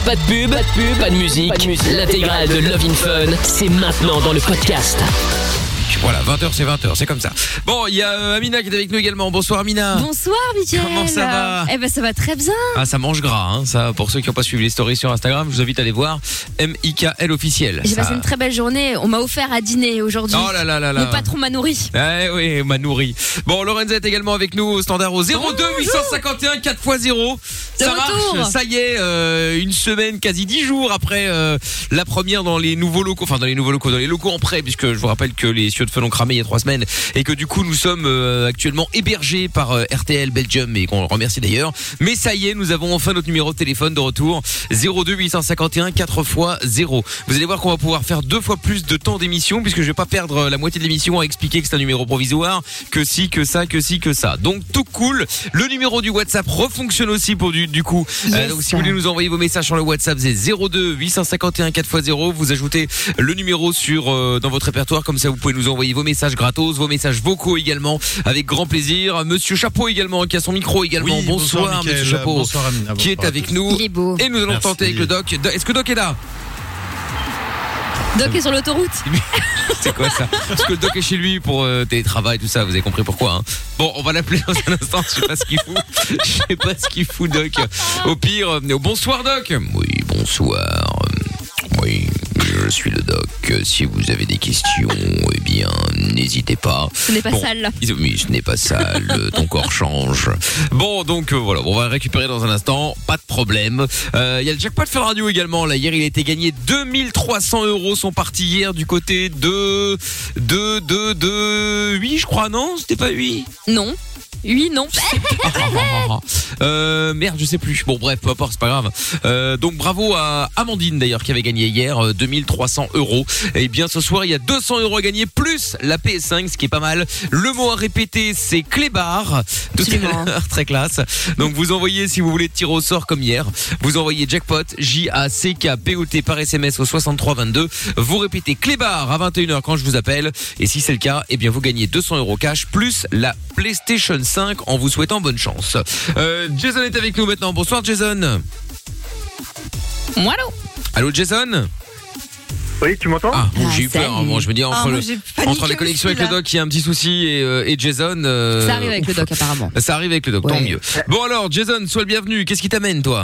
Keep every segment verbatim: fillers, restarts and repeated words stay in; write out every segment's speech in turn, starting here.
Pas de pub, pas de pub, pas de musique. Pas de musique. L'intégrale de Love in Fun, c'est maintenant dans le podcast. Voilà, vingt heures c'est vingt heures, c'est comme ça. Bon, il y a euh, Amina qui est avec nous également. Bonsoir Amina. Bonsoir Mickaël. Comment ça va? Eh ben ça va très bien. Ah, ça mange gras, hein. Ça, pour ceux qui n'ont pas suivi les stories sur Instagram, je vous invite à aller voir M I K L officiel. J'ai ça... passé une très belle journée. On m'a offert à dîner aujourd'hui. Oh là là là là. Mon patron m'a nourri. Eh oui, m'a nourri. Bon, Lorenza est également avec nous au standard au zéro deux huit cent cinquante et un quatre fois zéro. Ça marche. Ça y est, euh, une semaine, quasi dix jours après euh, la première dans les nouveaux locaux, enfin dans les nouveaux locaux, dans les locaux en prêt, puisque je vous rappelle que les cieux de feu ont cramé il y a trois semaines et que du coup nous sommes euh, actuellement hébergés par euh, R T L Belgium et qu'on remercie d'ailleurs. Mais ça y est, nous avons enfin notre numéro de téléphone de retour, zéro deux huit cent cinquante et un quatre fois zéro. Vous allez voir qu'on va pouvoir faire deux fois plus de temps d'émission, puisque je vais pas perdre la moitié de l'émission à expliquer que c'est un numéro provisoire, que si, que ça, que si, que ça. Donc tout cool. Le numéro du WhatsApp refonctionne aussi pour du, du coup. Yes. Euh, donc si vous voulez nous envoyer vos messages sur le WhatsApp, c'est zéro deux huit cent cinquante et un quatre fois zéro. Vous ajoutez le numéro sur euh, dans votre répertoire, comme ça vous pouvez nous envoyer vos messages gratos, vos messages vocaux également, avec grand plaisir. Monsieur Chapeau également, qui a son micro également. Oui, bonsoir, bonsoir Monsieur Chapeau, bonsoir, Amina, qui est bonsoir avec nous. Il est beau. Et nous allons Merci. tenter avec le Doc. Est-ce que Doc est là? Doc est sur l'autoroute. C'est quoi ça? Parce que le Doc est chez lui pour euh, télétravail, tout ça, vous avez compris pourquoi, hein. Bon, on va l'appeler dans un instant, je sais pas ce qu'il fout. Je sais pas ce qu'il fout, Doc. Au pire, euh, bonsoir, Doc. Oui, bonsoir. Oui, je suis le Doc. Si vous avez des questions, eh bien, n'hésitez pas. Ce n'est pas Bon, sale là. Oui, ce n'est pas sale, ton corps change. Bon, donc euh, voilà, on va récupérer dans un instant, pas de problème. Il euh, y a le jackpot Fun Radio également, là, hier il a été gagné deux mille trois cents euros sont partis hier du côté de... de... de... de... huit, je crois, non? C'était pas huit? Non. Oui, non. euh, merde, je sais plus. Bon, bref, peu importe, c'est pas grave. Euh, donc, bravo à Amandine, d'ailleurs, qui avait gagné hier euh, deux mille trois cents euros. Et bien, ce soir, il y a deux cents euros à gagner, plus la P S cinq, ce qui est pas mal. Le mot à répéter, c'est clébard. Tout à l'heure, très classe. Donc, vous envoyez, si vous voulez tirer au sort comme hier, vous envoyez jackpot, J A C K P O T par S M S au soixante-trois vingt-deux. Vous répétez clébard à vingt et une heures quand je vous appelle. Et si c'est le cas, eh bien, vous gagnez deux cents euros cash, plus la PlayStation cinq en vous souhaitant bonne chance. Euh, Jason est avec nous maintenant. Bonsoir Jason. Moi non. Allô Jason. Oui, tu m'entends? Ah, bon, Ah, j'ai eu peur. salut. Bon, je me dis entre, Ah, moi, le, j'ai paniqué entre la connexion aussi, avec le là. doc, il y a un petit souci et, euh, et Jason. Euh, Ça arrive avec le ouf. Doc apparemment. Ça arrive avec le doc, Ouais. tant mieux. Bon alors Jason, sois le bienvenu. Qu'est-ce qui t'amène toi?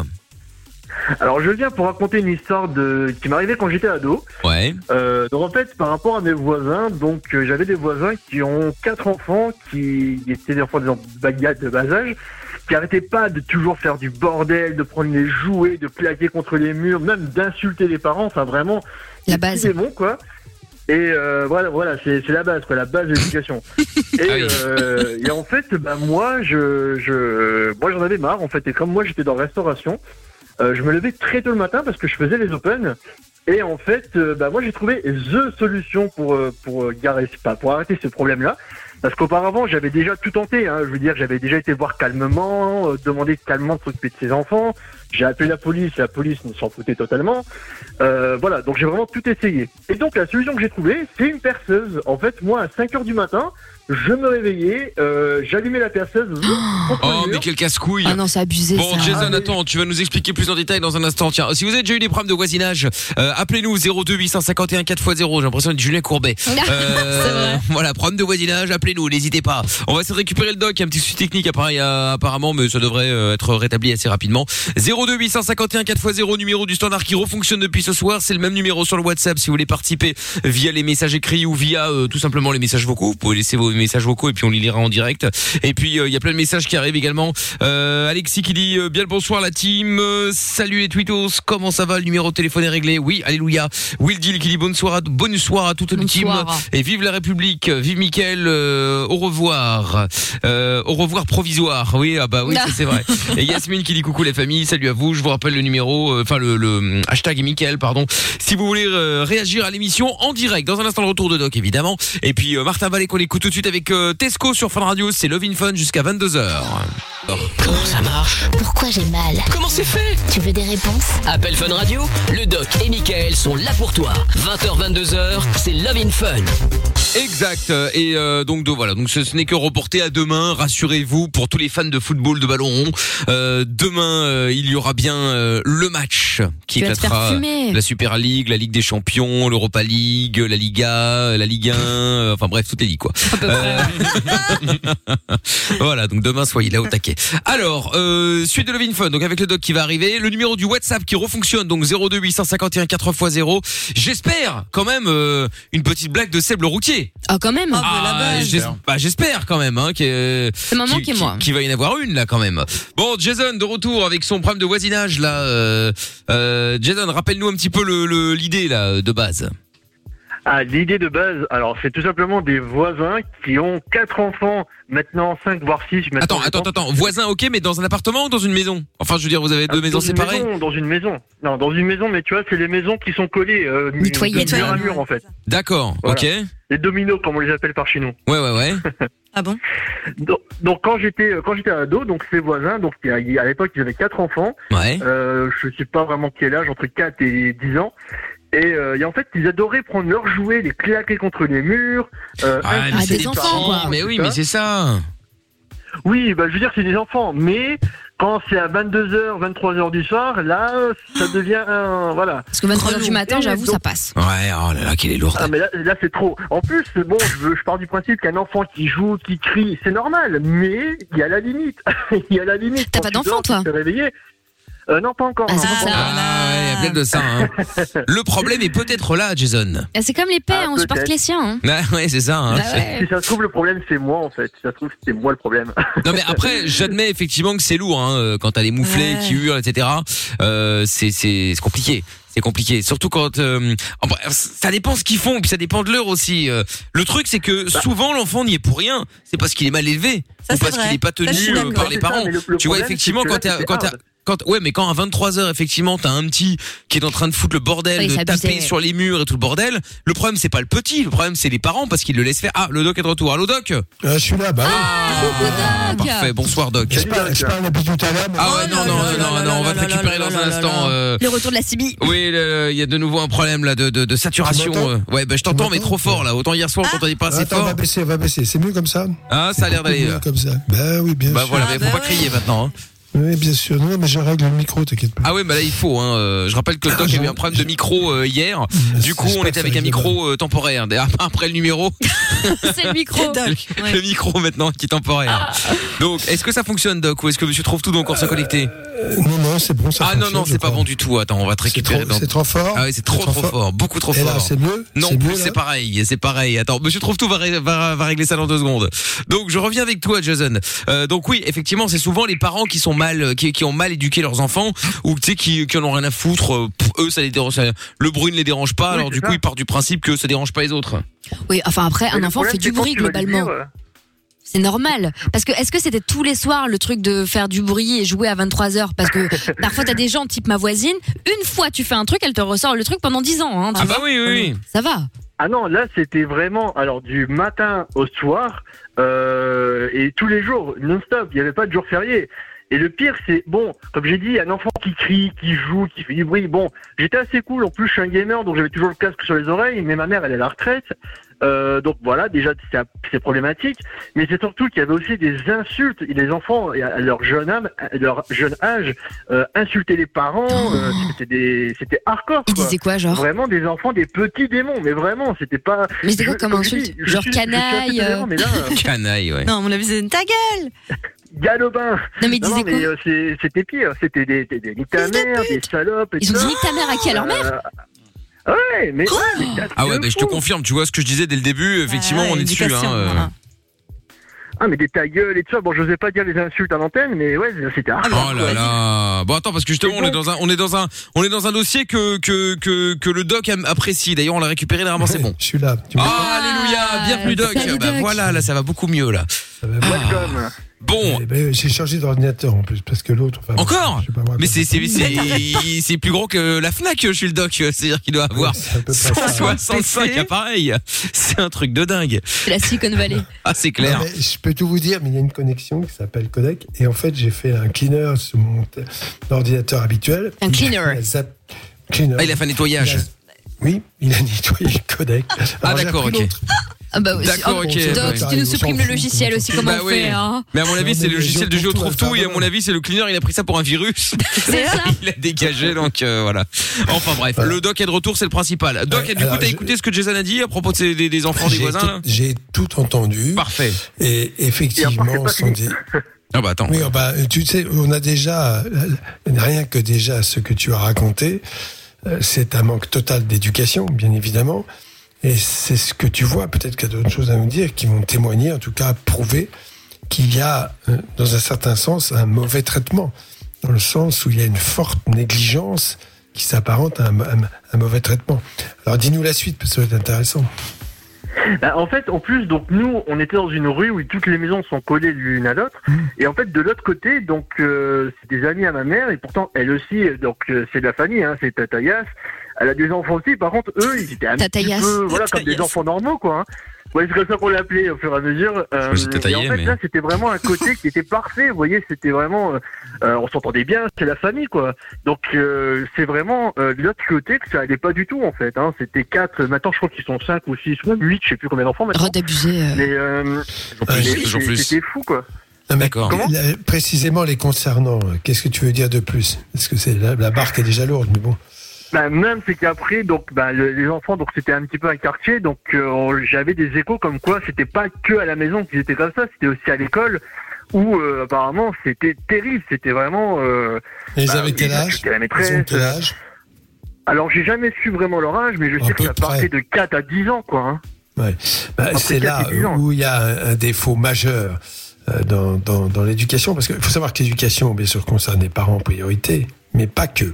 Alors, je viens pour raconter une histoire de qui m'arrivait quand j'étais ado. Ouais. Euh, donc, en fait, par rapport à mes voisins, donc euh, j'avais des voisins qui ont quatre enfants, qui étaient des enfants des baguettes de bas âge, qui arrêtaient pas de toujours faire du bordel, de prendre les jouets, de plaquer contre les murs, même d'insulter les parents. Enfin, vraiment, La des base. petits démons, quoi. Et euh, voilà, voilà, c'est c'est la base, quoi, la base de l'éducation. Et, Ah oui. euh, et en fait, bah moi, je, je, moi, j'en avais marre, en fait. Et comme moi, j'étais dans la restauration, euh, je me levais très tôt le matin parce que je faisais les open. Et en fait, euh, bah moi, j'ai trouvé the solution pour euh, pour euh, garer, pas pour arrêter ce problème-là. Parce qu'auparavant, j'avais déjà tout tenté. Hein. Je veux dire, j'avais déjà été voir calmement, euh, demander calmement de s'occuper de ses enfants. J'ai appelé la police, la police s'en foutait totalement. Euh, voilà, donc j'ai vraiment tout essayé. Et donc la solution que j'ai trouvée, c'est une perceuse. En fait, moi, à cinq heures du matin, je me réveillais, euh, j'allumais la perceuse. contre le Oh mur. mais quel casse-couille. Ah non, c'est abusé Bon ça. Jason, Ah, mais- attends, tu vas nous expliquer plus en détail dans un instant. Tiens, si vous avez déjà eu des problèmes de voisinage, euh, appelez-nous zéro deux huit cent cinquante et un quatre fois zéro. J'ai l'impression d'être Julien Courbet. Euh, C'est vrai. Voilà, problème de voisinage, appelez-nous, n'hésitez pas. On va essayer de récupérer le doc, il y a un petit souci technique appareil, euh, apparemment, mais ça devrait euh, être rétabli assez rapidement. zéro deux huit cent cinquante et un quatre fois zéro, numéro du standard qui refonctionne depuis ce soir. C'est le même numéro sur le WhatsApp si vous voulez participer via les messages écrits ou via euh, tout simplement les messages vocaux. Vous pouvez laisser vos messages vocaux et puis on les lira en direct. Et puis il euh, y a plein de messages qui arrivent également. Euh, Alexis qui dit euh, bien le bonsoir la team. Euh, salut les twittos, comment ça va? Le numéro de téléphone est réglé. Oui, alléluia. Will Deal qui dit bonsoir à, bonsoir à toute la team. Bonsoir. Et vive la République, vive Mickaël, euh, au revoir. Euh, au revoir provisoire. Oui, ah bah oui, ça, c'est vrai. Et Yasmine qui dit coucou les familles, salut à vous. Je vous rappelle le numéro, euh, enfin le, le hashtag Mickaël, pardon. Si vous voulez euh, réagir à l'émission en direct, dans un instant le retour de Doc évidemment. Et puis euh, Martin Vallée qu'on écoute tout de suite avec euh, Tesco sur Fun Radio, c'est Love in Fun jusqu'à vingt-deux heures. Comment ça marche? Pourquoi j'ai mal? Comment c'est fait? Tu veux des réponses? Appel Fun Radio, le Doc et Mickaël sont là pour toi. vingt heures vingt-deux heures, c'est Love in Fun. Exact. Et euh, donc de, voilà, donc ce, ce n'est que reporté à demain. Rassurez-vous, pour tous les fans de football de ballon rond, euh, demain euh, il y aura bien euh, le match qui éclatera la Super League, la Ligue des Champions, l'Europa League, la Liga, la Ligue un, euh, enfin bref toutes les ligues quoi. Euh... voilà, donc demain soyez là au taquet. Alors euh, suite de Love in Fun, donc avec le doc qui va arriver, le numéro du WhatsApp qui refonctionne, donc zéro deux huit cent cinquante et un quatre fois zéro. J'espère quand même euh, une petite blague de Seb le routier. Ah quand même. Ah, j'espère, bah, j'espère quand même hein, que c'est maman qui est moi. Qui va y en avoir une là quand même. Bon, Jason de retour avec son problème de voisinage là. Euh, euh, Jason, rappelle-nous un petit peu le, le l'idée là de base. Ah, l'idée de base, alors c'est tout simplement des voisins qui ont quatre enfants, maintenant cinq voire six. Attends, attends, attends, voisins, ok, mais dans un appartement ou dans une maison? Enfin, je veux dire, vous avez deux ah, maisons séparées? Maison, dans une maison. Non, dans une maison, mais tu vois, c'est les maisons qui sont collées euh, mur à mur en fait. D'accord, voilà. Ok. Les dominos, comme on les appelle par chez nous. Ouais, ouais, ouais. Ah bon? donc, donc quand j'étais quand j'étais ado, donc ces voisins, donc à l'époque ils avaient quatre enfants. Ouais. Euh, je sais pas vraiment quel âge, entre quatre et dix ans. Et, euh, et en fait, ils adoraient prendre leurs jouets, les claquer contre les murs. Euh, ah, mais c'est des enfants, quoi. Mais oui, mais c'est ça. Oui, bah je veux dire, c'est des enfants. Mais quand c'est à vingt-deux heures, vingt-trois heures du soir, là, ça devient un... Voilà. Parce que vingt-trois heures du matin, j'avoue, donc, ça passe. Ouais, oh là là, qu'elle est lourde. Ah, mais là, là c'est trop. En plus, bon, je, veux, je pars du principe qu'un enfant qui joue, qui crie, c'est normal. Mais il y a la limite. Il y a la limite. T'as pas d'enfant, toi? Tu te réveiller. Euh, non, pas encore. Ah, non, c'est pas ça. encore. Ah ouais, il y a plein de ça. Hein. Le problème est peut-être là, Jason. Ah, c'est comme les pères, ah, on supporte que les siens. Hein. Ah, ouais, c'est ça. Hein. Bah ouais. Si ça se trouve, le problème, c'est moi, en fait. Si ça se trouve, c'est moi le problème. Non, mais après, j'admets effectivement que c'est lourd, hein, quand t'as les mouflets ouais. qui hurlent, et cetera. Euh, c'est, c'est, c'est compliqué. C'est compliqué, surtout quand euh, ça dépend ce qu'ils font, puis ça dépend de l'heure aussi. Euh, le truc, c'est que bah. souvent l'enfant n'y est pour rien. C'est parce qu'il est mal élevé ça, ou parce vrai. qu'il n'est pas tenu ça, euh, par les parents. Ça, le, le tu vois, effectivement, quand t'as, quand t'as Quand, ouais, mais quand à vingt-trois heures, effectivement, t'as un petit qui est en train de foutre le bordel, oui, de taper abusé. sur les murs et tout le bordel, le problème, c'est pas le petit, le problème, c'est les parents parce qu'ils le laissent faire. Ah, le doc est de retour. Allô, doc? euh, Je suis là, bah oui. Ah, doc. Parfait, bonsoir, doc. Je parle, je parle depuis tout à l'heure. Ah ouais, non, non, non, non, on va te récupérer dans un instant. Euh... Le retour de la C B. Oui, il y a de nouveau un problème, là, de, de, de saturation. Ouais, bah, je t'entends, mais trop fort, là. Autant hier soir, on t'entendait pas assez fort. On va baisser, on va baisser. C'est mieux comme ça? Ah, ça a l'air d'aller. Comme ça. Bah oui, bien sûr. Bah voilà, mais faut pas crier maintenant, Oui, bien sûr. Non, mais je règle le micro, t'inquiète pas. Ah oui, bah là, il faut, hein. Euh, je rappelle que le doc a eu un problème de micro euh, hier. Du coup, on était avec un micro euh, temporaire. Après le numéro. C'est le micro. le, ouais. le micro maintenant qui est temporaire. Ah. Donc, est-ce que ça fonctionne, doc, ou est-ce que monsieur trouve tout encore se connecter? euh, Non, non, c'est bon, ça Ah non, non, c'est pas bon du tout. Attends, on va te récupérer. C'est trop, c'est trop fort. Ah oui, c'est trop, trop, trop fort. fort. Beaucoup trop Et fort. là, c'est mieux? Non, c'est plus, mieux, c'est pareil. C'est pareil. Attends, monsieur trouve tout va, va, va régler ça dans deux secondes. Donc, je reviens avec toi, Jason. Euh, donc oui, effectivement, c'est souvent les parents qui sont mal, qui, qui ont mal éduquer leurs enfants ou tu sais qui qui en ont rien à foutre, pour eux ça les dérange, ça, le bruit ne les dérange pas, oui, alors du ça. coup ils partent du principe que ça dérange pas les autres. Oui, enfin après un enfant fait du bruit globalement. Dire, euh... C'est normal. Parce que est-ce que c'était tous les soirs le truc de faire du bruit et jouer à vingt-trois heures? Parce que parfois t'as des gens type ma voisine, une fois tu fais un truc, elle te ressort le truc pendant dix ans. Hein, ah bah oui, oui, oui. Ça va. Ah non, là c'était vraiment, alors du matin au soir, euh, et tous les jours, non-stop, il n'y avait pas de jour férié. Et le pire, c'est, bon, comme j'ai dit, un enfant qui crie, qui joue, qui fait du bruit. Bon, j'étais assez cool. En plus, je suis un gamer, donc j'avais toujours le casque sur les oreilles. Mais ma mère, elle est à la retraite. Euh, donc voilà, déjà, c'est, c'est problématique. Mais c'est surtout qu'il y avait aussi des insultes. Et les enfants, à leur jeune âge, à leur jeune âge, euh, insultaient les parents. Oh. Euh, c'était des, c'était hardcore, quoi. Ils disaient quoi, genre? Vraiment des enfants, des petits démons. Mais vraiment, c'était pas... Mais c'était quoi comme insulte? Genre suis, canaille? Euh... Mais là, canaille, ouais. Non, on l'a vu, ta gueule! Galopin. Non mais ils disaient non, mais, quoi euh, c'est, c'était pire, c'était des, des, des nique ta mère, des salopes et Ils tout. ont dit nique ta mère à qui? À leur mère? euh, Ouais, mais... Oh ouais, mais ah ouais, bah, je te confirme, tu vois ce que je disais dès le début, effectivement, ah ouais, on est dessus. Hein, euh... voilà. Ah mais des ta gueule et tout ça, bon j'osais pas dire les insultes à l'antenne, mais ouais c'était hard. Oh là là. Bon attends parce que justement on est dans un on est dans un on est dans un dossier que que que que le doc apprécie. D'ailleurs on l'a récupéré normalement c'est bon. Je suis là. Tu ah alléluia, bienvenue doc. Bah doc. Voilà, là ça va beaucoup mieux là. Ça va welcome. Ah. Bon, eh ben, j'ai changé d'ordinateur en plus parce que l'autre. Enfin, encore. Je sais pas moi, mais c'est c'est c'est c'est plus gros que la Fnac chez le doc. C'est-à-dire qu'il doit avoir ouais, cent soixante-cinq appareils. C'est un truc de dingue. C'est la Silicon Valley. Ah c'est clair. Non, je peux tout vous dire, mais il y a une connexion qui s'appelle codec et en fait j'ai fait un cleaner sur mon t- ordinateur habituel. Un cleaner. Il a, zap- cleaner. Ah il a fait un nettoyage. Il a, oui, il a nettoyé le codec. Alors, ah d'accord, ok. Ah Ah bah, D'accord, oh, ok. Doc, si tu nous supprimes le logiciel aussi, comment bah on oui. fait hein. Mais à mon avis, Non, c'est mais le logiciel de les Géo gens trouve font tout, et à tout, mon avis, c'est le cleaner, il a pris ça pour un virus. C'est ça. Il a dégagé, donc euh, voilà. Enfin bref, Voilà. le doc est de retour, c'est le principal. Doc, Ouais, du coup, alors, t'as je- écouté ce que Jason a dit à propos de ses- des, des enfants des J'ai voisins tout, là j'ai tout entendu. Parfait. Et effectivement, Et après, c'est pas sont fini. des... Ah bah attends. Oui, bah, tu sais, on a déjà, rien que déjà ce que tu as raconté, euh, c'est un manque total d'éducation, bien évidemment. Et c'est ce que tu vois, peut-être qu'il y a d'autres choses à nous dire, qui vont témoigner, en tout cas prouver qu'il y a, euh, dans un certain sens, un mauvais traitement. Dans le sens où il y a une forte négligence qui s'apparente à un, un- un mauvais traitement. Alors dis-nous la suite, parce que ça va être intéressant. Bah, en fait, en plus, donc nous, on était dans une rue où toutes les maisons sont collées l'une à l'autre. Mmh. Et en fait, de l'autre côté, donc euh, c'est des amis à ma mère, et pourtant elle aussi, euh, donc euh, c'est de la famille, hein, c'est Tata Yass. Elle a des enfants aussi. Par contre, eux, ils étaient un Tata petit Yass. peu, voilà, comme Tata des Yass. enfants normaux, quoi. Hein. Ouais, c'est comme ça qu'on l'appelait au fur et à mesure. Euh, Oui, c'était et en taillé, fait, mais- là, c'était vraiment un côté qui était parfait. Vous voyez, c'était vraiment, euh, euh, on s'entendait bien, c'est la famille, quoi. Donc, euh, c'est vraiment euh, de l'autre côté que ça allait pas du tout, en fait. Hein. C'était quatre. Maintenant, je crois qu'ils sont cinq ou six ou même huit. Je sais plus combien d'enfants maintenant. Arrête d'abuser. euh. Mais euh, Toujours plus, mais toujours c'est- plus. c'était fou, quoi. Non, mais D'accord. Comment la- précisément les concernant, euh, qu'est-ce que tu veux dire de plus? Parce que c'est la, la barque est déjà lourde, mais bon. Bah, même c'est qu'après donc bah le- les enfants donc c'était un petit peu un quartier donc euh, on- j'avais des échos comme quoi c'était pas que à la maison qu'ils étaient comme ça, c'était aussi à l'école où euh, apparemment c'était terrible, c'était vraiment euh, Et ils bah, avaient quel ils âge? insultaient la Ils maîtresse. ont quel âge? Alors j'ai jamais su vraiment leur âge mais je À sais que peu ça partait près. de quatre à dix ans quoi hein. Ouais. Bah, Entre c'est là quatre et dix ans. où il y a un, un défaut majeur euh, dans, dans, dans l'éducation, parce qu'il faut savoir que l'éducation, bien sûr, concerne les parents en priorité, mais pas que.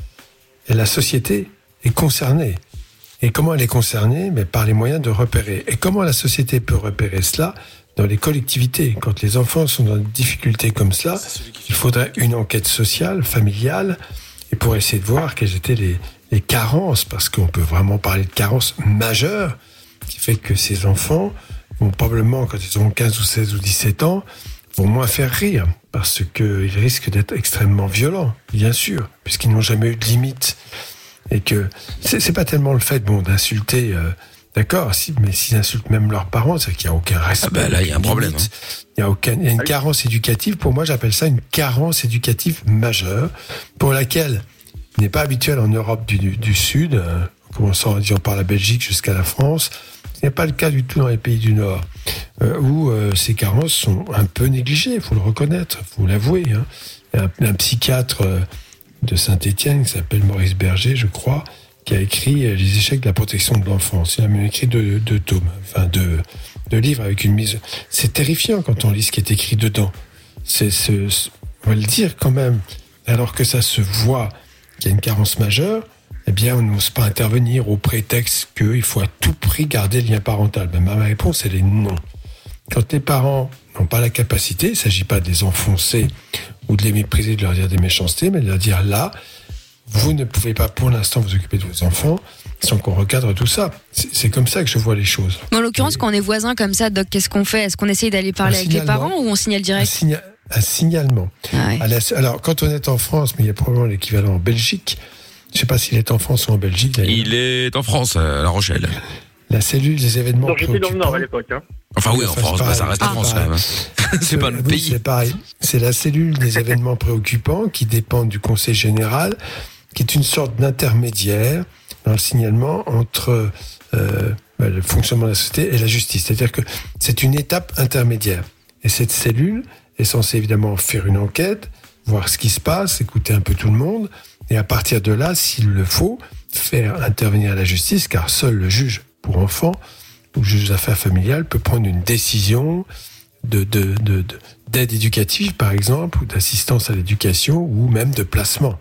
Et la société est concernée. Et comment elle est concernée? Mais par les moyens de repérer. Et comment la société peut repérer cela? Dans les collectivités. Quand les enfants sont dans des difficultés comme cela, il faudrait une enquête sociale, familiale, et pour essayer de voir quelles étaient les, les carences, parce qu'on peut vraiment parler de carences majeures, qui fait que ces enfants vont probablement, quand ils auront quinze ou seize ou dix-sept ans, vont moins faire rire, parce qu'ils risquent d'être extrêmement violents, bien sûr, puisqu'ils n'ont jamais eu de limite. Et que c'est, c'est pas tellement le fait bon, d'insulter, euh, d'accord, si, mais s'ils insultent même leurs parents, c'est qu'il n'y a aucun respect. Ah bah là, il y a un aucune problème, limite. Il y a aucun, il y a une carence éducative. Pour moi, j'appelle ça une carence éducative majeure, pour laquelle il n'est pas habituel en Europe du, du, du Sud, euh, en commençant à dire par la Belgique jusqu'à la France. Ce n'est pas le cas du tout dans les pays du Nord, euh, où euh, ces carences sont un peu négligées, il faut le reconnaître, il faut l'avouer. Hein. Il y a un, un psychiatre euh, de Saint-Étienne qui s'appelle Maurice Berger, je crois, qui a écrit euh, Les échecs de la protection de l'enfance. Il a même écrit deux, deux tomes, enfin deux, deux livres avec une mise... C'est terrifiant quand on lit ce qui est écrit dedans. C'est, c'est, c'est- on va le dire quand même, alors que ça se voit qu'il y a une carence majeure, eh bien, on n'ose pas intervenir au prétexte qu'il faut à tout prix garder le lien parental. Ben, ma réponse, elle est non. Quand les parents n'ont pas la capacité, il ne s'agit pas de les enfoncer ou de les mépriser, de leur dire des méchancetés, mais de leur dire là, vous ne pouvez pas pour l'instant vous occuper de vos enfants sans qu'on recadre tout ça. C'est, c'est comme ça que je vois les choses. Mais en l'occurrence, quand on est voisins comme ça, Doc, qu'est-ce qu'on fait? Est-ce qu'on essaye d'aller parler Un avec les signalement. parents ou on signale Un, direct? signa- un signalement. Ah ouais. À la- alors, quand on est en France, mais il y a probablement l'équivalent en Belgique, je ne sais pas s'il est en France ou en Belgique d'ailleurs, Il est en France, à La Rochelle. la cellule des événements Donc j'étais dans le Nord à préoccupants. l'époque hein. Enfin oui, en Enfin, France, c'est bah, ça pareil. reste la Ah. France quand même. hein. C'est pas Euh, le oui, pays. C'est pareil. C'est la cellule des événements préoccupants qui dépend du Conseil général, qui est une sorte d'intermédiaire dans le signalement entre euh, bah, le fonctionnement de la société et la justice. C'est-à-dire que c'est une étape intermédiaire. Et cette cellule est censée évidemment faire une enquête, voir ce qui se passe, écouter un peu tout le monde, et à partir de là, s'il le faut, faire intervenir la justice, car seul le juge pour enfants ou le juge d'affaires familiales peut prendre une décision de, de, de, de- d'aide éducative, par exemple, ou d'assistance à l'éducation, ou même de placement.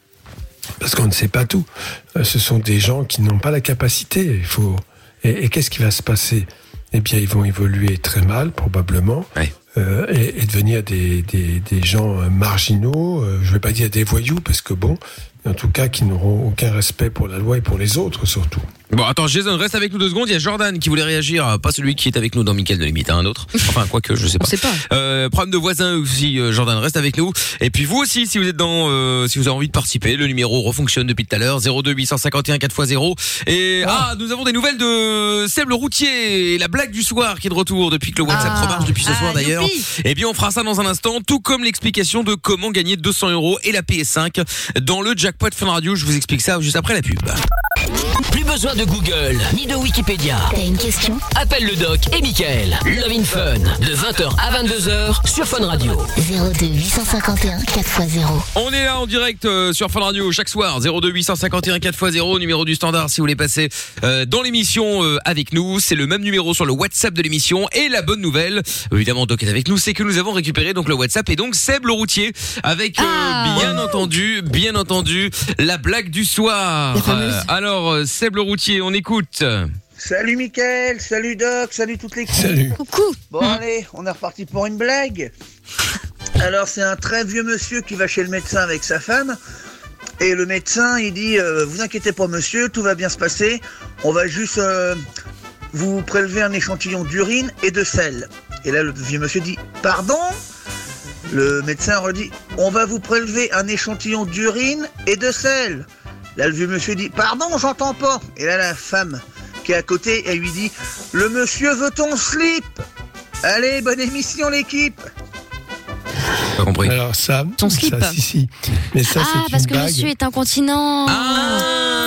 Parce qu'on ne sait pas tout. Euh, Ce sont des gens qui n'ont pas la capacité. Il faut... et, et qu'est-ce qui va se passer? Eh bien, ils vont évoluer très mal, probablement, Ouais. euh, et, et devenir des, des, des gens euh, marginaux. Euh, je ne vais pas dire des voyous, parce que bon, en tout cas qui n'auront aucun respect pour la loi et pour les autres surtout. Bon, attends, Jason, reste avec nous deux secondes. Il y a Jordan qui voulait réagir, pas celui qui est avec nous dans Mickaël de Limite, hein, un autre. Enfin, quoique, je sais pas. On sait pas. Euh, problème de voisin aussi, euh, Jordan, reste avec nous. Et puis vous aussi, si vous êtes dans, euh, si vous avez envie de participer, le numéro refonctionne depuis tout à l'heure, zéro deux huit cent cinquante et un quatre fois zéro. Et ah, nous avons des nouvelles de Seb le routier, et la blague du soir qui est de retour depuis que le WhatsApp Ah. remarche depuis ce soir Ah, d'ailleurs. youpi. Eh bien, on fera ça dans un instant, tout comme l'explication de comment gagner deux cents euros et la P S cinq dans le jackpot Fun Radio. Je vous explique ça juste après la pub. Plus besoin de Google, ni de Wikipédia. T'as une question? Appelle le doc et Mickaël. Love in Fun, de vingt heures à vingt-deux heures sur Fun Radio. zéro deux huit cent cinquante et un quatre fois zéro. On est là en direct euh, sur Fun Radio chaque soir, zéro deux huit cent cinquante et un quatre fois zéro, numéro du standard si vous voulez passer euh, dans l'émission euh, avec nous. C'est le même numéro sur le WhatsApp de l'émission. Et la bonne nouvelle, évidemment Doc est avec nous, c'est que nous avons récupéré donc le WhatsApp et donc Seb le routier avec euh, Ah. bien entendu, bien entendu, la blague du soir. La fameuse. Euh, alors euh, Seb le routier, on écoute. Salut Mickaël, salut Doc, salut toute l'équipe. Salut. Coucou. Bon allez, on est reparti pour une blague. Alors c'est un très vieux monsieur qui va chez le médecin avec sa femme. Et le médecin il dit euh, vous inquiétez pas monsieur, tout va bien se passer. On va juste euh, vous prélever un échantillon d'urine et de sel. Et là le vieux monsieur dit pardon. Le médecin redit on va vous prélever un échantillon d'urine et de sel. Là le vieux monsieur dit pardon j'entends pas. Et là la femme qui est à côté, elle lui dit le monsieur veut ton slip. Allez, bonne émission l'équipe. Pas compris. Alors ça, Ton slip. ça, si si, mais ça Ah, c'est parce une que blague. monsieur est incontinent. Ah.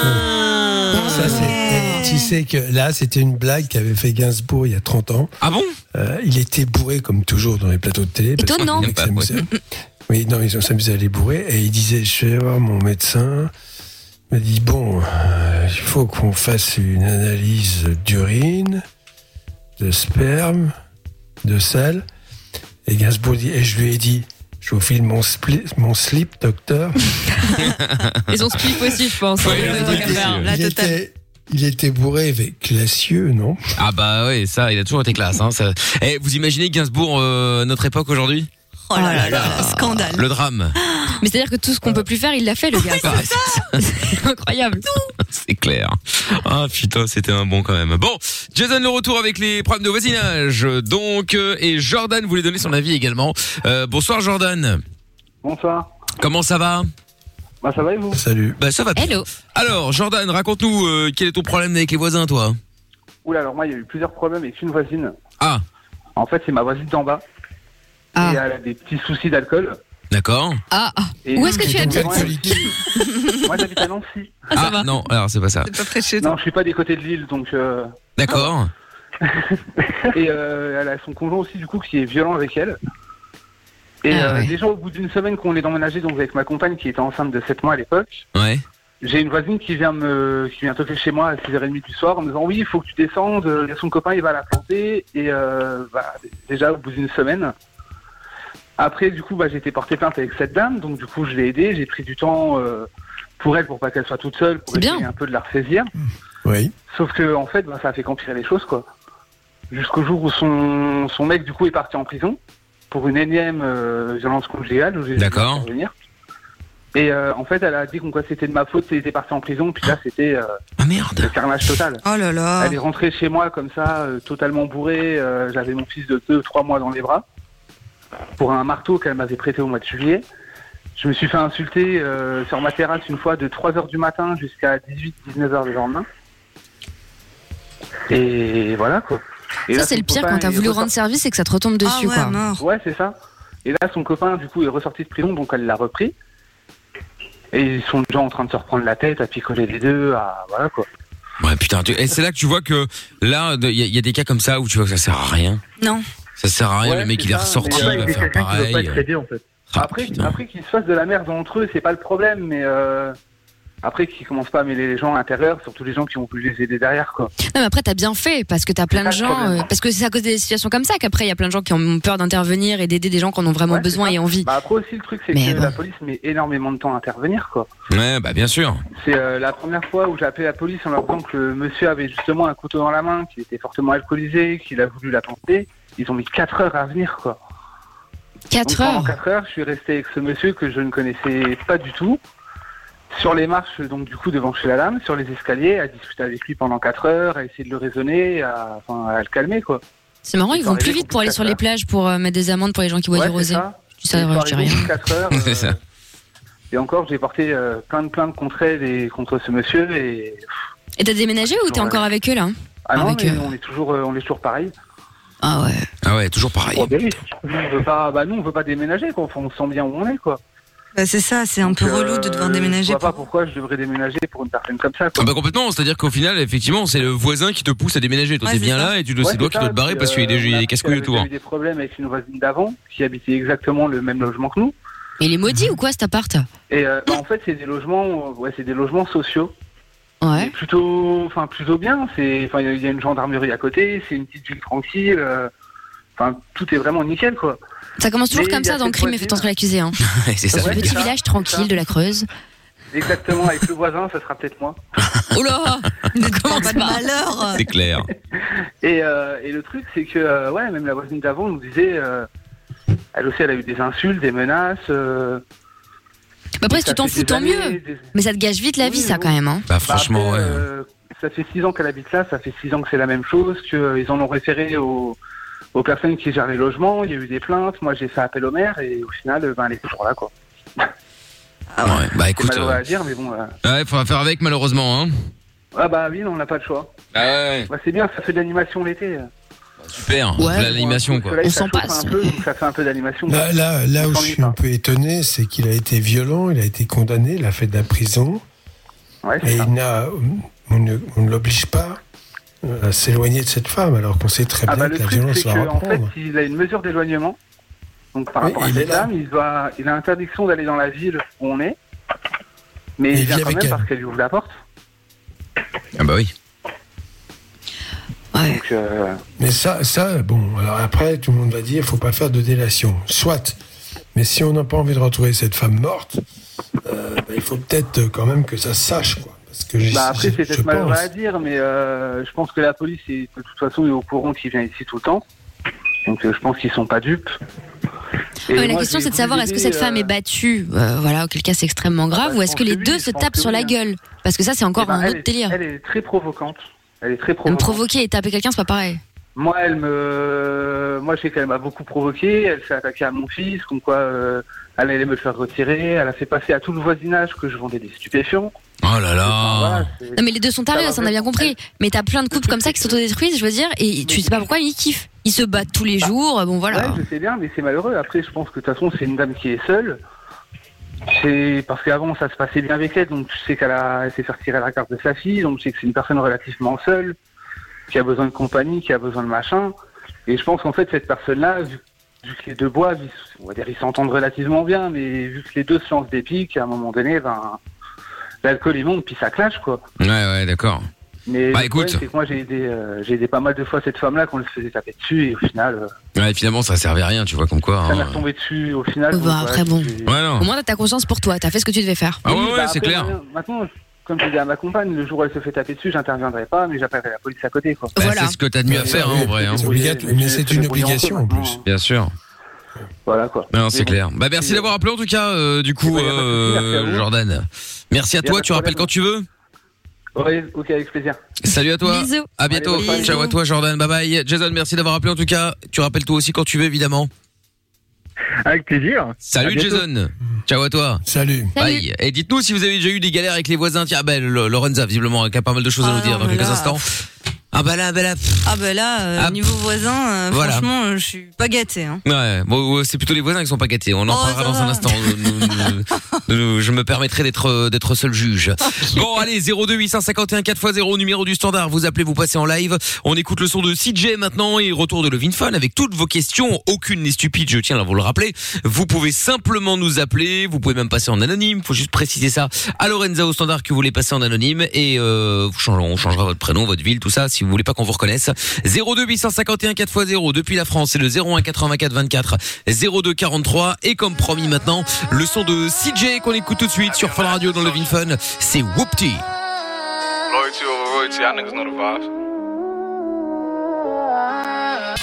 Ça, c'est- tu sais que là, c'était une blague qu'avait fait Gainsbourg il y a trente ans. Ah bon? Euh, il était bourré comme toujours dans les plateaux de télé. parce Étonnant. que les mecs s'amusaient. Oui, non, ils s'amusaient à les bourrer et il disait je vais voir mon médecin. Il m'a dit bon, euh, il faut qu'on fasse une analyse d'urine, de sperme, de sel. Et Gainsbourg dit et je lui ai dit je vous file mon, spli- mon slip, docteur. Et son slip aussi, je pense. Ouais, Il y a il des trucs à était- faire. La il, totale. était, il était bourré avec classieux, non? Ah bah ouais, ça, il a toujours été classe. Hein, ça. Eh, vous imaginez Gainsbourg euh, à notre époque aujourd'hui? Oh là là là, scandale. Le drame. Mais c'est-à-dire que tout ce qu'on peut plus faire, il l'a fait, le gars. quoi. C'est incroyable. C'est clair. Ah putain, c'était un bon quand même. Bon, Jason le retour avec les problèmes de voisinage. Donc, euh, et Jordan voulait donner son avis également. Euh, bonsoir Jordan. Bonsoir. Comment ça va? Bah ça va et vous? Salut. Bah ça va bien. Hello. Alors Jordan, raconte-nous euh, quel est ton problème avec les voisins toi? Oula, alors moi il y a eu plusieurs problèmes avec une voisine. Ah, En fait c'est ma voisine d'en bas. Ah. Et elle a des petits soucis d'alcool. d'accord. Ah, ah. Et Où est-ce que tu donc, habites? elle- alcoolique. Moi j'habite à Nancy. Ah, ça Ah va. non, alors c'est pas ça. C'est pas près de chez toi. Non, je suis pas des côtés de l'île donc. Euh... D'accord. Et euh, elle a son conjoint aussi du coup qui est violent avec elle. Et Ah euh, ouais. déjà au bout d'une semaine qu'on est emménagé donc avec ma compagne qui était enceinte de sept mois à l'époque, Ouais. j'ai une voisine qui vient me qui vient toquer chez moi à six heures trente du soir en me disant oui il faut que tu descendes, il y a son copain il va la planter et euh, bah, déjà au bout d'une semaine. Après du coup bah, j'ai été porté plainte avec cette dame donc du coup je l'ai aidée, j'ai pris du temps euh, pour elle pour pas qu'elle soit toute seule pour C'est bien. essayer un peu de la ressaisir. Oui. Sauf que en fait, bah, ça a fait qu'empirer les choses, quoi. Jusqu'au jour où son, son mec, du coup, est parti en prison pour une énième euh, violence conjugale. Où j'ai dû D'accord. intervenir. Et euh, en fait, elle a dit qu'on quoi c'était de ma faute, c'était parti en prison. Puis là, c'était euh, Ah merde. le carnage total. Oh là là. Elle est rentrée chez moi comme ça, euh, totalement bourrée. euh, J'avais mon fils de deux, trois mois dans les bras pour un marteau qu'elle m'avait prêté au mois de juillet. Je me suis fait insulter euh, sur ma terrasse une fois de trois heures du matin jusqu'à dix-huit dix-neuf heures le lendemain. Et voilà quoi. Et Ça, là, c'est son le pire copain quand t'as est voulu ressorti- rendre service et que ça te retombe dessus, Ah ouais, quoi. mort. Ouais, c'est ça. Et là, son copain, du coup, est ressorti de prison, donc elle l'a repris. Et ils sont déjà en train de se reprendre la tête, à picoler les deux, à voilà quoi. Ouais putain. Tu... Et c'est là que tu vois que là, il y, a- y a des cas comme ça où tu vois que ça sert à rien. Non. Ça sert à rien. Ouais, le mec c'est il est ça, ressorti, mais il ouais, va c'est faire quelqu'un qui veut pas pareil. être aidé, en fait. Ah, Après, putain. après qu'ils se fassent de la merde entre eux, c'est pas le problème, mais euh, après qu'ils commencent pas à mêler les gens à l'intérieur, surtout les gens qui ont pu les aider derrière quoi. Non, mais après, t'as bien fait, parce que t'as plein de C'est ça, le gens, problème. euh, parce que c'est à cause des situations comme ça qu'après, il y a plein de gens qui ont peur d'intervenir et d'aider des gens qui en ont vraiment Ouais, besoin c'est ça. et envie. Bah après aussi le truc c'est Mais que bon. la police met énormément de temps à intervenir quoi. Ouais, bah bien sûr. C'est euh, la première fois où j'ai appelé la police en leur disant que le monsieur avait justement un couteau dans la main, qu'il était fortement alcoolisé, qu'il a voulu la planter. Ils ont mis quatre heures à venir quoi. Quatre Donc, pendant heures. quatre heures, je suis resté avec ce monsieur que je ne connaissais pas du tout. sur les marches, donc du coup devant chez la dame, sur les escaliers, à discuter avec lui pendant quatre heures, à essayer de le raisonner, à, enfin, à le calmer, quoi. C'est marrant, ils vont plus vite pour aller sur les plages pour euh, mettre des amendes pour les gens qui boivent Ouais, du rosé. c'est ça. Tu sais, Ils sont je dis arrivés rien. au bout de quatre heures, C'est ça. Et encore, j'ai porté euh, plein de plaintes contre elle et contre ce monsieur. Et, Et t'as déménagé ou t'es Ouais. encore avec eux là? ah non, Avec mais eux. on est toujours, euh, on est toujours pareil. Ah ouais. Ah ouais, toujours pareil. Oh, ben oui. Nous, on veut pas, bah nous, on veut pas déménager, quoi. Enfin, on se sent bien où on est, quoi. Bah, c'est ça, c'est un peu Donc, relou de devoir euh, déménager. Je vois pas pour- pourquoi je devrais déménager pour une personne comme ça, Ah quoi. bah complètement, c'est-à-dire qu'au final, effectivement, c'est le voisin qui te pousse à déménager. Toi, Ouais, t'es c'est bien ça. là et tu dois, Ouais, c'est toi c'est qui dois ça, te barrer puis, parce qu'il y a euh, des, on a des casse-couilles appris qu'elle autour. avait eu des problèmes avec une voisine d'avant qui habitait exactement le même logement que nous. Mais il est maudit ou quoi cet appart? Et euh, bah, en fait, c'est des logements, euh, ouais, c'est des logements sociaux. Ouais. Mais plutôt, enfin plutôt bien. C'est, enfin, il y a une gendarmerie à côté, c'est une petite ville tranquille. euh, Enfin, tout est vraiment nickel, quoi. Ça commence toujours Mais comme il y a ça dans cette Crime et voisine. fait entrer l'accusé. Hein. Ouais, c'est ça. Dans un Ouais, petit c'est ça, village c'est tranquille ça. de la Creuse. Exactement, avec le voisin, ça sera peut-être moi. Oh là Ne Comment pas de malheur. C'est clair. Et, euh, et le truc, c'est que, euh, ouais, même la voisine d'avant nous disait, euh, elle aussi, elle a eu des insultes, des menaces. Euh, Bah après, si ça tu t'en fait fous, des tant années, mieux. des- Mais ça te gâche vite la Oui, vie, ça, oui. quand même. Hein. Bah Bah, franchement, après, ouais. euh, ça fait six ans qu'elle habite là, ça fait six ans que c'est la même chose, qu'ils en ont référé aux, aux personnes qui gèrent les logements, il y a eu des plaintes, moi j'ai fait appel au maire et au final, euh, ben, elle est toujours là, quoi. Ah ouais. Bah C'est écoute, malheureux euh, à dire, mais bon. Euh... ouais, faudra faire avec malheureusement, hein. Ah bah oui, on n'a pas le choix. Ah ouais. Bah, c'est bien, ça fait de l'animation l'été. Super. Ouais. L'animation Le quoi. soleil, On ça s'en chauffe passe. Un peu, donc ça fait un peu d'animation. Là, là, là où On je s'ennuie suis un pas. peu étonné, c'est qu'il a été violent, il a été condamné, il a fait de la prison, Ouais, et c'est ça. il n'a, on ne, on ne l'oblige pas euh, à s'éloigner de cette femme, alors qu'on sait très Ah bien bah, que le la truc, violence c'est va qu'en fait, reprendre. il a une mesure d'éloignement. Donc par Oui, rapport à il est cette là. dame, il, doit, il a interdiction d'aller dans la ville où on est. Mais Et il il vient vit quand avec même elle. parce qu'elle lui ouvre la porte. Ah bah oui. Ouais. Donc, euh, Mais ça, ça, bon, alors après, tout le monde va dire, faut pas faire de délation. Soit. Mais si on n'a pas envie de retrouver cette femme morte, euh, bah, il faut peut-être euh, quand même que ça se sache, quoi. Parce que j'ai- bah après, j'ai- c'est je peut-être malheureux pense. à dire, mais euh, je pense que la police, est, de toute façon, est au courant qu'il vient ici tout le temps. Donc euh, je pense qu'ils sont pas dupes. Et Ouais, la moi, question j'ai c'est de voulu savoir est-ce que aider, cette femme euh, est battue, euh, voilà, auquel cas c'est extrêmement grave, bah, ou je est-ce que pense les que deux oui, se je pense tapent que sur la oui. gueule? Parce que ça c'est encore eh ben, un elle autre est- délire. Elle est très provocante. Elle est très Me provocante. provoquer et taper quelqu'un c'est pas pareil. Moi, elle me, moi, je sais qu'elle m'a beaucoup provoqué. Elle s'est attaquée à mon fils, comme quoi euh, elle allait me le faire retirer. Elle a fait passer à tout le voisinage que je vendais des stupéfiants. Oh là Enfin, là. voilà, c'est- Non mais les deux sont tarés, Ça va ça on a bien vraiment. compris. Mais t'as plein de couples comme ça qui s'autodétruisent, je veux dire, et tu sais pas pourquoi ils kiffent. Ils se battent tous les jours, bon voilà. Ouais, je sais bien, mais c'est malheureux. Après, je pense que de toute façon, c'est une dame qui est seule. C'est parce qu'avant, ça se passait bien avec elle, donc je sais qu'elle a, elle s'est fait retirer la carte de sa fille, donc je sais que c'est une personne relativement seule, qui a besoin de compagnie, qui a besoin de machin. Et je pense qu'en fait, cette personne-là, vu, vu que les deux boivent, ils, on va dire, ils s'entendent relativement bien, mais vu que les deux se lancent des pics, à un moment donné, ben, l'alcool il monte, puis ça clash, quoi. Ouais ouais d'accord. Mais Bah, le écoute. problème, c'est que moi, j'ai aidé, euh, j'ai aidé pas mal de fois cette femme-là qu'on le faisait taper dessus, et au final, euh, Ouais finalement ça servait à rien, tu vois comme quoi. ça hein. m'est retombé dessus, au final. Oh, donc, bah, voilà, après, bon. j'ai- Ouais non. Au moins t'as ta conscience pour toi, t'as fait ce que tu devais faire. Ah ouais Oui, ouais bah, c'est après, clair. maintenant- Maintenant, comme je dis à ma compagne, le jour où elle se fait taper dessus, j'interviendrai pas, mais j'appellerai la police à côté, quoi. Bah, Voilà. c'est ce que t'as de mieux à faire hein, en vrai. Hein. C'est obligatoire, mais c'est une obligation en plus. Bien sûr. Voilà, quoi. Non, Mais c'est bon. clair. Bah merci d'avoir appelé en tout cas, euh, du coup, Ouais, y a pas de souci, merci à euh, vous. Jordan. Merci à Y a toi. pas de Tu rappelles problème. quand tu veux. Oui, ok, avec plaisir. Salut à toi. Bisous. À bientôt. Allez, bonne soirée. Ciao à toi Jordan. Bye bye. Jason, merci d'avoir appelé en tout cas. Tu rappelles toi aussi quand tu veux évidemment. Avec plaisir. À Salut bientôt. Jason. Ciao à toi. Salut. Salut. Bye. Et dites-nous si vous avez déjà eu des galères avec les voisins. Tiens, ben Lorenza visiblement qui a pas mal de choses à Ah nous dire non, dans mais quelques là, instants. Ah bah là, bah là. pff. Ah bah là, euh, Ah, niveau voisin, euh, voilà. franchement, euh, je suis pas gâtée. Hein. Ouais, bon, ouais, c'est plutôt les voisins qui sont pas gâtés. On en Oh, parlera ça dans un va. instant. Nous- nous- nous- je me permettrai d'être d'être seul juge. Bon, allez, zéro deux huit cent cinquante et un quatre fois zéro, numéro du standard. Vous appelez, vous passez en live. On écoute le son de C J maintenant et retour de Levin Fun avec toutes vos questions. Aucune n'est stupide, je tiens à vous le rappeler. Vous pouvez simplement nous appeler. Vous pouvez même passer en anonyme. Faut juste préciser ça à Lorenza au standard que vous voulez passer en anonyme et euh, vous changerez- on changera votre prénom, votre ville, tout ça si vous voulez pas qu'on vous reconnaisse. zéro deux huit cent cinquante et un quatre fois zéro depuis la France, c'est le zéro un quatre-vingt-quatre vingt-quatre zéro deux quarante-trois et comme promis maintenant, le son de C J qu'on écoute tout de suite sur Fun Radio dans le Vin Fun, c'est Whoopty. Loyalty over royalty, y'all niggas know the vibes.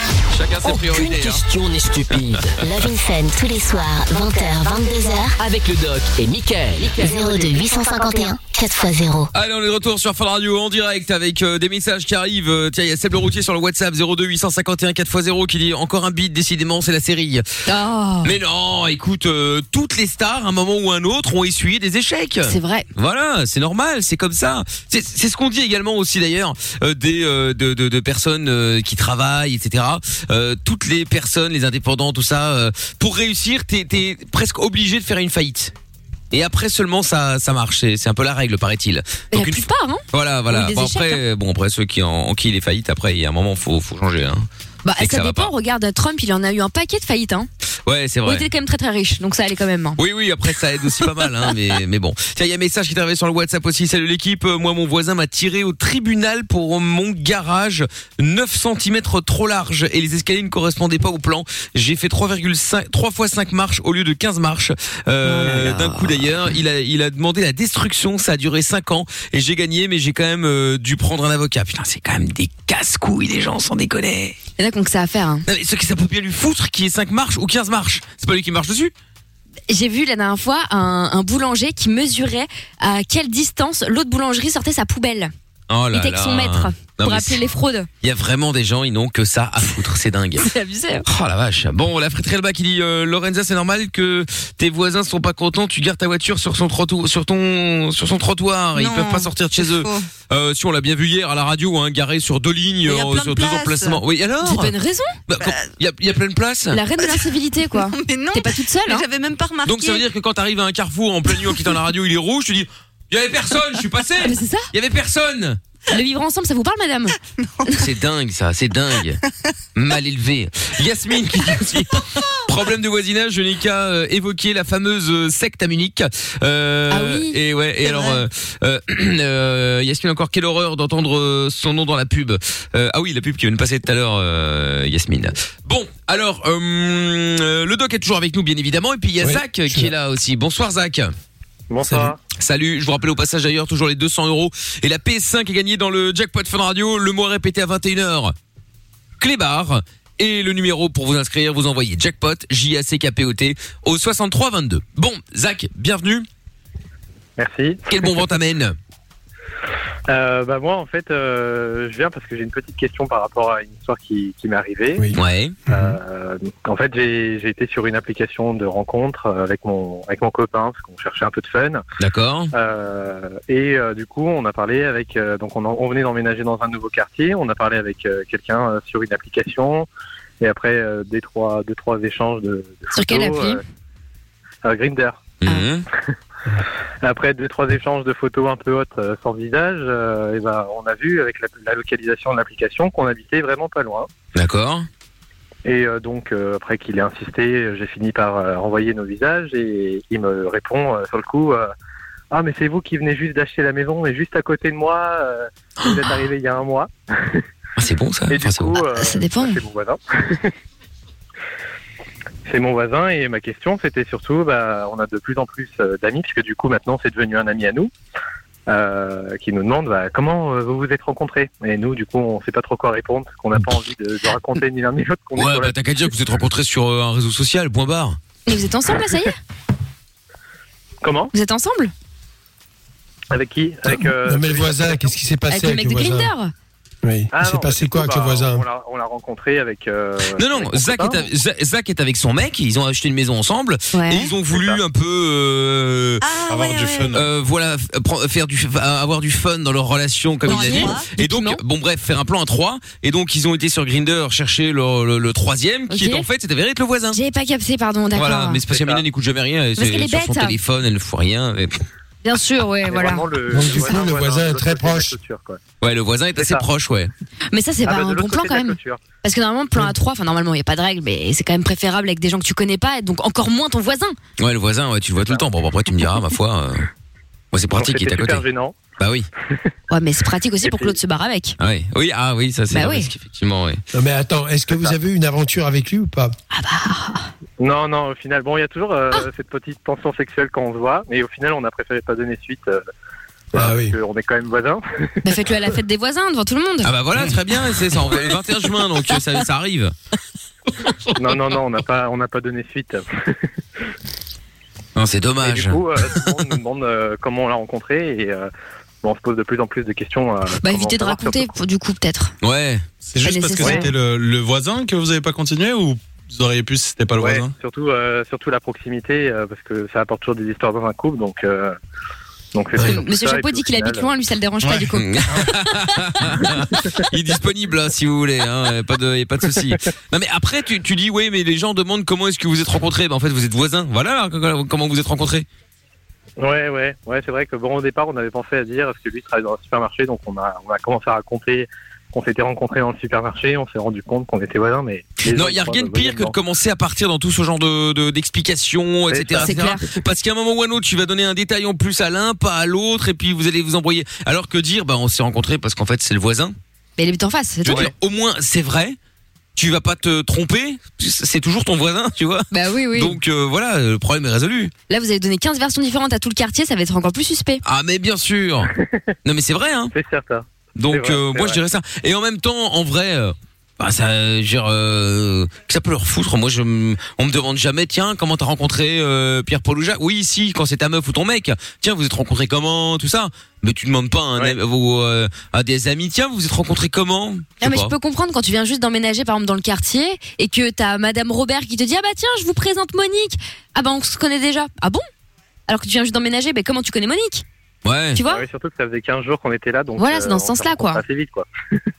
chacun ses priorités. Aucune question n'est stupide. Love in Fun tous les soirs, vingt heures, vingt-deux heures. Avec le doc et Mickaël. zéro deux huit cent cinquante et un quatre fois zéro. Allez, on est de retour sur Fun Radio en direct avec euh, des messages qui arrivent. Euh, tiens, il y a Seb le routier sur le WhatsApp zéro deux huit cent cinquante et un quatre fois zéro qui dit encore un beat, décidément c'est la série. Oh. Mais non, écoute, euh, toutes les stars, à un moment ou un autre, ont essuyé des échecs. C'est vrai. Voilà, c'est normal, c'est comme ça. C'est, c'est ce qu'on dit également aussi d'ailleurs euh, des euh, de, de, de personnes euh, qui travaillent, et cetera. Euh, toutes les personnes, les indépendants, tout ça, euh, pour réussir, t'es, t'es presque obligé de faire une faillite. Et après seulement ça ça marche, c'est c'est un peu la règle paraît-il. Donc la une plupart, hein. Voilà, voilà. Bon échecs, après, hein. bon après ceux qui en, en qui il est faillite, après il y a un moment faut faut changer. Hein. Bah Et que ça ça va dépend. pas. Regarde Trump, il en a eu un paquet de faillites, hein. Ouais, c'est Il vrai. était quand même très très riche, donc ça allait quand même. Hein. Oui, oui, après ça aide aussi pas mal, hein, mais, mais bon. Tiens, il y a un message qui est arrivé sur le WhatsApp aussi. Salut l'équipe, euh, moi mon voisin m'a tiré au tribunal pour mon garage neuf centimètres trop large et les escaliers ne correspondaient pas au plan. J'ai fait trois virgule cinq, trois fois cinq marches au lieu de quinze marches. Euh, d'un coup d'ailleurs, il a, il a demandé la destruction, ça a duré cinq ans et j'ai gagné, mais j'ai quand même euh, dû prendre un avocat. Putain, c'est quand même des casse-couilles, les gens, sans déconner. Il y en a qui ont que ça à faire. Hein. Non, mais ce qui ça peut bien lui foutre, qui est cinq marches ou quinze marches. C'est pas lui qui marche dessus. J'ai vu la dernière fois un, un boulanger qui mesurait à quelle distance l'autre boulangerie sortait sa poubelle. Oh là Il était avec là. son maître Non, pour mais appeler c'est- les fraudes. Il y a vraiment des gens, ils n'ont que ça à foutre, c'est dingue. C'est abusé. Hein. Oh la vache. Bon, la friterie là-bas qui dit euh, Lorenza, c'est normal que tes voisins sont pas contents, tu gardes ta voiture sur son trottoir, sur ton sur son trottoir et ils Non, peuvent pas sortir de chez c'est eux. faux. Euh, si on l'a bien vu hier à la radio, hein, garé sur deux lignes, Il y a euh, plein sur de deux places. emplacements. Oui, alors C'est pas une raison. Bah, quand- Il y a il y a plein de places. La reine de l'incivilité, quoi. Mais non, T'es pas toute seule, mais hein. j'avais même pas remarqué. Donc ça veut dire que quand t'arrives à un carrefour en pleine nuit en quittant la radio, il est rouge, tu dis il y avait personne, je suis passé. Mais c'est ça. Il y avait personne. Le vivre ensemble, ça vous parle, madame? C'est dingue ça, c'est dingue. Mal élevé. Yasmine qui dit aussi problème de voisinage, je n'ai qu'à euh, évoquer la fameuse euh, secte à Munich. Euh, Ah oui, et ouais, et c'est alors vrai. euh, euh, euh, Yasmine, encore quelle horreur d'entendre euh, son nom dans la pub. Euh, ah oui, la pub qui vient de passer tout à l'heure, euh, Yasmine. Bon, alors euh, euh, le doc est toujours avec nous bien évidemment et puis il y a Oui, Zach je suis qui est là. là aussi. Bonsoir Zach. Bonsoir. Salut, je vous rappelle au passage d'ailleurs toujours les deux cents euros et la P S cinq est gagnée dans le jackpot Fun Radio, le mot répété à vingt et une heures. Clébar et le numéro pour vous inscrire, vous envoyez jackpot J A C K P O T au soixante-trois vingt-deux. Bon, Zach, bienvenue. Merci. Quel bon vent t'amène? Euh, bah moi en fait euh, je viens parce que j'ai une petite question par rapport à une histoire qui, qui m'est arrivée. Oui. Ouais. Euh, en fait j'ai, j'ai été sur une application de rencontre avec mon avec mon copain parce qu'on cherchait un peu de fun. D'accord. Euh, et euh, du coup on a parlé avec euh, donc on, en- on venait d'emménager dans un nouveau quartier. On a parlé avec euh, quelqu'un euh, sur une application et après euh, des trois deux trois échanges de, de Sur quelle photos, appli? euh, euh, Grindr. Mhm. Après deux trois échanges de photos un peu hautes euh, sans visage, euh, et ben on a vu avec la, la localisation de l'application qu'on habitait vraiment pas loin. D'accord. Et euh, donc euh, après qu'il ait insisté, j'ai fini par euh, renvoyer nos visages et il me répond euh, sur le coup euh, ah mais c'est vous qui venez juste d'acheter la maison et juste à côté de moi, euh, vous êtes arrivé il y a un mois. Ah, c'est bon ça. Et Enfin, du c'est coup, bon. euh, Ça dépend. bah, c'est mon voisin. C'est mon voisin et ma question c'était surtout, bah, on a de plus en plus euh, d'amis puisque du coup maintenant c'est devenu un ami à nous euh, qui nous demande bah, comment euh, vous vous êtes rencontrés. Et nous du coup on sait pas trop quoi répondre parce qu'on n'a pas envie de, de raconter ni l'un ni l'autre qu'on est Ouais, sur bah la- t'as qu'à dire que vous êtes rencontrés sur euh, un réseau social, point barre. Et vous êtes ensemble, là, ça y est? Comment Vous êtes ensemble? Avec qui Avec euh, Non mais le voisin, qu'est-ce qui s'est passé Avec le mec de voisin? Grinder? Oui. Ah Il s'est non, passé du quoi coup, avec bah, le voisin? on l'a, on l'a rencontré avec. Euh, Non, non, avec mon Zach est, copain. avec, Zach- Zach est avec son mec, ils ont acheté une maison ensemble Ouais. et ils ont voulu C'est ça. un peu euh, Ah, Avoir ouais, du ouais. fun. euh, voilà, f- pre- faire du, f- avoir du fun dans leur relation comme Dans il a un dit. mois, Et donc, piment. bon bref, faire un plan à trois. Et donc, ils ont été sur Grindr chercher le, le, le troisième, qui Ok. est en fait, c'est avéré être le voisin. J'ai pas capté, pardon, d'accord. Voilà, mais c'est parce C'est qu'Amina ça. n'écoute jamais rien. Elle, Parce c'est qu'elle est sur son bête. téléphone, elle ne fout rien. Et- Bien sûr, ouais, C'est voilà. vraiment le- Donc, le du coup, le voisin est de l'autre très côté de la proche. clôture, quoi. Ouais, le voisin est C'est assez ça. proche, ouais. Mais ça, c'est Ah, pas bah, de un l'autre bon plan côté quand de la même. clôture. Parce que normalement, plan à trois, enfin, normalement, il n'y a pas de règle, mais c'est quand même préférable avec des gens que tu connais pas, et donc encore moins ton voisin. Ouais, le voisin, ouais, tu le vois tout le temps. Bon, après, tu me diras, ma foi. euh, Moi, c'est Donc, pratique, il est c'était à côté. super gênant. Bah oui. Ouais, mais c'est pratique aussi Et pour que puis- l'autre se barre avec. Ah oui, oui, ah oui, ça c'est Bah un oui. risque, effectivement, oui. Non mais attends, est-ce que vous avez eu une aventure avec lui ou pas? Ah bah. Non, non, au final, bon, il y a toujours euh, Ah. cette petite tension sexuelle quand on se voit, mais au final, on a préféré pas donner suite euh, Ah oui. Parce qu'on est quand même voisins. Bah faites-le à la fête des voisins devant tout le monde. Ah bah voilà, très bien, c'est ça, on va le vingt et un juin, donc ça, ça arrive. Non, non, non, on n'a pas, on n'a pas donné suite. Non, c'est Et dommage. du coup, euh, tout le monde nous demande euh, comment on l'a rencontré et euh, bon, on se pose de plus en plus de questions. Euh, Bah comment évitez de savoir, raconter surtout. du coup peut-être. Ouais. C'est juste Pas parce que nécessaire. c'était le, le voisin que vous avez pas continué ou vous auriez pu si c'était pas le Ouais, voisin? surtout, euh, surtout la proximité, euh, parce que ça apporte toujours des histoires dans un couple, donc. Euh, donc c'est Ouais. surtout Monsieur ça, Chapeau et puis dit au qu'il final, habite loin, lui ça le dérange pas Ouais. du coup. Il est disponible hein, si vous voulez, hein, pas de, y a pas de souci. Non mais après tu, tu dis oui mais les gens demandent comment est-ce que vous êtes rencontrés. Ben en fait vous êtes voisins. Voilà comment vous êtes rencontrés. Ouais, ouais, ouais, c'est vrai que bon, au départ, on avait pensé à dire, parce que lui travaille dans un supermarché, donc on a, on a commencé à raconter qu'on s'était rencontrés dans le supermarché, on s'est rendu compte qu'on était voisins, mais. les Non gens, il y a ils rien de croient pire que de vraiment. commencer à partir dans tout ce genre de de- d'explications, et cetera. C'est et cetera. clair. Parce qu'à un moment ou à un autre tu vas donner un détail en plus à l'un, pas à l'autre, et puis vous allez vous embrouiller. Alors que dire bah on s'est rencontrés parce qu'en fait c'est le voisin. Mais il habite en face, c'est Je veux tout. dire, au moins c'est vrai. Tu vas pas te tromper, c'est toujours ton voisin, tu vois. Bah oui, oui. Donc euh, voilà, le problème est résolu. Là, vous avez donné quinze versions différentes à tout le quartier, ça va être encore plus suspect. Ah mais bien sûr. Non mais c'est vrai hein. C'est certain. Donc C'est vrai, euh, c'est moi vrai. je dirais ça. Et en même temps, en vrai, euh, bah ça, je veux dire, euh, que ça peut leur foutre. Moi, je, m- on me demande jamais, tiens, comment t'as rencontré euh, Pierre-Paul ou Jacques? Oui, si, quand c'est ta meuf ou ton mec. Tiens, vous êtes rencontrés comment, tout ça. Mais tu demandes pas à, un Ouais. ami- vos, euh, à des amis, tiens, vous vous êtes rencontrés comment? Je sais Non, mais pas. je peux comprendre quand tu viens juste d'emménager, par exemple, dans le quartier, et que t'as Madame Robert qui te dit, ah bah tiens, je vous présente Monique. Ah bah on se connaît déjà. Ah bon? Alors que tu viens juste d'emménager, bah comment tu connais Monique? Ouais. Tu vois? Ouais, surtout que ça faisait quinze jours qu'on était là, donc. Voilà, c'est dans ce on s'est sens-là, quoi. rencontrés assez vite, quoi.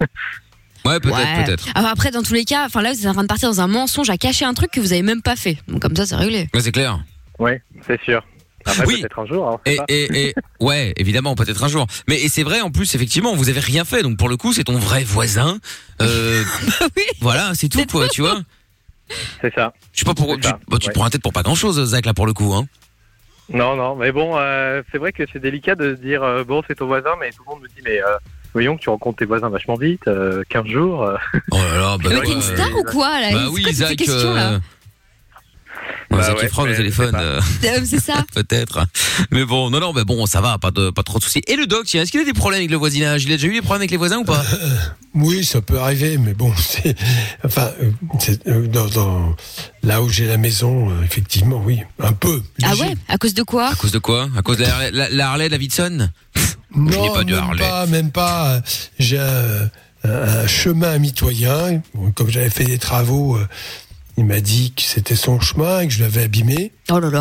Ouais, peut-être, Ouais. peut-être. Alors après, dans tous les cas, enfin là, vous êtes en train de partir dans un mensonge à cacher un truc que vous avez même pas fait. Donc comme ça, c'est réglé. Ouais, c'est clair. Ouais, c'est sûr. Après, Oui. peut-être un jour, hein, on sait Et, pas. et, et ouais, évidemment, peut-être un jour. Mais et c'est vrai, en plus, effectivement, vous avez rien fait. Donc pour le coup, c'est ton vrai voisin. Euh, Oui. Voilà, c'est tout, quoi, tu vois. C'est ça. Je sais pas pourquoi. C'est Tu, ça, bah, tu ouais. te prends la tête pour pas grand-chose, Zach, là, pour le coup, hein. Non, non, mais bon, euh, c'est vrai que c'est délicat de se dire, euh, bon, c'est ton voisin, mais tout le monde me dit, mais euh, voyons que tu rencontres tes voisins vachement vite, euh, quinze jours. euh. Oh là là, bah, Mais ouais, t'es une ouais. star ou quoi là? Bah C'est oui, quoi toutes ces Zach. questions-là Euh... Bah Zac ouais, Efron mais au je téléphone, sais pas. euh, Euh, C'est ça. peut-être. Mais bon, non, non, mais bon, ça va, pas de, pas trop de soucis. Et le doc, tiens, est-ce qu'il a des problèmes avec le voisinage? Il a déjà eu des problèmes avec les voisins ou pas? Oui, ça peut arriver, mais bon, c'est, enfin, euh, c'est, euh, dans, dans- là où j'ai la maison, euh, effectivement, oui, un peu. Ah léger. ouais? À cause de quoi? À cause de quoi? À cause de la, Harley- la, la Harley Davidson? Non, Je n'ai pas du même Harley. pas, même pas. J'ai un, un- un chemin mitoyen. Bon, comme j'avais fait des travaux, euh, il m'a dit que c'était son chemin et que je l'avais abîmé. Oh là là.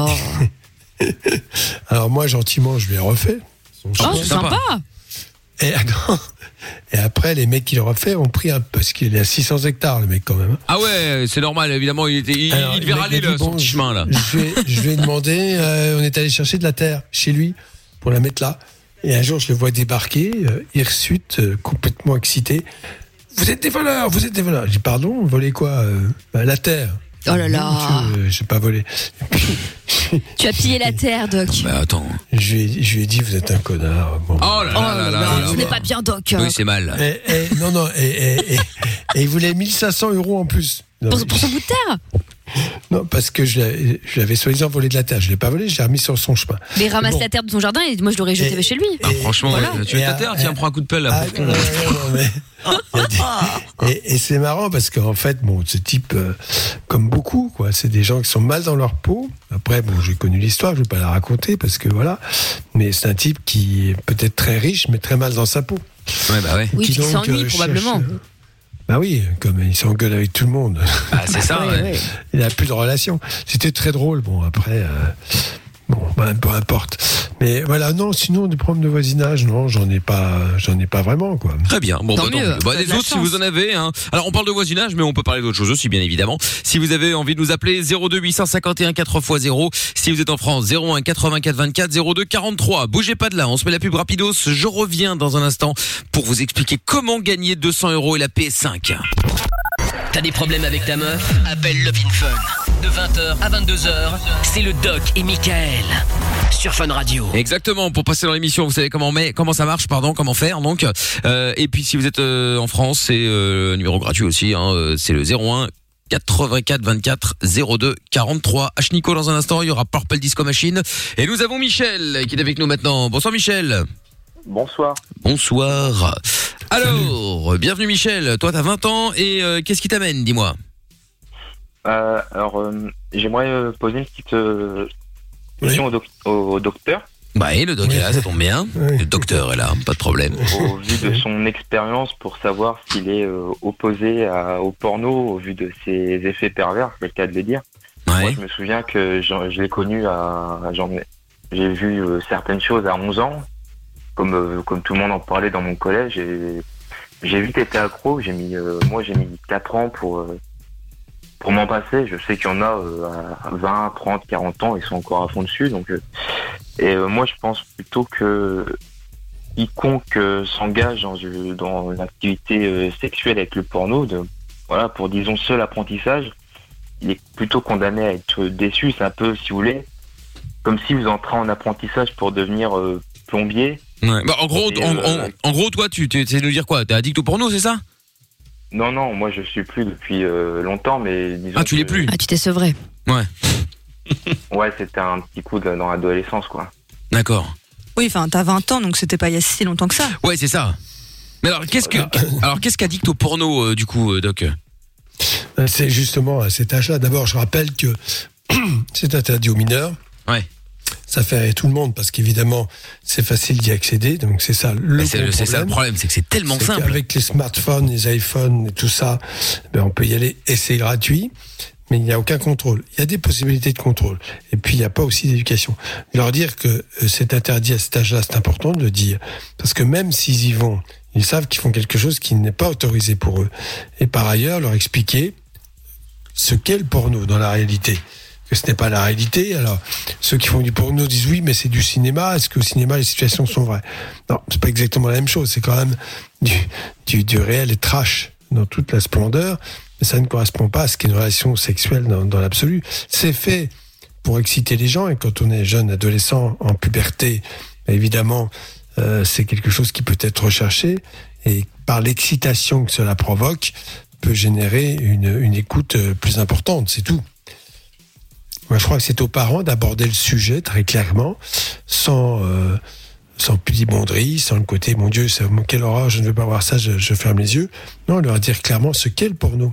Alors moi, gentiment, je lui ai refait son Oh, chemin. c'est sympa. sympa. Et, attends, et après, les mecs qui l'ont refait ont pris un, parce qu'il est à six cents hectares, le mec, quand même. hein. Ah ouais, c'est normal, évidemment, il était, il, Alors, il devait le mec râler m'a dit, le, son bon, petit je- chemin, là. Je lui ai, je lui ai demandé, euh, on est allé chercher de la terre chez lui pour la mettre là. Et un jour, je le vois débarquer, euh, hirsute, euh, complètement excité. Vous êtes des voleurs, vous êtes des voleurs. J'ai dit, pardon, voler quoi euh, bah, la terre. Oh là là. Non, monsieur, euh, j'ai pas volé. Et puis, Tu as pillé la terre, Doc. Mais attends. je, lui ai, je lui ai dit, vous êtes un connard. Bon. Oh là Oh là là là. là, là ce là. n'est pas bien, Doc. Oui, c'est mal. Et, et- non, non, et, et, et- et il voulait mille cinq cents euros en plus. Non, Pour, pour son bout de terre. non, parce que je l'avais je l'avais soi-disant volé de la terre. Je l'ai pas volé, je l'ai remis sur son chemin. Mais ramasse Bon. la terre de son jardin et moi je l'aurais jeté Et- chez lui. Ah, franchement, voilà. ouais, tu veux Et ta à- terre? Tiens, à- prends un coup de pelle, là. Ah, pour non, con. non, non, mais- il y a des- et, et c'est marrant parce qu'en fait, bon, ce type, euh, comme beaucoup, quoi, c'est des gens qui sont mal dans leur peau. Après, bon, j'ai connu l'histoire, je vais pas la raconter parce que voilà. Mais c'est un type qui est peut-être très riche, mais très mal dans sa peau. Ouais, bah ouais. Oui, Qui puis il donc, s'ennuie euh, probablement. cherche- Bah oui, comme il s'engueule avec tout le monde. Ah, c'est ça, Ouais, ouais. ouais. Il n'a plus de relation. C'était très drôle. Bon, après, euh, bon, bah, peu importe. Mais voilà, non, sinon, des problèmes de voisinage, non, j'en ai pas, j'en ai pas vraiment, quoi. Très bien. Bon, Tant bah, tant mieux. mieux. Bah, T'as les de la autres, si chance. vous en avez, hein. Alors, on parle de voisinage, mais on peut parler d'autres choses aussi, bien évidemment. Si vous avez envie de nous appeler, zéro deux huit cent cinquante et un quatre fois zéro. Si vous êtes en France, zéro un quatre-vingt-quatre vingt-quatre zéro deux quarante-trois. Bougez pas de là. On se met la pub rapidos. Je reviens dans un instant pour vous expliquer comment gagner deux cents euros et la P S cinq. T'as des problèmes avec ta meuf? Appelle Love in Fun. De vingt heures à vingt-deux heures, c'est le Doc et Michael sur Fun Radio. Exactement, pour passer dans l'émission, vous savez comment mais comment ça marche, pardon, comment faire donc. Euh, et puis si vous êtes euh, en France, c'est euh, numéro gratuit aussi, hein, euh, c'est le zéro un quatre-vingt-quatre vingt-quatre zéro deux quarante-trois. H Nico dans un instant, il y aura Purple Disco Machine et nous avons Michel qui est avec nous maintenant. Bonsoir Michel. Bonsoir. Bonsoir. Alors, euh, bienvenue Michel. Toi, t'as vingt ans et euh, qu'est-ce qui t'amène, dis-moi? Euh, alors, euh, j'aimerais euh, poser une petite euh, question oui. au, doc- au docteur. Bah, et le doc est là, ça tombe bien. Oui. Le docteur est là, pas de problème. Au vu de son expérience, pour savoir s'il est euh, opposé à, au porno, au vu de ses effets pervers, c'est le cas de le dire. Ouais. Moi, je me souviens que j'en- je l'ai connu à... J'en ai, j'ai vu euh, certaines choses à onze ans, comme, euh, comme tout le monde en parlait dans mon collège. Et j'ai vite été accro. J'ai mis, euh, moi, j'ai mis quatre ans pour... Euh, pour m'en passer. Je sais qu'il y en a euh, à vingt, trente, quarante ans, ils sont encore à fond dessus. Donc, euh, et euh, moi, je pense plutôt que quiconque euh, s'engage dans, une- dans une activité euh, sexuelle avec le porno, de, voilà, pour disons seul apprentissage, il est plutôt condamné à être déçu. C'est un peu, si vous voulez, comme si vous entrez en apprentissage pour devenir euh, plombier. Ouais. Bah, en gros, Et, en, euh, en, en gros, toi, tu tu sais nous dire quoi? T'es addict au porno, c'est ça? Non, non, moi je suis plus depuis euh, longtemps, mais disons. Ah, tu l'es que- plus? Ah, tu t'es sevré. Ouais. Ouais, c'était un petit coup de- dans l'adolescence, quoi. D'accord. Oui, enfin, t'as vingt ans, donc c'était pas il y a si longtemps que ça. Ouais, c'est ça. Mais alors, qu'est-ce que, alors, qu'est-ce qu'addict au porno, euh, du coup, euh, Doc? C'est justement à cet âge-là. D'abord, je rappelle que c'est interdit aux mineurs. Ouais. Ça fait rire tout le monde parce qu'évidemment, c'est facile d'y accéder. Donc, c'est ça le Bah, c'est, gros c'est ça le problème. problème, c'est que c'est tellement C'est simple. qu'avec les smartphones, les iPhones et tout ça, ben, on peut y aller et c'est gratuit. Mais il n'y a aucun contrôle. Il y a des possibilités de contrôle. Et puis, il n'y a pas aussi d'éducation. Leur dire que euh, c'est interdit à cet âge-là, c'est important de le dire. Parce que même s'ils y vont, ils savent qu'ils font quelque chose qui n'est pas autorisé pour eux. Et par ailleurs, leur expliquer ce qu'est le porno dans la réalité. Que ce n'est pas la réalité. Alors, ceux qui font du porno disent oui, mais c'est du cinéma. Est-ce qu'au cinéma, les situations sont vraies? Non, c'est pas exactement la même chose. C'est quand même du, du, du réel et trash dans toute la splendeur. Mais ça ne correspond pas à ce qu'est une relation sexuelle dans, dans l'absolu. C'est fait pour exciter les gens. Et quand on est jeune adolescent en puberté, évidemment, euh, c'est quelque chose qui peut être recherché. Et par l'excitation que cela provoque, peut générer une, une écoute plus importante. C'est tout. Moi, je crois que c'est aux parents d'aborder le sujet très clairement, sans euh, sans pudibonderie, sans le côté mon Dieu, c'est, quelle horreur, je ne veux pas voir ça, je, je ferme les yeux. Non, leur dire clairement ce qu'est le porno.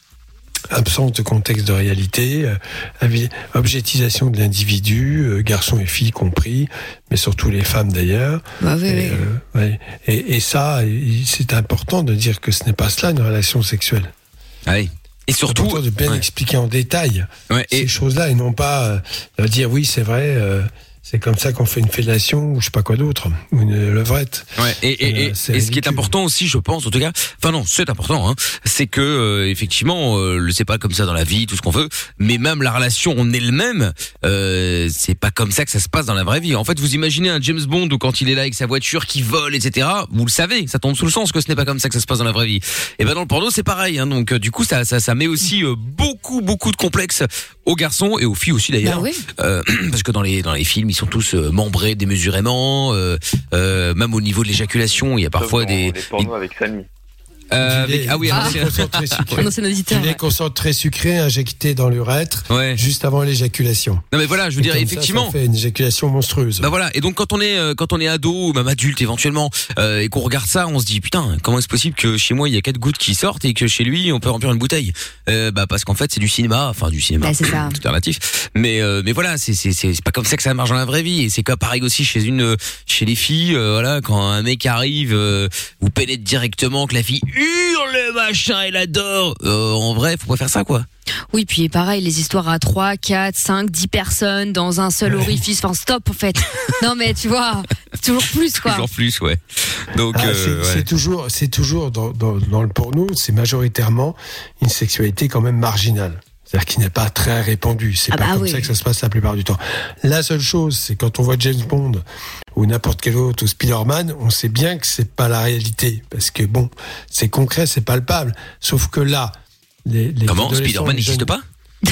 Absence de contexte de réalité, euh, objetisation de l'individu, euh, garçons et filles compris, mais surtout les femmes d'ailleurs. Bah oui, et, oui. euh, ouais. et, et ça, c'est important de dire que ce n'est pas cela une relation sexuelle. Oui. Et surtout, c'est important de bien ouais. expliquer en détail ouais, et... ces choses-là et non pas euh, dire oui, c'est vrai. Euh, C'est comme ça qu'on fait une fellation ou je sais pas quoi d'autre, ou une levrette. Ouais. Et, et, euh, et, et ce qui est important aussi, je pense, en tout cas, enfin non, c'est important, hein, c'est que euh, effectivement, euh, c'est pas comme ça dans la vie, tout ce qu'on veut, mais même la relation en elle-même, euh, c'est pas comme ça que ça se passe dans la vraie vie. En fait, vous imaginez un James Bond où quand il est là avec sa voiture qui vole, et cetera. Vous le savez, ça tombe sous le sens que ce n'est pas comme ça que ça se passe dans la vraie vie. Et ben dans le porno, c'est pareil. Hein, donc euh, du coup, ça, ça, ça met aussi euh, beaucoup, beaucoup de complexes aux garçons et aux filles aussi d'ailleurs, bah oui. euh, parce que dans les dans les films, ils sont tous euh, membrés démesurément, euh, euh, même au niveau de l'éjaculation, il y a parfois Sauf des dans les pornos avec Samy. Euh, avec, ah oui, Ah. alors, Concentré sucré. Non, c'est un auditeur. Du lait Ouais. concentré sucré injecté dans l'urètre ouais. juste avant l'éjaculation. Non mais voilà, je veux Et dire comme effectivement. Ça, ça fait une éjaculation monstrueuse. Bah voilà, et donc quand on est euh, quand on est ado ou même adulte éventuellement euh, et qu'on regarde ça, on se dit putain, comment est-ce possible que chez moi il y a quatre gouttes qui sortent et que chez lui on peut remplir une bouteille? euh, Bah parce qu'en fait c'est du cinéma, enfin du cinéma. Bah, c'est ça. Tout est relatif. Mais euh, mais voilà, c'est c'est c'est c'est pas comme ça que ça marche dans la vraie vie et c'est comme pareil aussi chez une euh, chez les filles, euh, voilà, quand un mec arrive, euh, vous pénètre directement, que la fille hurle machin, elle adore. Euh, en vrai, faut pas faire ça quoi. Oui, puis pareil, les histoires à trois, quatre, cinq, dix personnes dans un seul orifice. Enfin, stop, en fait. Non, mais tu vois, toujours plus, quoi. Toujours plus, ouais. Donc, Ah, euh, c'est, ouais. c'est toujours, c'est toujours dans, dans, dans le porno, c'est majoritairement une sexualité quand même marginale. C'est-à-dire qui n'est pas très répandue. C'est Ah pas bah comme oui. ça que ça se passe la plupart du temps. La seule chose, c'est quand on voit James Bond ou n'importe quel autre, ou Spider-Man, on sait bien que c'est pas la réalité. Parce que bon, c'est concret, c'est palpable. Sauf que là, les, les Comment adolescents, Spider-Man les n'existe jeunes- pas?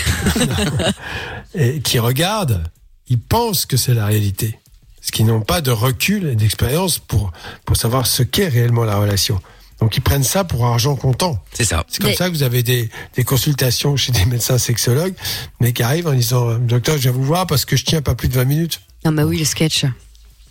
et qui regardent, ils pensent que c'est la réalité. Parce qu'ils n'ont pas de recul et d'expérience pour, pour savoir ce qu'est réellement la relation. Donc ils prennent ça pour argent comptant. C'est ça. C'est comme Mais- ça que vous avez des, des consultations chez des médecins sexologues, mais qui arrivent en disant « Docteur, je viens vous voir parce que je tiens pas plus de vingt minutes. Non, bah oui, le sketch. »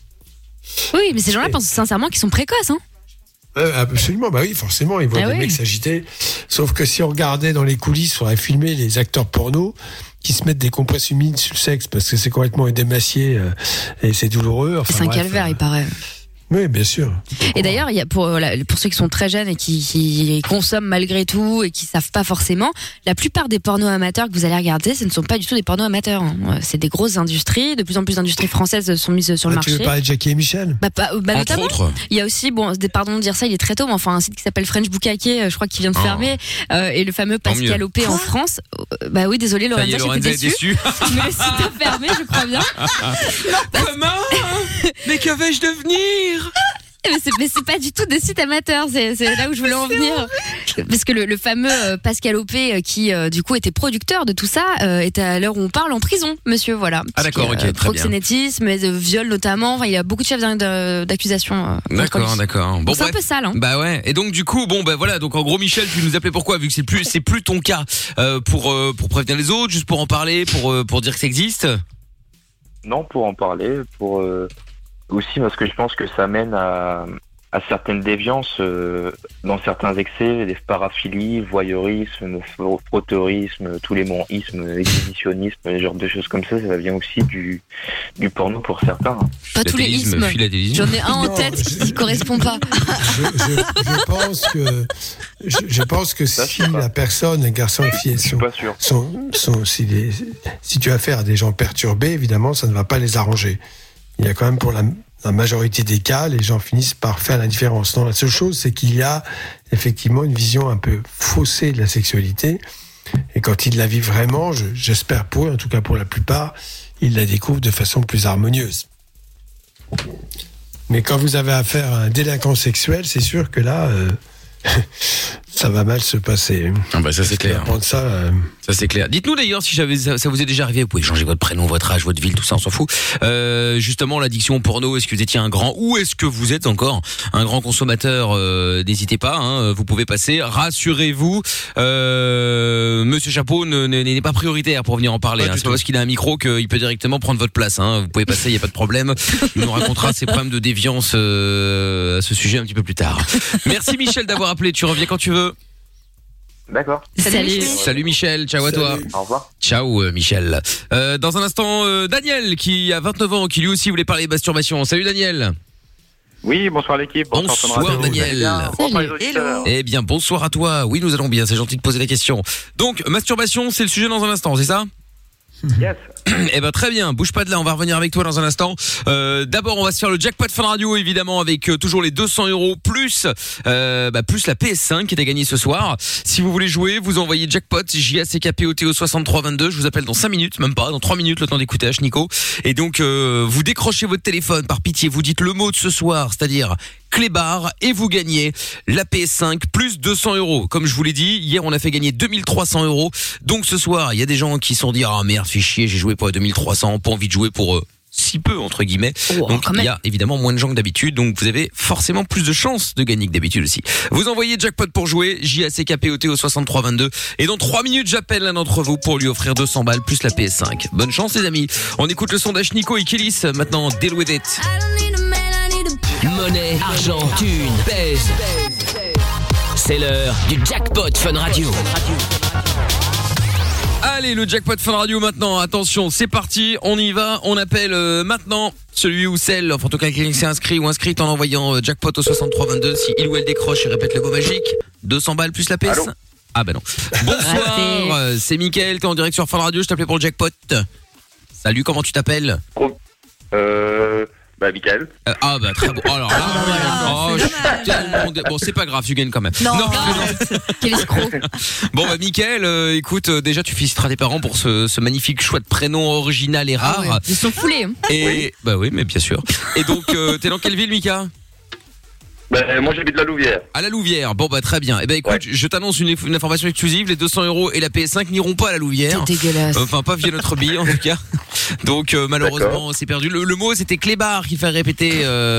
Oui, mais ces gens-là pensent sincèrement qu'ils sont précoces, hein. Euh, absolument, bah oui, forcément, ils voient ah des oui. mecs s'agiter. Sauf que si on regardait dans les coulisses, on aurait filmé les acteurs porno qui se mettent des compresses humides sur le sexe parce que c'est complètement édémacié euh, et c'est douloureux. Enfin, c'est un bref, calvaire, euh, il paraît. Oui, bien sûr. Et d'ailleurs, il y a pour la- pour ceux qui sont très jeunes et qui, qui consomment malgré tout et qui savent pas forcément, la plupart des pornos amateurs que vous allez regarder, ce ne sont pas du tout des pornos amateurs, hein. C'est des grosses industries. De plus en plus d'industries françaises sont mises sur le Ah, tu marché. veux parler de Jackie et Michel Bah, pas- bah, Entre notamment, autres. il y a aussi, bon, des- pardon de dire ça, il est très tôt, mais enfin un site qui s'appelle French Bukake, euh, je crois qu'il vient de Oh. fermer, euh, et le fameux Tant Pascal mieux. Opé en France. Euh, bah oui, désolé Ça y Lorenza, est, Lorenza j'étais est déçue. déçue. Mais le site a fermé, je crois bien. Comment? Mais que vais-je devenir? Mais c'est, mais c'est pas du tout des sites amateurs, c'est, c'est là où je voulais en venir. Parce que le, le fameux euh, Pascal Opé, euh, qui euh, du coup était producteur de tout ça, euh, est à l'heure où on parle en prison, monsieur, voilà. Ah, d'accord, Parce ok, que, euh, très bien. proxénétisme, et de viol notamment, enfin, il y a beaucoup de chefs d'a- d'accusation. euh, contre D'accord, lui. d'accord. Bon, Donc c'est un bref. peu sale, hein. Bah ouais. Et donc du coup, bon bah voilà. Donc en gros, Michel, tu nous appelais pourquoi? Vu que c'est plus, c'est plus ton cas, euh, pour euh, pour prévenir les autres, juste pour en parler, pour euh, pour dire que ça existe. Non, pour en parler, pour euh, aussi parce que je pense que ça mène à, à certaines déviances euh, dans certains excès, des paraphilies, voyeurisme, fro- frotteurisme, tous les mots isme, exhibitionnisme, les genres de choses comme ça, ça vient aussi du, du porno pour certains. Pas tous les Philatélisme, ismes. philatélisme. J'en ai un en Non, tête je- qui correspond pas. je, je, je pense que je, je pense que Ça, je si sais pas. la personne, un garçon et fille, Je suis sont, pas sûr. sont, sont si, les, si tu as affaire à des gens perturbés, évidemment, ça ne va pas les arranger. Il y a quand même pour la, la majorité des cas, les gens finissent par faire la différence. Non, la seule chose, c'est qu'il y a effectivement une vision un peu faussée de la sexualité. Et quand ils la vivent vraiment, je- j'espère pour eux, en tout cas pour la plupart, ils la découvrent de façon plus harmonieuse. Mais quand vous avez affaire à un délinquant sexuel, c'est sûr que là, euh, ça va mal se passer. Ah bah ça c'est clair. Prendre ça, euh, Ça c'est clair. Dites-nous d'ailleurs si j'avais, ça, ça vous est déjà arrivé. Vous pouvez changer votre prénom, votre âge, votre ville, tout ça, on s'en fout. Euh, justement, l'addiction au porno. Est-ce que vous étiez un grand ou est-ce que vous êtes encore un grand consommateur? euh, N'hésitez pas. Hein, vous pouvez passer. Rassurez-vous, euh, Monsieur Chapeau ne- ne- n'est pas prioritaire pour venir en parler. Pas Hein. du C'est pas tout. parce qu'il a un micro qu'il peut directement prendre votre place. Hein. Vous pouvez passer, il y a pas de problème. Il nous racontera ses problèmes de déviance euh, à ce sujet un petit peu plus tard. Merci Michel d'avoir appelé. Tu reviens quand tu veux. D'accord. Salut. Salut Michel. Ciao à toi. Salut. Au revoir. Ciao euh, Michel. Euh, dans un instant, euh, Daniel qui a vingt-neuf ans, qui lui aussi voulait parler de masturbation. Salut Daniel. Oui, bonsoir l'équipe. Bonsoir, Radio. Daniel. Vous allez bien Bonsoir les Salut. auditeurs. Eh bien, bonsoir à toi. Oui, nous allons bien. C'est gentil de poser la question. Donc, masturbation, c'est le sujet dans un instant, c'est ça? Yes. Eh ben très bien, bouge pas de là, on va revenir avec toi dans un instant. Euh, D'abord, on va se faire le jackpot Fun Radio, évidemment, avec euh, toujours les deux cents euros plus euh, bah, plus la P S cinq qui est à gagner ce soir. Si vous voulez jouer, vous envoyez jackpot J A C K P O T O soixante-trois vingt-deux. Je vous appelle dans cinq minutes, même pas, dans trois minutes, le temps d'écouter H Nico. Et donc, euh, vous décrochez votre téléphone par pitié, vous dites le mot de ce soir, c'est-à-dire clébard, et vous gagnez la P S cinq plus deux cents euros. Comme je vous l'ai dit, hier on a fait gagner deux mille trois cents euros. Donc ce soir, il y a des gens qui se sont dit ah merde, fais chier, j'ai joué pour deux mille trois cents, pas envie de jouer pour eux. Si peu entre guillemets. Oh, Donc quand il même. y a évidemment moins de gens que d'habitude, donc vous avez forcément plus de chances de gagner que d'habitude aussi. Vous envoyez jackpot pour jouer, J A C K P O T O soixante-trois vingt-deux, et dans trois minutes j'appelle l'un d'entre vous pour lui offrir deux cents balles plus la P S cinq. Bonne chance les amis. On écoute le sondage Nico et Kélis maintenant. Deal with it. Monnaie, argent, thune, baise. C'est l'heure du jackpot Fun Radio. Allez, le jackpot Fun Radio maintenant. Attention, c'est parti. On y va. On appelle euh, maintenant celui ou celle, enfin en tout cas quelqu'un qui s'est inscrit ou inscrite en envoyant euh, jackpot au soixante-trois vingt-deux. Si il ou elle décroche et répète le mot magique, deux cents balles plus la P S. Allô Ah bah non. Bonsoir, Raté. euh, c'est Mickaël, t'es en direct sur Fun Radio. Je t'appelais pour le jackpot. Salut, comment tu t'appelles? Euh, bah, Michael. Euh, Ah bah très bon. Oh, alors là, Ah, oh, c'est je suis dommage. tellement dé- bon, c'est pas grave, tu gagnes quand même. Non, Quel escroc. Bon bah Mickaël, euh, écoute, euh, déjà tu féliciteras tes parents pour ce, ce magnifique choix de prénom original et rare. Ah ouais, ils sont foulés. hein. Et bah oui, mais bien sûr. Et donc euh, t'es dans quelle ville, Mika? Bah, moi j'habite la Louvière. À la Louvière. Bon bah très bien. Eh ben écoute, Ouais. je t'annonce une, une information exclusive, les deux cents euros et la P S cinq n'iront pas à la Louvière. C'est dégueulasse. Enfin pas via notre billet en tout cas. Donc euh, malheureusement c'est perdu. Le, le mot c'était clébard qu'il fallait répéter. Euh,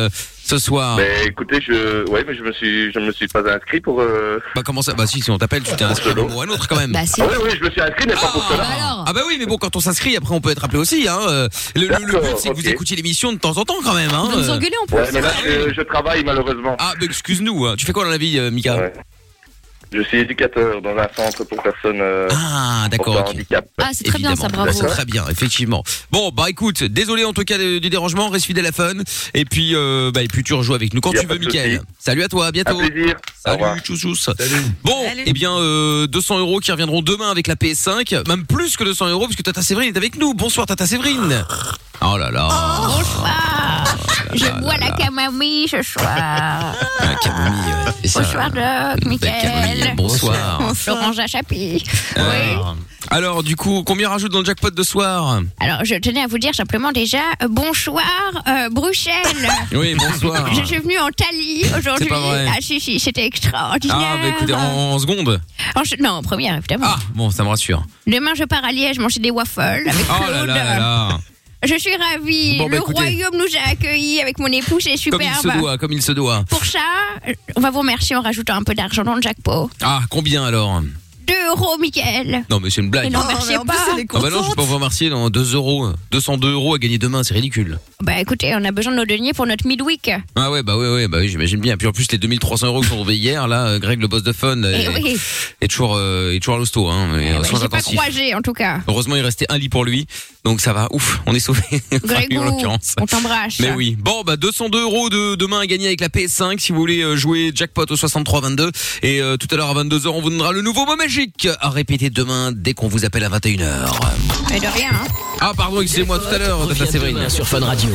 ce soir? Mais écoutez, je, ouais, mais je me suis, je me suis pas inscrit pour. Euh... Bah comment ça? Bah si, si on t'appelle, tu t'es inscrit à un moment ou à un autre quand même. Bah si. Ah oui, oui, je me suis inscrit, mais pas pour cela. Ah bah oui, mais bon, quand on s'inscrit, après on peut être appelé aussi. Hein. Le, le, le but, c'est que okay. vous écoutiez l'émission de temps en temps quand même. Hein. Vous nous engueulez en plus. Ouais, mais là, je, je travaille malheureusement. Ah, bah excuse-nous. Tu fais quoi dans la vie, euh, Mika? Ouais. Je suis éducateur dans un centre pour personnes euh, ah, d'accord, okay. handicap. Ah, c'est très bien ça, bravo. C'est très bien, effectivement. Bon, bah écoute, désolé en tout cas du dérangement, reste fidèle à Fun. Et puis, euh, bah, et puis tu rejoues avec nous quand tu veux, Mickaël. Salut à toi, à bientôt. Un plaisir. Salut, tchous tchous. Salut. Bon, Salut. eh bien, euh, deux cents euros qui reviendront demain avec la P S cinq. Même plus que deux cents euros puisque Tata Séverine est avec nous. Bonsoir Tata Séverine. Oh là là. Oh, bonsoir. Oh Je là bois là la camomille ce soir. La camomille, ouais, c'est ça. Bonsoir Doc, Mickaël. Bonsoir. L'orange à Chapi. Alors, Oui. alors, du coup, combien rajoute dans le jackpot de soir? Alors, je tenais à vous dire simplement déjà, euh, bonsoir, euh, Bruxelles. Oui, bonsoir. Je suis venue en Thalie aujourd'hui. C'est pas vrai. Ah si, si, c'était extraordinaire. Ah, bah écoutez, en, en seconde. En ch- non, en première, évidemment. Ah, bon, ça me rassure. Demain, je pars à Liège manger des waffles avec Oh là Claude. là là là. Je suis ravie. Bon, bah, Le écoutez. royaume nous a accueillis avec mon époux, c'est Comme il superbe. se doit, comme il se doit. Pour ça, on va vous remercier en rajoutant un peu d'argent dans le jackpot. Ah, combien alors? deux euros, Mickaël. Non, mais c'est une blague. Mais non, Oh, merci mais en pas. plus, elle est Ah bah non, je peux pas vous remercier dans deux euros. deux cent deux euros à gagner demain, c'est ridicule. Bah écoutez, on a besoin de nos deniers pour notre midweek. Ah ouais, bah ouais, ouais, bah oui, j'imagine bien. Puis en plus, les deux mille trois cents euros que sont tombés hier, là, euh, Greg, le boss de Fun, Eh est, oui. est toujours, euh, est toujours à l'hosto, hein, mais, euh, Bah, sans j'ai pas intensif. croisé en tout cas. Heureusement, il restait un lit pour lui, donc ça va. Ouf, on est sauvés. Enfin, lui, en Grégou, l'occurrence. on t'embrasse. Mais oui. Bon, bah deux cent deux euros de demain à gagner avec la P S cinq si vous voulez euh, jouer jackpot au soixante-trois vingt-deux. Et euh, tout à l'heure à vingt-deux heures, on vous donnera le nouveau mot magique à répéter demain dès qu'on vous appelle à vingt et une heures. Mais de rien, hein. Ah pardon, excusez-moi tout à l'heure, Tata Reviens Séverine. demain sur Fun Radio.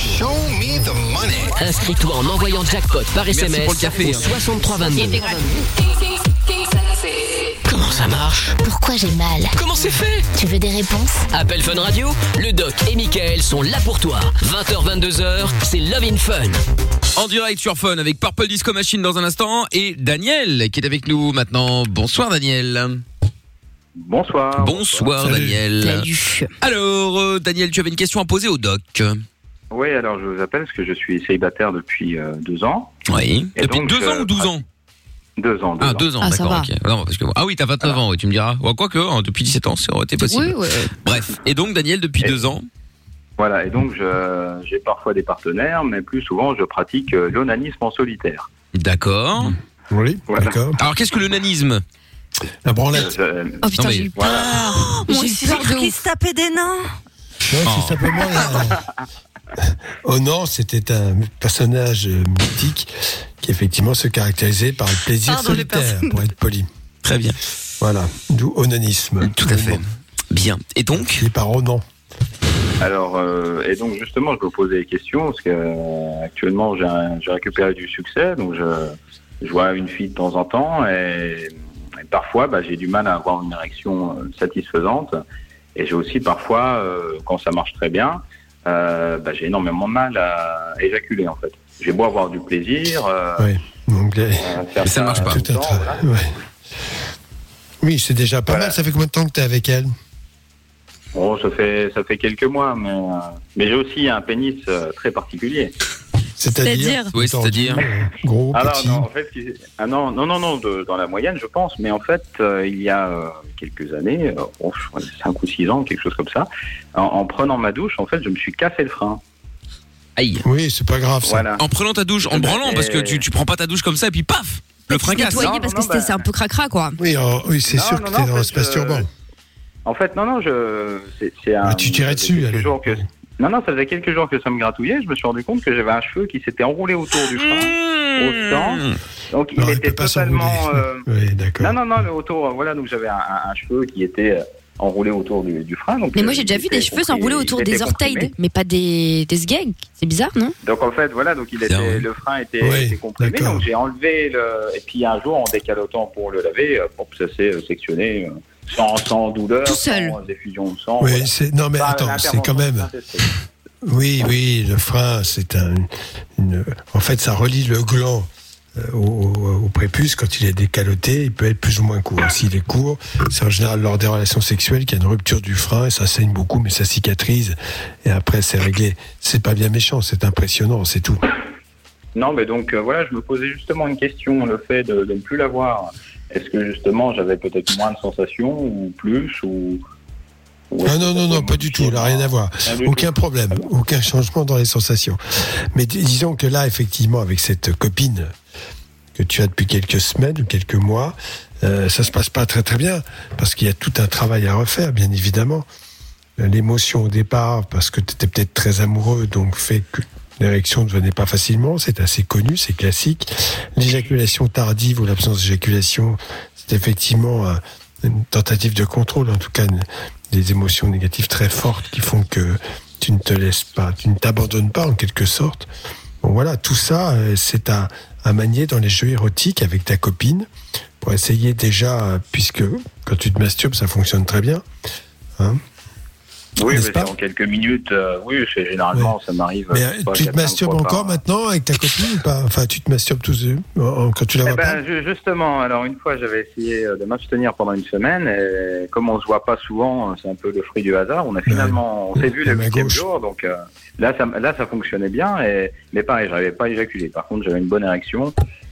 Inscris-toi en envoyant jackpot par S M S Merci pour le café, au hein. soixante-trois Il vingt-deux. était gratuit. Comment ça marche? Pourquoi j'ai mal? Comment c'est fait? Tu veux des réponses? Appelle Fun Radio, le doc et Mickaël sont là pour toi. vingt heures vingt-deux heures, c'est Love in Fun. En direct sur Fun avec Purple Disco Machine dans un instant et Daniel qui est avec nous maintenant. Bonsoir Daniel. Bonsoir. Bonsoir Salut. Daniel. Salut. Alors euh, Daniel, tu avais une question à poser au doc. Oui, alors je vous appelle parce que je suis célibataire depuis euh, deux ans. Oui. Et Depuis donc, deux je- ans ou douze ans? Deux ans. Deux Ah, ans. deux ans, Ah, ça d'accord, va. ok. Non, parce que, ah oui, t'as vingt-neuf ans, oui, tu me diras. Ouais, quoique, hein, depuis dix-sept ans, ça aurait été possible. Oui, oui. Bref. Et donc, Daniel, depuis Et- deux ans. Voilà, et donc je- j'ai parfois des partenaires, mais plus souvent je pratique euh, l'onanisme en solitaire. D'accord. Oui, Voilà. d'accord. Alors, qu'est-ce que le nanisme? La branlette. Euh, Oh putain, Non, mais- j'ai eu peur. Voilà. Moi J'ai aussi, eu peur j'ai cru de qu'il ouf. se tapait des nains. Non, Oh. c'est simplement. la- Oh non, c'était un personnage euh, mythique qui effectivement se caractérisait par le plaisir Pardon, les solitaire, personnes. pour être poli. Très bien. Voilà, d'où onanisme. Tout à fait. Bien. Et donc? Qui est par onan. Alors, euh, et donc justement, je me posais des questions parce que euh, actuellement j'ai un- j'ai récupéré du succès, donc je, je vois une fille de temps en temps et, et parfois bah, j'ai du mal à avoir une érection euh, satisfaisante et j'ai aussi parfois, euh, quand ça marche très bien, euh, bah, j'ai énormément de mal à éjaculer en fait. J'ai beau avoir du plaisir, euh, Oui, donc, les- euh, faire Mais ça ne marche pas. tout tout le un temps, tra- voilà. ouais. Oui, c'est déjà pas Voilà. mal. Ça fait combien de temps que tu es avec elle? Bon, ça fait ça fait quelques mois, mais euh, mais j'ai aussi un pénis euh, très particulier. C'est-à-dire Oui, Tendu, c'est-à-dire euh, gros, Alors petit. non, en fait, ce qui- ah non, non, non, non, de- dans la moyenne, je pense. Mais en fait, euh, il y a euh, quelques années, euh, oh, je crois cinq ou six ans, quelque chose comme ça, en, en prenant ma douche, en fait, je me suis cassé le frein. Aïe. Oui, c'est pas grave ça. Voilà. En prenant ta douche, en branlant, parce que tu, tu prends pas ta douche comme ça et puis paf! Le frein casse. Nettoyer Non, parce non, que c'était bah- c'est un peu cracra quoi. Oui, oh, oui c'est Non, sûr non, que non, t'es en dans fait, ce masturbant. je- En fait, non, non, je, c'est, c'est un. Ah, tu tirais ça faisait dessus, quelques allez. jours que- Non, non, ça faisait quelques jours que ça me gratouillait. Je me suis rendu compte que j'avais un cheveu qui s'était enroulé autour du frein, Mmh. au sang. Donc il Non, il était peut pas totalement. s'enrouler. euh, Oui, d'accord. Non, non, non, le autour, voilà, donc j'avais un, un- un cheveu qui était euh, enroulé autour du, du frein. Donc, Mais moi, euh, j'ai déjà il vu était des cheveux comprimé- s'enrouler autour il était des orteils, comprimé. mais pas des, des sgags. C'est bizarre, non? Donc en fait, voilà, donc il était, Bien, ouais. le frein était, Oui, était comprimé, d'accord. donc j'ai enlevé le. Et puis un jour, en décalotant pour le laver, euh, hop, ça s'est euh, sectionné euh, sans, sans douleur, Tout seul. sans effusion de sang. Oui, voilà. c'est non mais Pas attends, l'intervention c'est quand même. de Saint-Esprit. Oui, oui, le frein, c'est un. Une... En fait, ça relie le gland euh, au, au- au prépuce. Quand il est décaloté, il peut être plus ou moins court. S'il est court, c'est en général lors des relations sexuelles qu'il y a une rupture du frein et ça saigne beaucoup, mais ça cicatrise et après c'est réglé. C'est pas bien méchant, c'est impressionnant, c'est tout. Non, mais donc euh, voilà, je me posais justement une question, le fait de, de ne plus l'avoir. Est-ce que justement j'avais peut-être moins de sensations ou plus ou, ou Ah non, non, non, pas du tout, il n'a rien à voir. Aucun problème, aucun changement dans les sensations. Mais dis- disons que là, effectivement, avec cette copine que tu as depuis quelques semaines ou quelques mois, euh, ça se passe pas très très bien, parce qu'il y a tout un travail à refaire, bien évidemment. L'émotion au départ, parce que tu étais peut-être très amoureux, donc fait que l'érection ne venait pas facilement, c'est assez connu, c'est classique. L'éjaculation tardive ou l'absence d'éjaculation, c'est effectivement euh, une tentative de contrôle, en tout cas une- des émotions négatives très fortes qui font que tu ne te laisses pas, tu ne t'abandonnes pas en quelque sorte. Bon voilà, tout ça, euh, c'est à, à manier dans les jeux érotiques avec ta copine pour essayer déjà, euh, puisque quand tu te masturbes, ça fonctionne très bien. Hein. Oui, N'est-ce mais pas c'est en quelques minutes. euh, oui, c'est généralement ça m'arrive. Mais euh, euh, pas tu te quatre, cinq masturbes fois par- encore maintenant avec ta copine ou pas? Enfin, tu te masturbes tous deux euh, quand tu la Eh vois pas? ben, ju- justement, alors une fois j'avais essayé euh, de m'abstenir pendant une semaine et comme on se voit pas souvent, c'est un peu le fruit du hasard. On a finalement, on s'est vu le La main huitième gauche. jour, donc euh, là ça, là ça fonctionnait bien. Et mais pareil, j'arrivais pas à éjaculer. Par contre, j'avais une bonne érection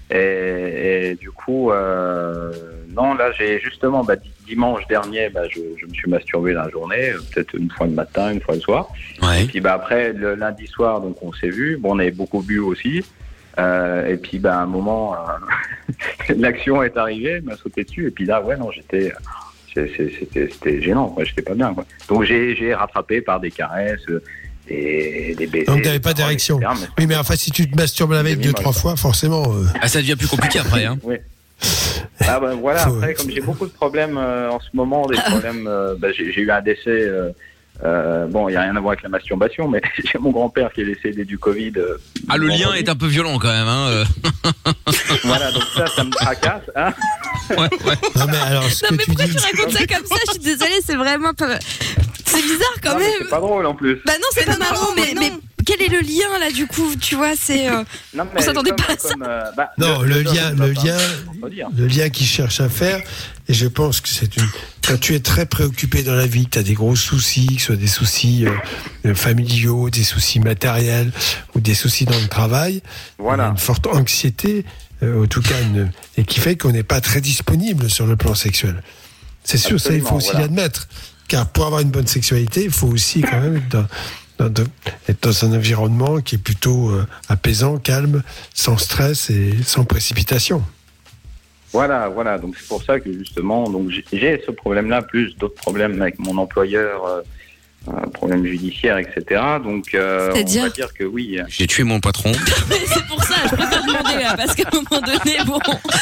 et, et du coup, euh, non, là j'ai justement bah, di- dimanche dernier, bah, je, je me suis masturbé la journée, euh, peut-être une fois le matin, une fois le soir. Ouais. Et puis bah après le lundi soir, donc on s'est vu. Bon, on avait beaucoup bu aussi. Euh, et puis bah, à un moment, euh, l'action est arrivée, elle m'a sauté dessus. Et puis là, ouais, non, j'étais, c'est- c'est- c'était, c'était gênant, quoi. J'étais pas bien, quoi. Donc j'ai, j'ai rattrapé par des caresses, euh, des, des baisers. Donc t'avais pas des paroles, d'érection. et cetera, mais- Oui, mais enfin, si tu te masturbes la veille deux, trois fois, forcément. euh, Ah, ça devient plus compliqué après, hein. Oui. Ah ben voilà, Faut- après, comme j'ai beaucoup de problèmes euh, en ce moment, des problèmes, euh, bah, j'ai, j'ai eu un décès, euh, euh, bon, il n'y a rien à voir avec la masturbation, mais j'ai mon grand-père qui est décédé du Covid. euh, Ah, le lien vendredi. est un peu violent quand même, hein. euh. Voilà, donc ça, ça me tracasse, hein. Ouais, ouais. Non, mais alors, ce Non, que mais tu pourquoi dis. tu racontes ça comme ça? Je suis désolée, c'est vraiment pas. C'est bizarre quand Non, mais même. c'est pas drôle en plus. Bah non, c'est pas marrant, mais, mais quel est le lien là du coup? Tu vois, c'est. euh, Non, On s'attendait comme- pas à ça. comme, euh, bah, Non, le, lien, doc, le on va lien, pas- on va dire. le lien qu'il cherche à faire, et je pense que c'est une. Quand tu es très préoccupé dans la vie, que tu as des gros soucis, que ce soit des soucis euh, euh, familiaux, des soucis matériels ou des soucis dans le travail, Voilà. il y a une forte anxiété, euh, en tout cas, une, et qui fait qu'on n'est pas très disponible sur le plan sexuel. C'est sûr, ça, il faut Absolument, aussi voilà. l'admettre. Car pour avoir une bonne sexualité, il faut aussi quand même être dans, dans, dans- être dans un environnement qui est plutôt euh, apaisant, calme, sans stress et sans précipitation. Voilà, voilà. Donc c'est pour ça que justement, donc j'ai- j'ai ce problème-là, plus d'autres problèmes avec mon employeur, euh, un problème judiciaire, et cetera. Donc euh, on C'est-à-dire va dire que oui. euh, J'ai tué mon patron. Mais c'est pour ça, je préfère demander là, parce qu'à un moment donné, bon.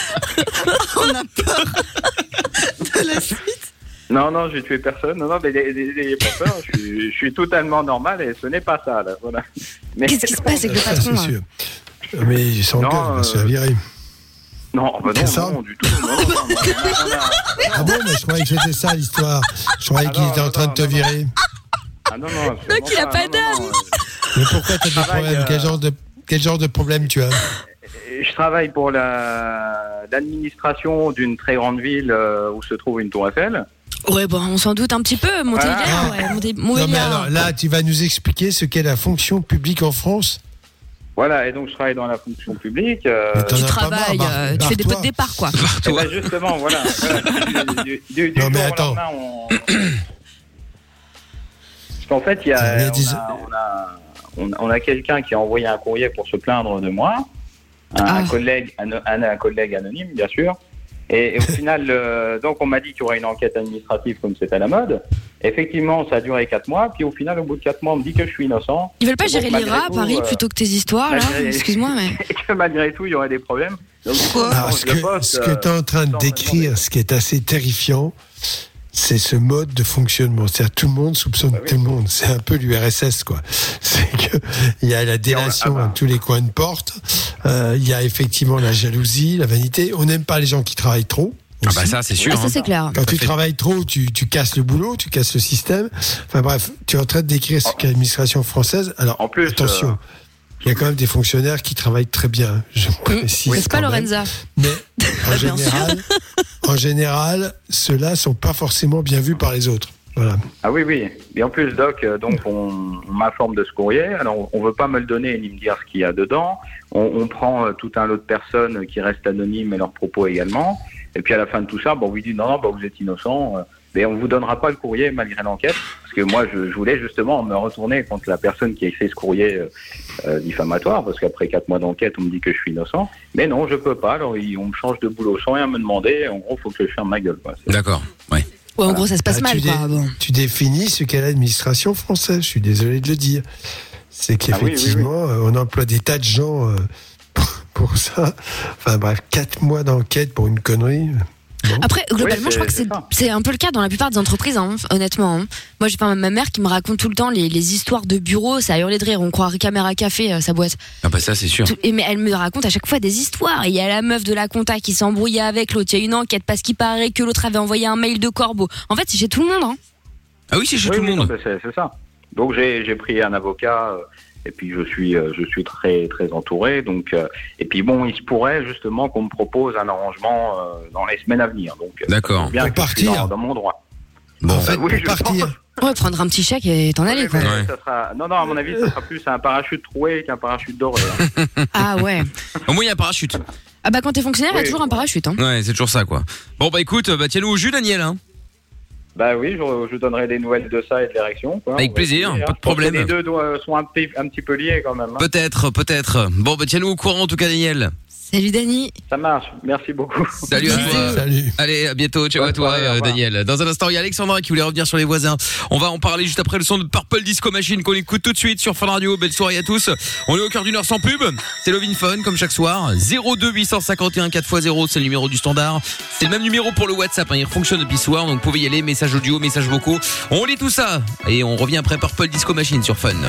On a peur de la suite. Non, non, j'ai tué personne. Non, non, mais n'ayez pas peur. Je suis, je suis totalement normal et ce n'est pas ça. Là, voilà. Mais Qu'est-ce qui se passe avec le Ça, patron c'est là sûr. Mais il s'engueule, Non, il va se faire euh, virer. Non, bah C'est non, ça non, du tout. Non, non, non, non, on a- on a- Ah bon, mais je croyais que c'était ça l'histoire. Je croyais Ah qu'il non, était en non, train de non, te non, virer. Ah non, non, absolument Donc, il a pas non, non, non, Mais pourquoi tu as des travaille, problèmes euh, quel, genre de, quel genre de problème tu as euh, Je travaille pour la l'administration d'une très grande ville euh, où se trouve une tour Eiffel. Ouais, bon, on s'en doute un petit peu, Montpellier, Ah. ouais, Monté- Non, mais Montbéliard. alors là, tu vas nous expliquer ce qu'est la fonction publique en France. Voilà, et donc je travaille dans la fonction publique. euh, Mais t'en Tu as pas travailles, marre, euh, tu fais des pots de barre-toi. départ, quoi. eh ben, justement, voilà. voilà. Du, du, du Non, mais jour au attends. lendemain, on... Parce qu'en fait, il y a, Il y a on, des- a, on, a, on a- on a quelqu'un qui a envoyé un courrier pour se plaindre de moi, un, Ah. un collègue, un, un- un collègue anonyme, bien sûr. Et, et au final, euh, donc on m'a dit qu'il y aurait une enquête administrative comme c'est à la mode. Effectivement, ça a duré quatre mois. Puis au final, au bout de quatre mois, on me dit que je suis innocent. Ils veulent pas Et donc, gérer malgré l'I R A à tout, Paris euh, plutôt que tes histoires, là? malgré- Excuse-moi, mais. Et que malgré tout, il y aurait des problèmes. Donc, du coup, Quoi je Alors, change ce de que, poste, ce que tu es en train de sans me décrire, demander. ce qui est assez terrifiant, c'est ce mode de fonctionnement. C'est-à-dire tout le monde soupçonne Bah oui. tout le monde. C'est un peu l'U R S S, quoi. C'est que il y a la délation ah bah. à tous les coins de porte. Euh, Il y a effectivement la jalousie, la vanité. On n'aime pas les gens qui travaillent trop. Ah aussi. bah ça c'est sûr. Ah, ça, hein. c'est clair. Quand tu fait- travailles trop, tu, tu casses le boulot, tu casses le système. Enfin bref, tu es en train de décrire ce qu'est l'administration française. Alors En plus, attention, euh, il y a quand même des fonctionnaires qui travaillent très bien. Je précise. N'est-ce pas, quand même. Lorenza? Mais en Bien sûr. général, en général, ceux-là sont pas forcément bien vus par les autres. Voilà. Ah oui, oui. Et en plus, Doc, euh, donc on, on m'informe de ce courrier. Alors, on veut pas me le donner ni me dire ce qu'il y a dedans. On, on prend euh, tout un lot de personnes qui restent anonymes et leurs propos également. Et puis à la fin de tout ça, bon, on lui dit non, non, bah, vous êtes innocent. Euh, mais on vous donnera pas le courrier malgré l'enquête. Parce que moi, je, je voulais justement me retourner contre la personne qui a écrit ce courrier euh, euh, diffamatoire. Parce qu'après quatre mois d'enquête, on me dit que je suis innocent. Mais non, je peux pas. Alors, ils, on me change de boulot sans rien me demander. En gros, faut que je ferme ma gueule, quoi. C'est... D'accord, ouais. Ouais, en gros, ça se passe Ah, mal, tu quoi. dé- Bon. Tu définis ce qu'est l'administration française, je suis désolé de le dire. C'est qu'effectivement, Ah oui, oui, euh, on emploie des tas de gens euh, pour, pour ça. Enfin bref, quatre mois d'enquête pour une connerie. Bon. Après, globalement, Oui, je crois que c'est- c'est, c'est c'est un peu le cas dans la plupart des entreprises, hein, honnêtement. hein. Moi, j'ai enfin, ma mère qui me raconte tout le temps les, les histoires de bureau, ça a hurlé de rire. On croirait caméra café, euh, sa boîte. Ah bah ça c'est sûr. Tout- et mais elle me raconte à chaque fois des histoires. Il y a la meuf de la compta qui s'est embrouillée avec l'autre. Il y a une enquête parce qu'il paraît que l'autre avait envoyé un mail de corbeau. En fait, c'est chez tout le monde. Hein. Ah oui, c'est chez Oui, tout le oui, monde. non, mais c'est, c'est ça. Donc j'ai, j'ai pris un avocat euh, et puis je suis euh, je suis très très entouré. Donc euh, et puis bon, il se pourrait justement qu'on me propose un arrangement euh, dans les semaines à venir. Donc euh, D'accord. ça tombe bien Pour que je suis partir. dans, dans mon droit. Bon. En fait, oui, pour je partir. Ouais, prendre un petit chèque et t'en aller, Oui, quoi. mais Ouais. ça sera... Non, non, à mon avis, ça sera plus un parachute troué qu'un parachute doré. hein. Ah ouais. Au moins il y a un parachute. Ah bah quand t'es fonctionnaire, il y a Oui, toujours un ouais. parachute. Hein. Ouais, c'est toujours ça quoi. Bon bah écoute, bah tiens-nous au jus Daniel hein. Bah oui, je, je donnerai des nouvelles de ça et de l'érection. Quoi. Avec On va plaisir, essayer, pas de Je pense que problème. Les deux doivent- sont un petit, un petit peu liés quand même. hein. Peut-être, peut-être. Bon bah tiens-nous au courant en tout cas Daniel. Salut Dani. Ça marche, merci beaucoup. Salut à toi. Salut. Allez, à bientôt. Ciao Bonne à toi, soirée, au euh, revoir. Daniel. Dans un instant, il y a Alexandra qui voulait revenir sur les voisins. On va en parler juste après le son de Purple Disco Machine qu'on écoute tout de suite sur Fun Radio. Belle soirée à tous. On est au cœur d'une heure sans pub. C'est Love in Fun, comme chaque soir. zéro deux huit cent cinquante et un quatre fois zéro, c'est le numéro du standard. C'est le même numéro pour le WhatsApp. Hein. Il fonctionne depuis ce soir, donc vous pouvez y aller. Messages audio, messages vocaux. On lit tout ça. Et on revient après Purple Disco Machine sur Fun.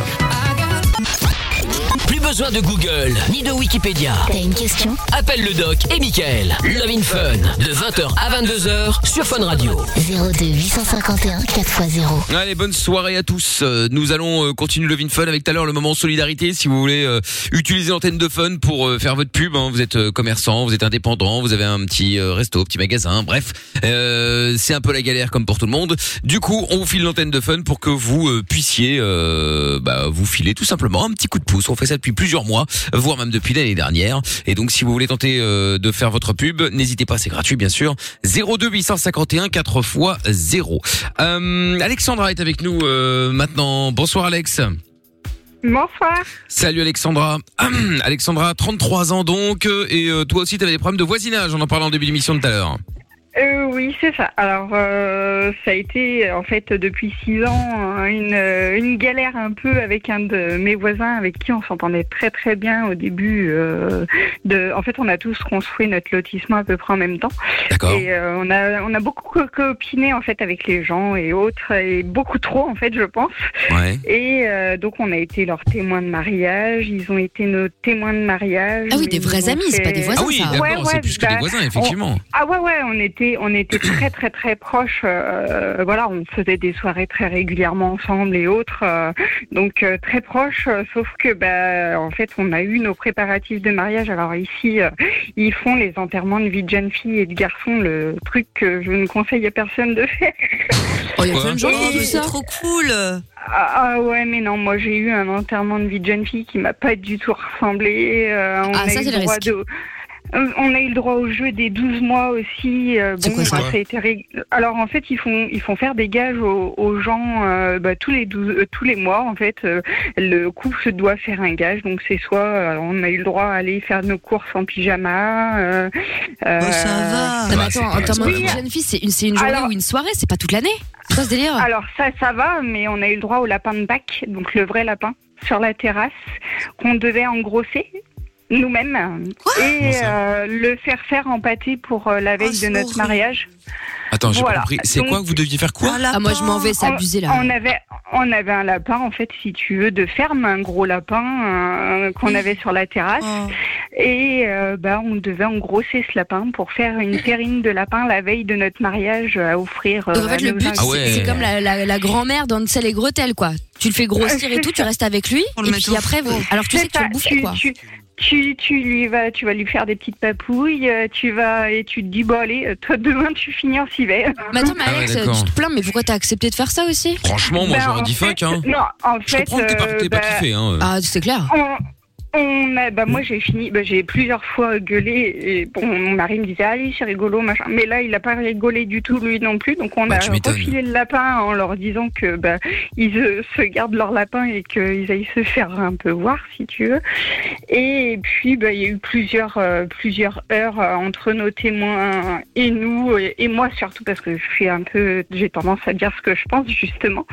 Plus besoin de Google, ni de Wikipédia. T'as une question? Appelle le doc et Michael. Love in Fun, de vingt heures à vingt-deux heures sur Fun Radio. zéro deux huit cent cinquante et un quatre fois zéro. Allez, bonne soirée à tous. Euh, Nous allons euh, continuer Love in Fun avec tout à l'heure le moment solidarité. Si vous voulez euh, utiliser l'antenne de Fun pour euh, faire votre pub, hein, vous êtes euh, commerçant, vous êtes indépendant, vous avez un petit euh, resto, petit magasin, bref, euh, c'est un peu la galère comme pour tout le monde. Du coup, on vous file l'antenne de Fun pour que vous euh, puissiez euh, bah, vous filer tout simplement un petit coup de pouce. On fait ça depuis plusieurs mois, voire même depuis l'année dernière. Et donc, si vous voulez tenter euh, de faire votre pub, n'hésitez pas, c'est gratuit bien sûr. zéro deux huit cent cinquante et un quatre fois zéro. Euh, Alexandra est avec nous euh, maintenant. Bonsoir Alex. Bonsoir. Salut Alexandra. Alexandra, trente-trois ans donc, euh, et euh, toi aussi tu avais des problèmes de voisinage, on en parlait en début d'émission tout à l'heure. Euh, oui, c'est ça. Alors, euh, ça a été, en fait, depuis six ans, une, une galère un peu avec un de mes voisins avec qui on s'entendait très très bien au début. Euh, de, en fait, on a tous construit notre lotissement à peu près en même temps. D'accord. Et euh, on a on a beaucoup co- copiné en fait avec les gens et autres, et beaucoup trop en fait, je pense. Ouais. Et euh, donc, on a été leurs témoins de mariage. Ils ont été nos témoins de mariage. Ah oui, des Ils vrais ont amis, c'est pas des voisins, Ah oui, ça. d'accord, Ouais, c'est ouais, plus que bah, des voisins, effectivement. on- ah ouais, ouais, on était, on était très, très, très proches. euh, voilà, on faisait des soirées très régulièrement ensemble et autres. euh, donc euh, très proches. euh, sauf que, bah, en fait, on a eu nos préparatifs de mariage. Alors ici, euh, ils font les enterrements de vie de jeune fille et de garçon, le truc que je ne conseille à personne de faire. Oh, il y a Quoi plein de gens Et- qui font C'est ça. trop cool. Ah, ah ouais, mais non, moi j'ai eu un enterrement de vie de jeune fille qui m'a pas du tout ressemblé. euh, on Ah, a ça, eu c'est le le droit risque. de- Euh, On a eu le droit au jeu des douze mois aussi. euh, C'est bon, quoi, ça ça a été rég- Alors en fait, ils font ils font faire des gages aux, aux gens euh, bah, tous les douze, euh, tous les mois. En fait, euh, le couple doit faire un gage. Donc c'est soit alors, on a eu le droit à aller faire nos courses en pyjama. Euh, euh, Oh, ça va. Non, mais Bah, attends, c'est en pas- termes c'est de pas jeune fille, c'est une, c'est une journée Alors- ou une soirée, c'est pas toute l'année. C'est quoi ce délire? Alors ça, ça va, mais on a eu le droit au lapin de Pâques, donc le vrai lapin, sur la terrasse, qu'on devait engrosser nous-mêmes et Comment ça euh, le faire faire en pâté pour euh, la veille Oh, de c'est notre horrible. mariage. Attends, j'ai Voilà. pas compris. C'est Donc- quoi que vous deviez faire quoi? Un Ah, moi je m'en vais, c'est On- abusé là. On avait, on avait un lapin, en fait, si tu veux, de ferme, un gros lapin euh, qu'on avait sur la terrasse. Oh. Et euh, bah, on devait engrosser ce lapin pour faire une terrine de lapin la veille de notre mariage à offrir. euh, Donc en fait, à le nos but, invités. Ah ouais. c'est c'est comme la, la, la grand-mère d'Ansel et Gretel, quoi. Tu le fais grossir et tout, tu restes avec lui, On le et met puis au après, four. alors tu sais C'est que tu vas ça, le bouffer, quoi. tu, tu, tu lui vas, tu vas lui faire des petites papouilles, euh, tu vas et tu te dis bon allez, toi demain tu finis en civet. Mais attends, mais Ah ouais, Alex, d'accord. tu te plains, mais pourquoi t'as accepté de faire ça aussi? Franchement, moi Ben, j'aurais en dit fait, fuck. Hein. Non, en Je fait, comprends que t'es pas, t'es pas euh, kiffé. Hein. Ah, c'est clair. On, on a, bah moi j'ai fini, bah j'ai plusieurs fois gueulé et bon mon mari me disait allez c'est rigolo machin, mais là il a pas rigolé du tout lui non plus, donc on Bah, a tu m'étonnes. refilé le lapin en leur disant que bah ils euh, se gardent leur lapin et qu'ils aillent se faire un peu voir si tu veux. Et puis bah il y a eu plusieurs euh, plusieurs heures euh, entre nos témoins et nous et, et moi surtout parce que je suis un peu, j'ai tendance à dire ce que je pense justement.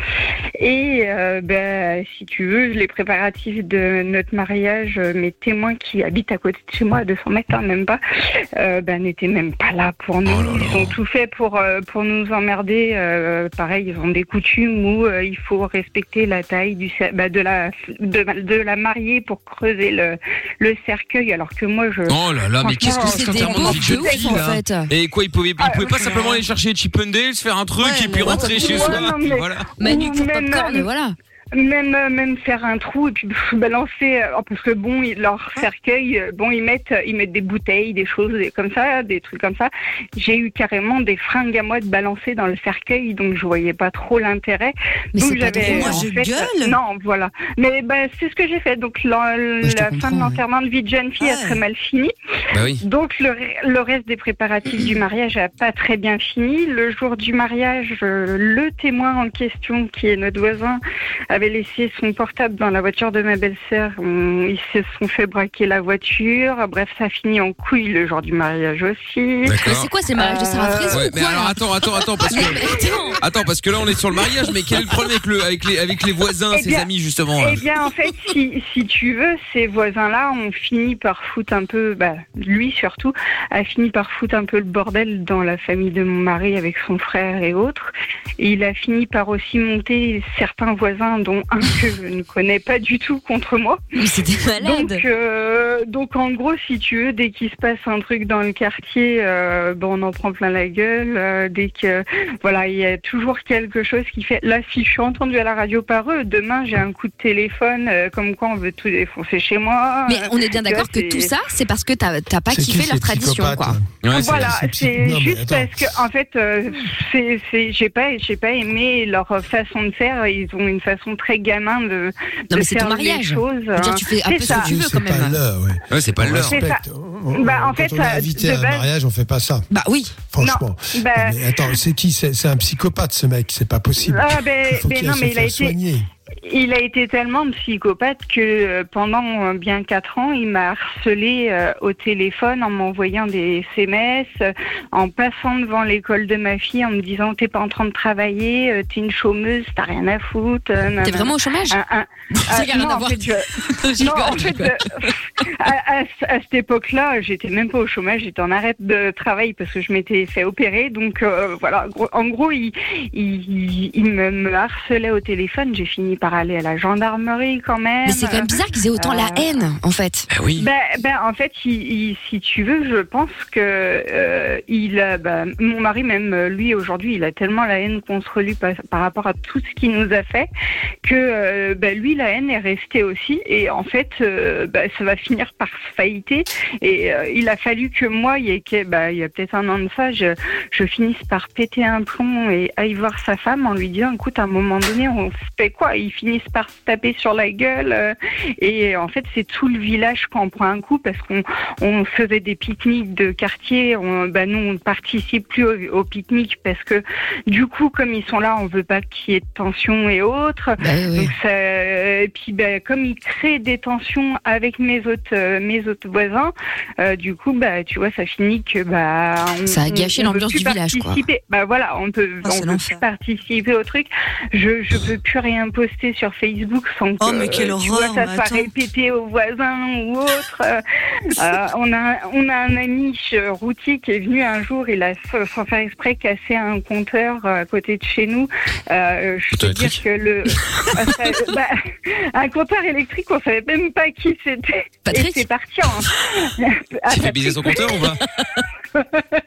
Et euh, bah si tu veux les préparatifs de notre mariage, mes témoins qui habitent à côté de chez moi à deux cents mètres, hein, même pas, euh, ben, n'étaient même pas là pour nous. Oh là là. Ils ont tout fait pour, euh, pour nous emmerder. Euh, pareil, ils ont des coutumes où euh, il faut respecter la taille du, cer- bah, de, la, de, de la mariée pour creuser le, le cercueil, alors que moi, je... Oh là là, mais qu'est-ce que c'est C'est des qu'un enterrement de beaux vie de jeune ouf, fille en là fait. Et quoi, il pouvait, il Ah, pouvait pas ouais. simplement aller chercher Chippendale, se faire un truc Ouais, et puis mais rentrer ouais, chez ouais, soi. non, Puis mais- voilà. Manu pour Même, popcorn, euh, voilà. Même euh, même faire un trou et puis pff, balancer euh, parce que bon ils- leur cercueil euh, bon ils mettent ils mettent des bouteilles, des choses des- comme ça, des trucs comme ça. J'ai eu carrément des fringues à moi de balancer dans le cercueil, donc je voyais pas trop l'intérêt. Mais Donc c'est pas j'avais drôle. Moi, en je fait, gueule. euh, non voilà. Mais bah, c'est ce que j'ai fait. Donc la, je te la fin comprends, de ouais. l'enterrement de vie de jeune fille a Ouais. très mal fini. Bah oui. Donc le, re- le reste des préparatifs du mariage a pas très bien fini. Le jour du mariage, euh, le témoin en question, qui est notre voisin, avait laissé son portable dans la voiture de ma belle-sœur. On- Ils se sont fait braquer la voiture. Bref, ça finit en couille le jour du mariage aussi. Mais D'accord. c'est quoi ces mariages de Sarah Frézou Ouais, ou mais quoi alors là attends, attends, attends, parce Mais que attends. attends, parce que là on est sur le mariage, mais quel est le problème avec le, avec les, avec les voisins, Eh ses bien- amis justement là Eh bien, en fait, si, si tu veux, ces voisins-là ont fini par foutre un peu, bah, lui surtout, a fini par foutre un peu le bordel dans la famille de mon mari avec son frère et autres. Et il a fini par aussi monter certains voisins, dont un que je ne connais pas du tout, contre moi. Mais c'était malade. Donc, euh, donc en gros, si tu veux, dès qu'il se passe un truc dans le quartier, euh, bon, on en prend plein la gueule. Euh, dès que, voilà, il y a toujours quelque chose qui fait. Là, si je suis entendue à la radio par eux, demain j'ai un coup de téléphone, euh, comme quoi on veut tout défoncer chez moi. Mais on est bien Tu d'accord vois, que c'est- tout ça, c'est parce que t'as t'as pas C'est kiffé qui, leur ces tradition, psychopathes, quoi. là Ouais, c'est- Voilà, c'est psy- c'est non, mais juste attends. parce que en fait, euh, c'est, c'est, j'ai pas, j'ai pas aimé leur façon de faire. Ils ont une façon très gamin de, Non, de mais c'est ton faire les mariage. choses. Je veux dire, tu fais un C'est peu ce ça. que tu veux Oui, quand c'est pas même. l'heure, ouais. Ouais, c'est pas On l'heure. C'est respecte. ça. On- Bah, en quand fait, on est ça, invité de à un base- mariage, on fait pas ça. Bah oui. Franchement. Non, bah- Non, mais attends, c'est qui c'est, c'est un psychopathe, ce mec. C'est pas possible. Ah, ben, Il faut ben qu'il non, aille mais se il a faire été, soigner. il a été tellement psychopathe que euh, pendant euh, bien quatre ans, il m'a harcelé euh, au téléphone en m'envoyant des S M S, euh, en passant devant l'école de ma fille, en me disant t'es pas en train de travailler, euh, t'es une chômeuse, t'as rien à foutre. euh, T'es nanana. vraiment au chômage? Un- un- Ça ah, n'a rien non, à en voir. fait, je- Je non, rigole, en je fait, rigole. euh, à, à- à cette époque-là, j'étais même pas au chômage, j'étais en arrêt de travail parce que je m'étais fait opérer. Donc euh, voilà, gros- en gros, il, il, il me, me harcelait au téléphone. J'ai fini par aller à la gendarmerie quand même. Mais c'est quand même bizarre qu'ils aient autant la Euh, haine, en fait. Bah oui. Ben, ben, en fait, il, il- si tu veux, je pense que euh, il a, ben, mon mari, même euh, lui aujourd'hui, il a tellement la haine contre lui par, par rapport à tout ce qu'il nous a fait que euh, ben, lui, la haine est restée aussi. Et en fait, euh, ben, ça va finir par se failliter. Et euh, il a fallu que moi, il y a, que- ben, il y a peut-être un an de ça, je, je finisse par péter un plomb et aille voir sa femme en lui disant, écoute, à un moment donné, on se fait quoi? Ils finissent par se taper sur la gueule. euh, Et en fait, c'est tout le village qu'on prend un coup parce qu'on on faisait des pique-niques de quartier. On, bah nous, on ne participe plus au, au pique-nique parce que du coup, comme ils sont là, on veut pas qu'il y ait de tension et autres. Bah oui, oui. Donc ça, et puis bah, comme ils créent des tensions avec mes autres euh, mes autres voisins, euh, du coup, bah tu vois, ça finit que bah on, Ça a gâché on- on peut l'ambiance plus du village, quoi. participer. Bah voilà, on peut Ah, c'est on peut l'enfer. plus participer au truc. Je je peux plus rien poster sur Facebook sans que Oh, mais quelle tu vois, horreur, ça mais soit attends. répété aux voisins ou autres. Euh, euh, on a on a un ami euh, routier qui est venu un jour, il a sans faire exprès cassé un compteur euh, à côté de chez nous. Euh, je peux dire que le euh, ça- bah, un compteur électrique, on savait même pas qui c'était. Patrick. Et c'est parti en. Tu fais baiser son compteur ou pas?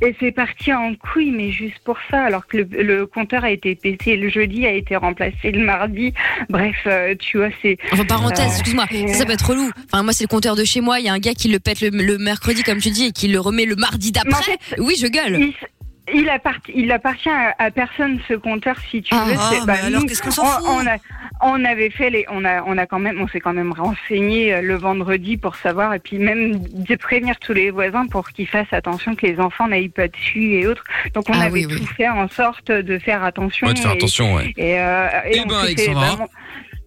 et c'est parti en couille, mais juste pour ça, alors que le, le compteur a été pété le jeudi, a été remplacé le mardi. Bref, euh, tu vois, c'est... Enfin, parenthèse, euh, excuse-moi, c'est- ça, ça peut être relou. Enfin, moi, c'est le compteur de chez moi, il y a un gars qui le pète le, le mercredi, comme tu dis, et qui le remet le mardi d'après. Mais en fait, oui, je gueule. Il, il, appart- il appartient à, à personne, ce compteur, si tu Ah, veux. ah, C'est- mais alors, qu'est-ce qu'on s'en fout on, on a, on avait fait les, on a, on a quand même, on s'est quand même renseigné euh, le vendredi pour savoir, et puis même de prévenir tous les voisins pour qu'ils fassent attention, que les enfants n'aillent pas dessus et autres. Donc on Ah avait oui, tout oui. fait en sorte de faire attention. Ouais, de faire et- attention, ouais. Et, euh, et Eh on ben, s'est fait- Alexandra. bah, mon-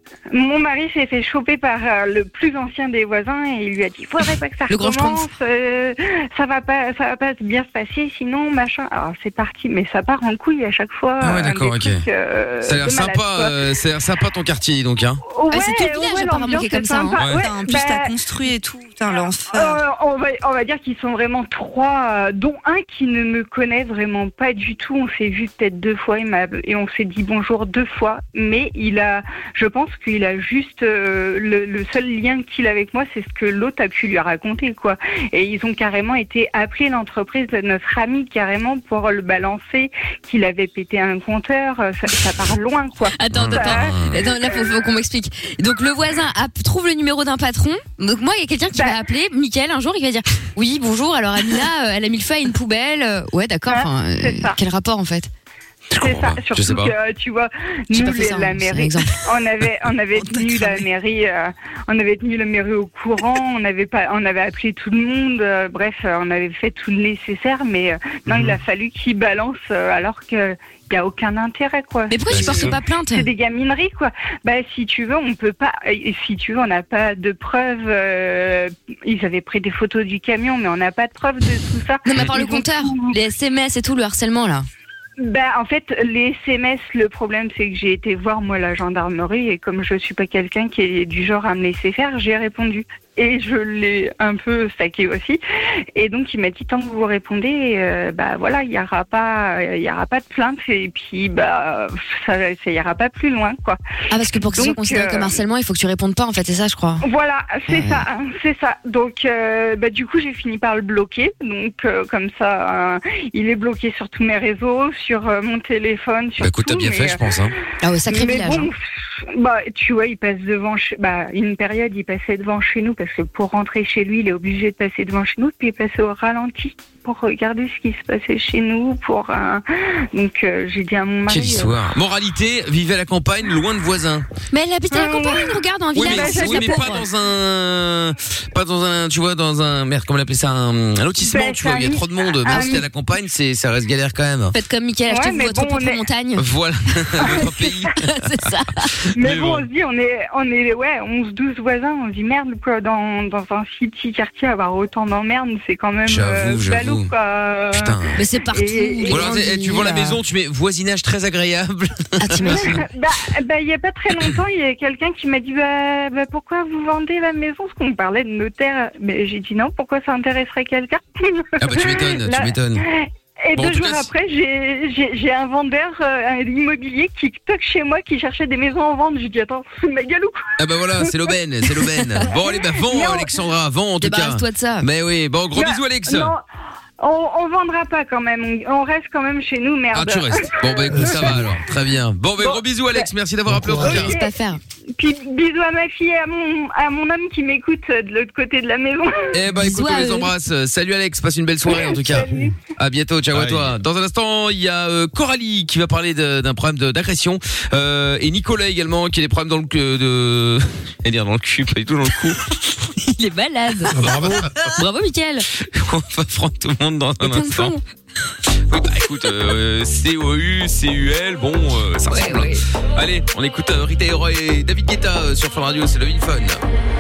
Mon mari s'est fait choper par euh, le plus ancien des voisins et il lui a dit faudrait pas que ça Le grand recommence, euh, ça va pas, ça va pas bien se passer, sinon machin. Alors c'est parti, mais ça part en couille à chaque fois. Ah ouais, euh, d'accord, des ok. trucs, euh, Ça a l'air de malade, sympa, quoi. euh, ça a l'air sympa ton quartier, donc, hein. Ouais, Ah, c'est tout le village, ouais, apparemment, l'ambiance qui est comme est ça, hein. sympa. Ouais. Ouais, En plus, bah, t'as construit et tout. Putain, l'enfer. euh, on, va, on va dire qu'ils sont vraiment trois, euh, dont un qui ne me connaît vraiment pas du tout. On s'est vu peut-être deux fois il m'a- et on s'est dit bonjour deux fois. Mais il a, je pense qu'il a juste euh, le, le seul lien qu'il a avec moi, c'est ce que l'autre a pu lui raconter, quoi. Et ils ont carrément été appelés l'entreprise de notre ami carrément pour le balancer qu'il avait pété un compteur. Ça, ça part loin, quoi. Attends, attends, attends. Attends, là, faut, faut qu'on m'explique. Donc, le voisin a- trouve le numéro d'un patron. Donc, moi, il y a quelqu'un qui va appeler, Mickaël, un jour, il va dire oui, bonjour, alors Amina, euh, elle a mis le feu à une poubelle. Euh, Ouais, d'accord, enfin, euh, c'est ça. quel rapport, en fait? C'est ça, Je sais surtout pas. que tu vois, J'ai nous pas fait les- ça, la hein, c'est un mairie, exemple. on avait, on avait tenu la mairie, euh, on avait tenu la mairie au courant, on avait pas, on avait appelé tout le monde, euh, bref, euh, on avait fait tout le nécessaire, mais euh, non, il a fallu qu'il balance euh, alors que il y a aucun intérêt, quoi. Mais pourquoi tu portes pas plainte? C'est des gamineries, quoi. Bah si tu veux, on peut pas, et si tu veux, on n'a pas de preuves. euh, ils avaient pris des photos du camion, mais on n'a pas de preuves de tout ça. Non, mais à part le Ils ont compteur, tout- les S M S et tout, le harcèlement, là. Ben, en fait, les S M S, le problème, c'est que j'ai été voir, moi, la gendarmerie, et comme je suis pas quelqu'un qui est du genre à me laisser faire, j'ai répondu. Et je l'ai un peu stacké aussi. Et donc, il m'a dit, tant que vous répondez, euh, bah voilà, il y aura pas, il y aura pas de plainte, et puis, bah, ça, ça ira pas plus loin, quoi. Ah, parce que pour que ce soit Donc, considéré euh, comme harcèlement, il faut que tu répondes pas, en fait, c'est ça, je crois. Voilà, c'est Ouais. ça, hein, c'est ça. Donc, euh, bah, du coup, j'ai fini par le bloquer. Donc, euh, comme ça, euh, il est bloqué sur tous mes réseaux, sur euh, mon téléphone, sur Bah écoute, tout. t'as bien mais, fait, je pense, hein. Ah ouais, sacré mais village. bon, hein. bah, tu vois, il passe devant, chez- bah, une période, il passait devant chez nous parce que pour rentrer chez lui, il est obligé de passer devant chez nous, puis il passait au ralenti pour regarder ce qui se passait chez nous. Pour un... donc, euh, j'ai dit à mon mari. Quelle histoire. Moralité, vivez à la campagne, loin de voisins. Mais elle habite à la campagne, regarde, en Oui, village. mais, c'est oui, mais la pas pauvre. dans un, pas dans un, tu vois, dans un, merde, comment on appelait ça, un, un lotissement, Ben, tu vois, où il y a c'est un trop de monde. mi- Même un si t'es à la campagne, c'est, ça reste galère quand même. Faites comme Mickaël, Ouais, achetez-vous mais votre bon, propre on est- montagne. Voilà, votre pays. C'est ça. Mais, Mais bon, bon. on se dit, on est, on est, ouais, onze douze voisins, on se dit merde, quoi, dans, dans un si petit quartier, avoir autant d'emmerdes, c'est quand même J'avoue, euh, ballot, j'avoue. quoi. Putain. Mais c'est partout. Et- les Ou alors, grandes eh, tu vends la villes, maison, tu mets voisinage très agréable. Ah, t'imagines. bah, bah, il y a pas très longtemps, il y a quelqu'un qui m'a dit, bah, bah, pourquoi vous vendez la maison? Parce qu'on parlait de notaire. Mais j'ai dit non, pourquoi ça intéresserait quelqu'un? Ah bah tu m'étonnes, Là- tu m'étonnes. Et Bon, en deux tout jours cas, après, j'ai, j'ai, j'ai un vendeur euh, un immobilier qui toque chez moi, qui cherchait des maisons en vente. J'ai dit, attends, c'est ma galou. Ah bah voilà, c'est l'aubaine, c'est l'aubaine. Bon allez, bah vends Non. Alexandra, vends en tout cas. Débarrasse-toi de ça. Mais oui, bon gros Bah, bisous Alex. Non, on, on vendra pas quand même. On, on reste quand même chez nous, merde. Ah tu restes. Bon bah écoute, ça va alors, très bien. Bon bah Bon. gros bisous Alex, merci d'avoir appelé en tout cas. C'est pas faire. Puis bisous à ma fille et à mon, à mon homme qui m'écoute de l'autre côté de la maison. Eh bah écoute, Bisous on à les eux. embrasse. Salut Alex, passe une belle soirée en tout cas. Salut. À bientôt, ciao à Bye. toi. Dans un instant, il y a euh, Coralie qui va parler de- d'un problème de- d'agression euh, et Nicolas également qui a des problèmes dans le cul de et dire dans le cul, pas du tout dans le cou. Il est malade. Bravo. Bravo, Mickaël. On va prendre tout le monde dans Et un plein de instant. fond. Oui, bah écoute, euh, C O U, C U L, bon, euh, ça ressemble. ouais. Allez, on écoute euh, Rita Ora et David Guetta euh, sur Fun Radio, c'est le Vin Fun.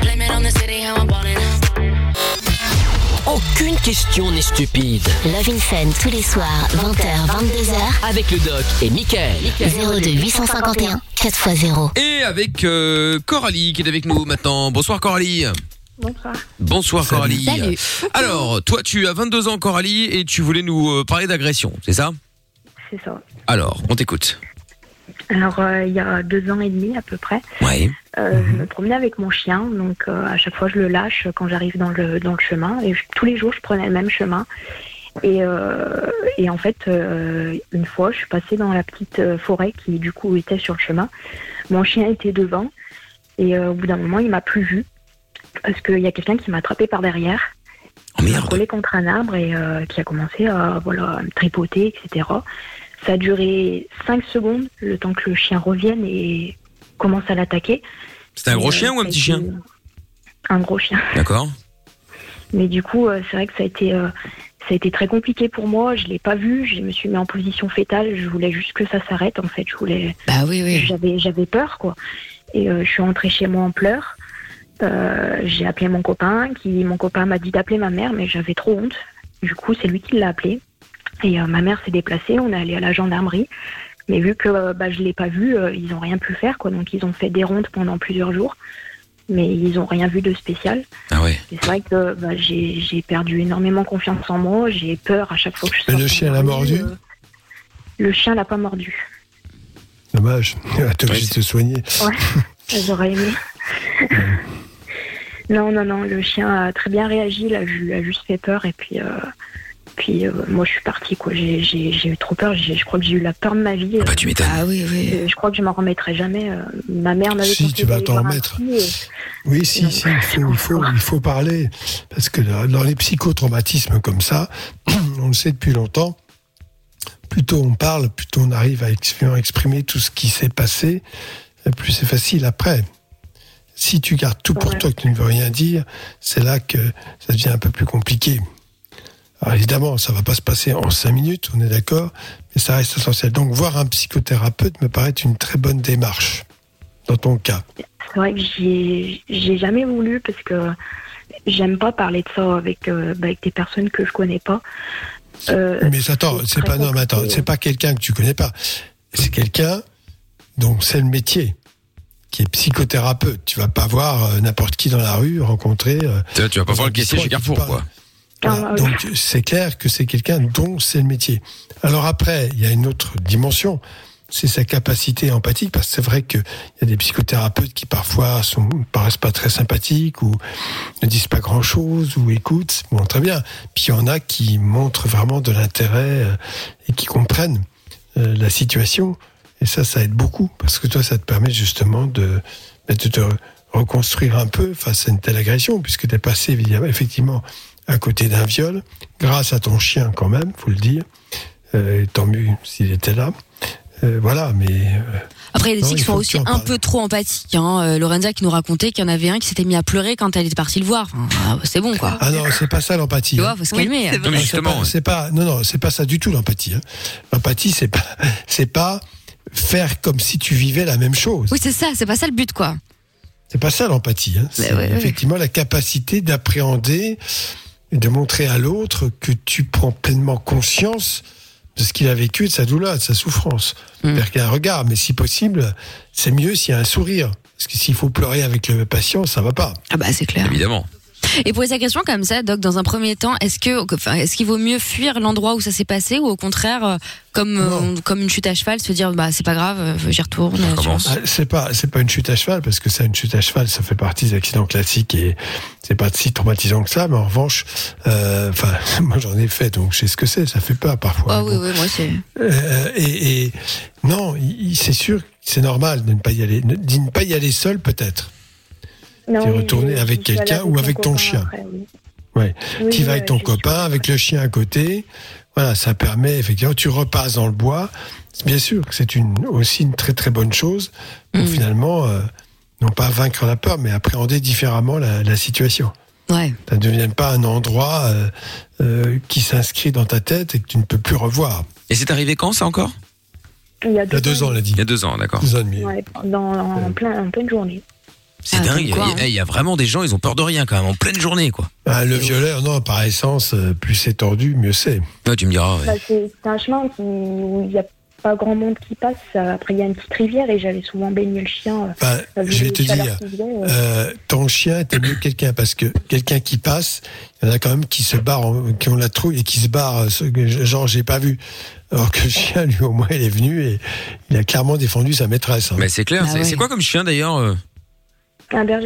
Aucune question n'est stupide. Love in Fun tous les soirs, vingt heures, vingt-deux heures. Avec le doc et Mickaël. zéro deux huit cent cinquante et un quatre fois zéro. Et avec euh, Coralie qui est avec nous maintenant. Bonsoir Coralie. Bonsoir. Bonsoir Salut. Coralie. Salut. Alors, toi tu as vingt-deux ans Coralie et tu voulais nous euh, parler d'agression, c'est ça? C'est ça. Alors, on t'écoute. Alors, euh, il y a deux ans et demi à peu près, Ouais. euh, je me promenais avec mon chien. Donc, euh, à chaque fois, je le lâche quand j'arrive dans le, dans le chemin. Et je- tous les jours, je prenais le même chemin. Et, euh, et en fait, euh, une fois, je suis passée dans la petite euh, forêt qui, du coup, était sur le chemin. Mon chien était devant. Et euh, au bout d'un moment, il m'a plus vue. Parce qu'il y a quelqu'un qui m'a attrapé par derrière. Oh, il m'a collé contre un arbre et euh, qui a commencé à, voilà, à me tripoter, et cetera. Ça a duré cinq secondes, le temps que le chien revienne et commence à l'attaquer. C'était un gros chien ou un petit chien ? Un gros chien. D'accord. Mais du coup, euh, c'est vrai que ça a été, euh, ça a été très compliqué pour moi. Je l'ai pas vu. Je me suis mis en position fétale. Je voulais juste que ça s'arrête. En fait, je voulais. Bah oui, oui. J'avais, j'avais peur, quoi. Et euh, je suis rentrée chez moi en pleurs. Euh, j'ai appelé mon copain. Qui, mon copain m'a dit d'appeler ma mère, mais j'avais trop honte. Du coup, c'est lui qui l'a appelé. Et euh, ma mère s'est déplacée. On est allé à la gendarmerie. Mais vu que euh, bah, je l'ai pas vu, euh, ils ont rien pu faire, quoi. Donc ils ont fait des rondes pendant plusieurs jours. Mais ils ont rien vu de spécial. Ah ouais. Et c'est vrai que bah, j'ai, j'ai perdu énormément confiance en moi. J'ai peur à chaque fois que je sors. Mais le chien l'a mordu euh, Le chien l'a pas mordu. Dommage. T'es obligé de te soigner. Ouais, j'aurais aimé. non, non, non. Le chien a très bien réagi. Il a, il a juste fait peur. Et puis, euh, puis euh, moi, je suis partie, quoi. J'ai, j'ai, j'ai eu trop peur. J'ai, je crois que j'ai eu la peur de ma vie. Ah bah, tu m'étonnes. Ah oui, oui. Je crois que je m'en remettrai jamais. Euh, ma mère m'avait Si, tu vas t'en remettre. Et... Oui, si, si, il faut, il faut, il faut parler. Parce que dans les psychotraumatismes comme ça, on le sait depuis longtemps, plus tôt on parle, plus tôt on arrive à exprimer tout ce qui s'est passé, plus c'est facile après. Si tu gardes tout pour ouais. toi, que tu ne veux rien dire, c'est là que ça devient un peu plus compliqué. Alors évidemment, ça ne va pas se passer en cinq minutes, on est d'accord, mais ça reste essentiel. Donc voir un psychothérapeute me paraît une très bonne démarche, dans ton cas. C'est vrai que j'ai, j'ai jamais voulu, parce que j'aime pas parler de ça avec, euh, bah, avec des personnes que je connais pas. Euh, mais attends, c'est, c'est pas non, mais attends, c'est pas quelqu'un que tu connais pas. C'est quelqu'un dont c'est le métier, qui est psychothérapeute. Tu vas pas voir euh, n'importe qui dans la rue rencontrer. Euh, tu, vois, tu vas pas voir le caissier chez Carrefour, quoi. Voilà. Donc c'est clair que c'est quelqu'un dont c'est le métier. Alors après, il y a une autre dimension, c'est sa capacité empathique, parce que c'est vrai qu'il y a des psychothérapeutes qui parfois sont paraissent pas très sympathiques ou ne disent pas grand-chose ou écoutent. Bon, très bien. Puis il y en a qui montrent vraiment de l'intérêt euh, et qui comprennent euh, la situation. Et ça, ça aide beaucoup, parce que toi, ça te permet justement de, de te reconstruire un peu face à une telle agression, puisque tu es passé évidemment, effectivement à côté d'un viol, grâce à ton chien quand même, faut le dire. Euh, tant mieux s'il était là. Euh, voilà, mais... Euh, Après, il y a des non, filles qui sont aussi un peu trop empathiques. Hein. Euh, Lorenza qui nous racontait qu'il y en avait un qui s'était mis à pleurer quand elle était partie le voir. Enfin, ah, c'est bon, quoi. Ah non, c'est pas ça l'empathie. Tu vois, faut se calmer. Oui, non, mais justement, c'est pas, c'est pas, non, non, c'est pas ça du tout l'empathie. Hein. L'empathie, c'est pas, c'est pas faire comme si tu vivais la même chose. Oui, c'est ça, c'est pas ça le but, quoi. C'est pas ça l'empathie. Hein. C'est ouais, effectivement ouais. la capacité d'appréhender et de montrer à l'autre que tu prends pleinement conscience de ce qu'il a vécu, de sa douleur, de sa souffrance. Mmh. C'est-à-dire qu'il y a un regard, mais si possible, c'est mieux s'il y a un sourire. Parce que s'il faut pleurer avec le patient, ça va pas. Ah bah c'est clair. Évidemment. Et poser la question comme ça, Doc, dans un premier temps, est-ce que, enfin, est-ce qu'il vaut mieux fuir l'endroit où ça s'est passé, ou au contraire, comme euh, comme une chute à cheval, se dire bah c'est pas grave, euh, j'y retourne. Ah, c'est pas c'est pas une chute à cheval, parce que ça, une chute à cheval, ça fait partie des accidents classiques et c'est pas si traumatisant que ça. Mais en revanche, enfin, euh, moi j'en ai fait, donc je sais ce que c'est. Ça fait peur parfois. Ah oui, bon. oui, moi c'est. Euh, et, et non, il, c'est sûr, c'est normal de ne pas y aller, de ne pas y aller seul, peut-être. Non, tu es retourné oui, avec quelqu'un ou avec ton chien. Après, oui. Ouais. Oui, tu vas avec ton copain, avec le chien à côté. Voilà, ça permet effectivement. Tu repasses dans le bois. Bien sûr que c'est une, aussi une très très bonne chose. Pour mmh. finalement, euh, non pas vaincre la peur, mais appréhender différemment la, la situation. Ouais. Ça ne devienne pas un endroit euh, euh, qui s'inscrit dans ta tête et que tu ne peux plus revoir. Et c'est arrivé quand ça encore ? Il y a deux, Il y a deux ans, ans, on l'a dit. Il y a deux ans, d'accord. Deux ans et demi. Ouais, dans, en, plein, en pleine journée. C'est ah, dingue, il y, a, il y a vraiment des gens, ils ont peur de rien quand même, en pleine journée, quoi. Ah, le violeur, non, par essence, plus c'est tordu, mieux c'est. Ouais, tu me diras, ouais. Bah, c'est, c'est un chemin qui, où il n'y a pas grand monde qui passe. Après, il y a une petite rivière et j'allais souvent baigner le chien. Bah, je vais te dire, euh, ton chien était mieux que quelqu'un, parce que quelqu'un qui passe, il y en a quand même qui se barrent, qui ont la trouille et qui se barrent, genre, j'ai pas vu. Alors que le chien, lui, au moins, il est venu et il a clairement défendu sa maîtresse. Hein. Mais c'est clair, ah, c'est, ouais. c'est quoi comme chien d'ailleurs euh... Un berger allemand.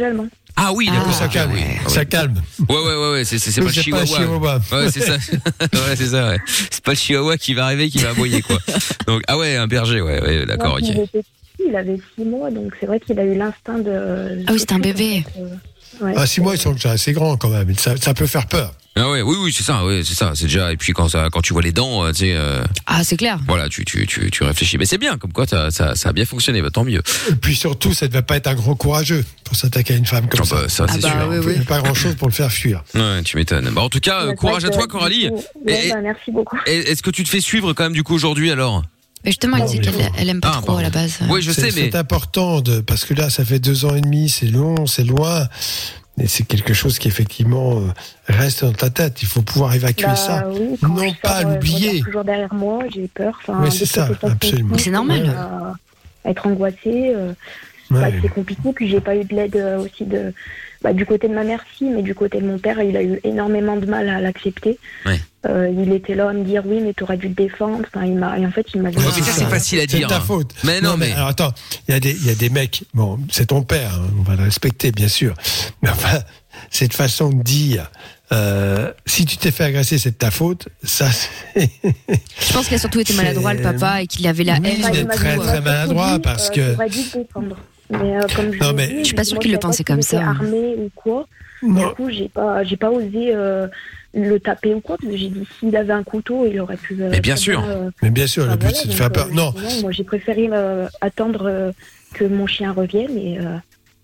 Ah oui, d'accord. Ah, ça calme. Ouais, ça ouais. calme. Ouais, ouais, ouais, ouais. C'est, c'est, c'est Oui, pas le chihuahua. chihuahua. Ouais, c'est ça. ouais, c'est ça, ouais. C'est pas le chihuahua qui va arriver, qui va aboyer, quoi. Donc, ah ouais, un berger, ouais, ouais, d'accord, Quand ok. il était petit, il avait six mois, donc c'est vrai qu'il a eu l'instinct de. Ah oui, c'est un bébé. En fait, euh, ouais. Ah, six mois, ils sont déjà assez grands quand même. Ça, ça peut faire peur. Ah ouais, oui, oui, c'est ça, ouais, c'est ça, c'est déjà. Et puis quand ça, quand tu vois les dents, tu sais. Euh, ah, c'est clair. Voilà, tu, tu, tu, tu réfléchis. Mais c'est bien, comme quoi, ça, ça, ça a bien fonctionné, bah, tant mieux. Et puis surtout, ça ne devait pas être un gros courageux pour s'attaquer à une femme comme oh, ça. Bah, ça, c'est ah bah, sûr. oui, Il oui. n'y a pas grand chose pour le faire fuir. Ouais, tu m'étonnes. Bah, en tout cas, Ouais, courage à que, toi, Coralie. coup, ouais, Et- bah, merci beaucoup. Et est-ce que tu te fais suivre quand même du coup aujourd'hui alors? Mais justement, elle Non, dit mais qu'elle bon. elle aime pas Ah, trop pardon. à la base. Oui, je C'est- sais, mais C'est important de, parce que là, ça fait deux ans et demi, c'est long, c'est loin. Et c'est quelque chose qui effectivement euh, reste dans ta tête. Il faut pouvoir évacuer Bah, ça. oui, quand Non je pas sors, euh, l'oublier. je regarde toujours derrière moi, j'ai peur. Enfin, Oui, dès c'est que ça, passe absolument. ici, C'est normal. À, à être angoissée, euh, bah, Ouais. c'est compliqué. Puis j'ai pas eu de l'aide euh, aussi de, bah, du côté de ma mère, si, mais du côté de mon père, il a eu énormément de mal à l'accepter. Ouais. Euh, il était là à me dire oui, mais tu aurais dû te défendre. Enfin, il m'a, et en fait, il m'a dit. Ouais, mais ça, c'est facile à C'est dire. de ta hein. faute. Mais non, mais. alors attends, il y a des, il y a des mecs. Bon, c'est ton père, hein, on va le respecter, bien sûr. Mais enfin, cette façon de dire, euh, si tu t'es fait agresser, c'est de ta faute. Ça, c'est. Je pense qu'il a surtout été maladroit, le papa, et qu'il avait la Oui, haine. il est très, très maladroit parce que. J'aurais dû te défendre. Mais euh, comme je Non, l'ai mais- dit, Je suis pas sûre moi, qu'il le je savais pensait pas comme s'il était ça. armé ou quoi. Non. Du coup, j'ai pas, j'ai pas osé euh, le taper ou quoi, parce que j'ai dit s'il avait un couteau, il aurait pu. euh, Mais bien très sûr. euh, Mais bien sûr, enfin, le but voilà, c'est de donc, faire peur. euh, Non, moi j'ai préféré euh, attendre euh, que mon chien revienne et. euh,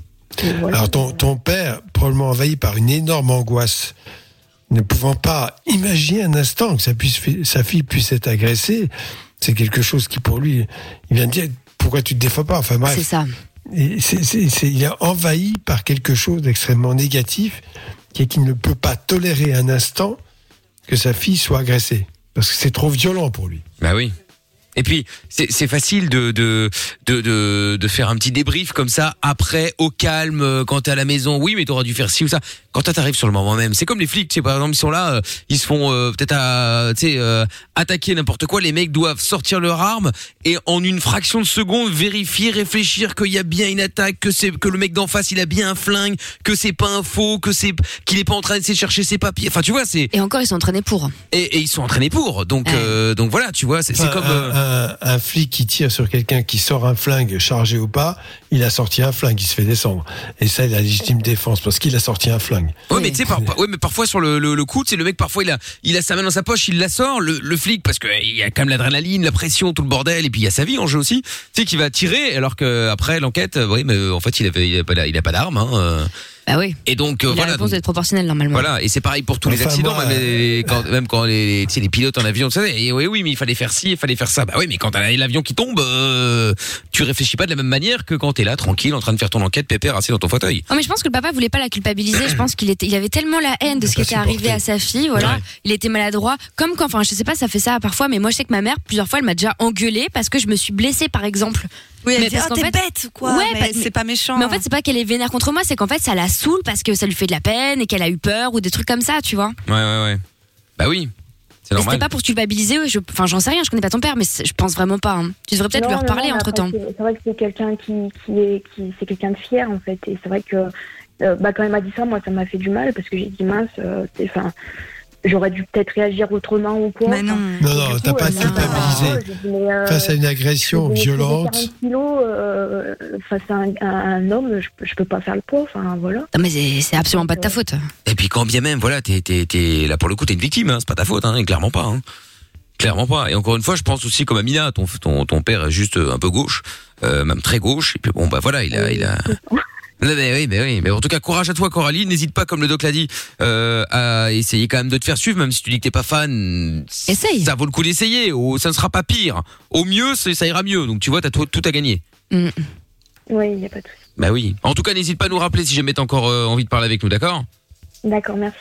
et voilà. alors ton, ton père, probablement envahi par une énorme angoisse, ne pouvant pas imaginer un instant que sa, puisse, sa fille puisse être agressée, c'est quelque chose qui pour lui, il vient de dire pourquoi tu te défends pas. Enfin bref. C'est ça. Et c'est, c'est, c'est, il est envahi par quelque chose d'extrêmement négatif, qui est qu'il ne peut pas tolérer un instant que sa fille soit agressée. Parce que c'est trop violent pour lui. Bah oui. Et puis c'est c'est facile de de de de de faire un petit débrief comme ça après au calme euh, quand t'es à la maison. Oui, mais t'aurais dû faire ci ou ça. Quand toi t'arrives sur le moment même, c'est comme les flics. Tu sais, par exemple, ils sont là, euh, ils se font euh, peut-être à tu sais euh, attaquer n'importe quoi. Les mecs doivent sortir leur arme et en une fraction de seconde vérifier, réfléchir qu'il y a bien une attaque, que c'est que le mec d'en face il a bien un flingue, que c'est pas un faux, que c'est qu'il est pas en train d'essayer de chercher ses papiers. Enfin, tu vois, c'est Et encore, ils sont entraînés pour. et, et ils sont entraînés pour. Donc euh, donc voilà, tu vois, c'est, c'est Un- comme euh, un, un, un flic qui tire sur quelqu'un qui sort un flingue, chargé ou pas, il a sorti un flingue, il se fait descendre. Et ça, il a légitime défense parce qu'il a sorti un flingue. Ouais, mais tu sais, par, par- ouais, mais parfois sur le, le, le coup, tu sais, le mec parfois il a, il a sa main dans sa poche, il la sort, le, le flic parce que il y a quand même l'adrénaline, la pression, tout le bordel, et puis il y a sa vie en jeu aussi. Tu sais, qui va tirer, alors que après l'enquête, euh, oui, mais euh, en fait il avait, il a pas, il a pas d'arme. Hein, euh. Bah oui. Et donc euh, La voilà. réponse donc- doit être proportionnelle normalement. Voilà, et c'est pareil pour tous les Enfin, accidents, moi, même, les, quand, même quand les, tu sais, les pilotes en avion, tu sais, et oui, oui, mais il fallait faire ci, il fallait faire ça. Bah oui, mais quand t'as l'avion qui tombe, euh, tu réfléchis pas de la même manière que quand t'es là, tranquille, en train de faire ton enquête, pépère, assis dans ton fauteuil. Oh, mais je pense que le papa voulait pas la culpabiliser. Je pense qu'il était, il avait tellement la haine de ce qui pas était arrivé supporté. à sa fille. Voilà, Ouais. il était maladroit. Comme quand, enfin, je sais pas, ça fait ça parfois, mais moi, je sais que ma mère, plusieurs fois, elle m'a déjà engueulée parce que je me suis blessée, par exemple. Oui, elle Mais dit, parce ah, qu'en t'es fait- bête ou quoi Ouais, mais bah, c'est pas méchant. Mais en fait, c'est pas qu'elle est vénère contre moi, c'est qu'en fait, ça la saoule parce que ça lui fait de la peine et qu'elle a eu peur ou des trucs comme ça, tu vois. Ouais, ouais, ouais. Bah oui, c'est Mais normal. c'était pas pour te culpabiliser. ouais, je- Enfin, j'en sais rien, je connais pas ton père, mais c'est- je pense vraiment pas. hein. Tu devrais peut-être Non, lui non, reparler non, mais entre temps. après, C'est c'est vrai que c'est quelqu'un qui, qui est, qui, c'est quelqu'un de fier en fait. Et c'est vrai que, euh, bah, quand elle m'a dit ça, moi, ça m'a fait du mal parce que j'ai dit mince, euh, c'est- enfin, j'aurais dû peut-être réagir autrement ou quoi. Mais non. Non, non, t'as pas à à te culpabiliser. Face à une agression violente. quarante kilos euh, face à un, à un homme, je, je peux pas faire le poids. Enfin, voilà. Non, mais c'est c'est absolument pas de ta faute. Et puis quand bien même, voilà, t'es, t'es, t'es là pour le coup, t'es une victime, hein, c'est pas ta faute, hein, clairement pas. Hein. Clairement pas. Et encore une fois, je pense aussi comme Amina, ton, ton, ton père est juste un peu gauche, euh, même très gauche. Et puis bon, bah voilà, il a, il a. Non, mais oui, mais oui, mais en tout cas, courage à toi, Coralie. N'hésite pas, comme le doc l'a dit, euh, à essayer quand même de te faire suivre, même si tu dis que t'es pas fan. Essaye. Ça vaut le coup d'essayer. Au, ça ne sera pas pire. Au mieux, c'est- ça ira mieux. Donc tu vois, t'as tout, tout à gagner. Mm. Oui, il y a pas de souci. Bah oui. En tout cas, n'hésite pas à nous rappeler si jamais t'as encore euh, envie de parler avec nous, d'accord? D'accord, merci beaucoup.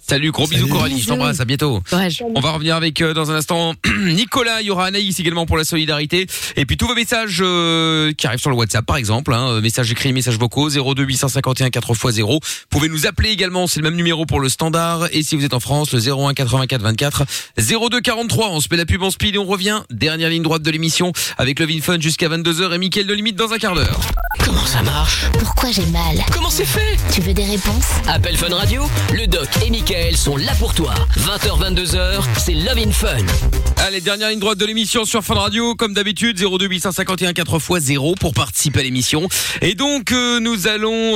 Salut, gros bisous Coralie, je t'embrasse, à bientôt. Courage. On va revenir avec euh, dans un instant Nicolas, il y aura Anaïs également pour la solidarité et puis tous vos messages euh, qui arrivent sur le WhatsApp par exemple, hein, messages écrits, messages vocaux zéro deux huit cent cinquante et un quatre fois zéro. Vous pouvez nous appeler également, c'est le même numéro pour le standard et si vous êtes en France, le zéro un quatre-vingt-quatre vingt-quatre zéro deux quarante-trois. On se met la pub en speed et on revient. Dernière ligne droite de l'émission avec Love in Fun jusqu'à vingt-deux heures et Mickaël de Limite dans un quart d'heure. Comment ça marche? Pourquoi j'ai mal? Comment c'est fait? Tu veux des réponses? Appel Fun Radio, le doc et Mickaël sont là pour toi. vingt heures vingt-deux heures, c'est Love in Fun. Allez, dernière ligne droite de l'émission sur Fun Radio, comme d'habitude, zéro deux huit cent cinquante et un quatre fois zéro pour participer à l'émission. Et donc, euh, nous allons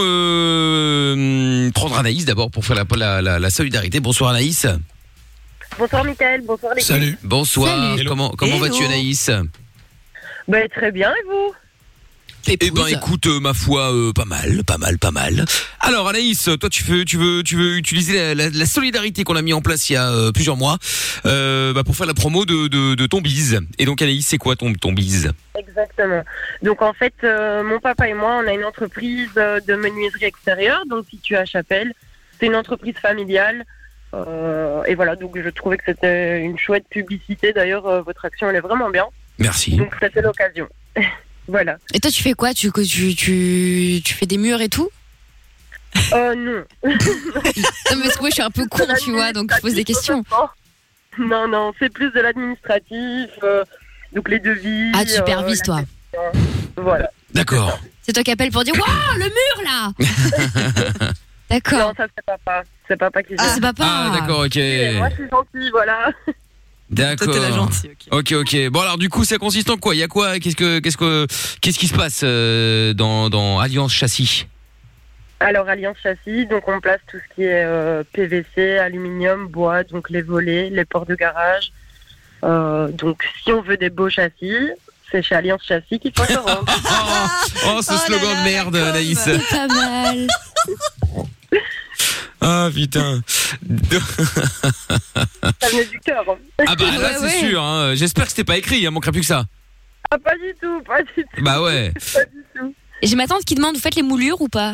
euh, prendre Anaïs d'abord pour faire la, la, la, la solidarité. Bonsoir Anaïs. Bonsoir Mickaël, bonsoir l'équipe. Salut. Bonsoir. Salut. Comment, comment Hello. vas-tu Anaïs? Ben, très bien, et vous? Eh ben écoute, euh, ma foi, euh, pas mal, pas mal, pas mal. Alors Anaïs, toi tu veux, tu veux, tu veux utiliser la, la, la solidarité qu'on a mis en place il y a euh, plusieurs mois euh, bah, pour faire la promo de, de, de ton bise. Et donc Anaïs, c'est quoi ton, ton bise? Exactement. Donc en fait, euh, mon papa et moi, on a une entreprise euh, de menuiserie extérieure, donc située à Chapelle. C'est une entreprise familiale. Euh, et voilà, donc je trouvais que c'était une chouette publicité. D'ailleurs, euh, votre action, elle est vraiment bien. Merci. Donc c'était l'occasion. Voilà. Et toi, tu fais quoi? Tu, tu, tu, tu fais des murs et tout? Euh, non. Non, mais parce que moi, je suis un peu con, tu vois, donc je pose des questions. Non, non, c'est plus de l'administratif, euh, donc les devis. Ah, tu supervises, euh, toi. Voilà. D'accord. C'est toi qui appelles pour dire waouh, le mur là. D'accord. Non, ça c'est papa. C'est papa qui. Ah, c'est papa. Ah d'accord, ok. Et moi, je suis gentille, voilà. D'accord. Toi, t'es la gentille, ok, ok. Bon alors du coup, ça consiste en quoi? Il y a quoi? Qu'est-ce que, qu'est-ce que, qu'est-ce qui se passe euh, dans, dans Alliance Châssis? Alors, Alliance Châssis, donc on place tout ce qui est euh, P V C, aluminium, bois, donc les volets, les portes de garage. Euh, donc, si on veut des beaux châssis, c'est chez Alliance Châssis qu'il faut se rendre. Oh, ce slogan de merde, Anaïs. C'est pas mal. Ah putain. Ça venait du cœur. Hein. Ah bah là, Ouais, c'est ouais. sûr. Hein. J'espère que c'était pas écrit. Il manquerait plus que ça. Ah, pas du tout, pas du tout. Bah ouais. Pas du tout. Et j'ai ma tante qui demande, vous faites les moulures ou pas?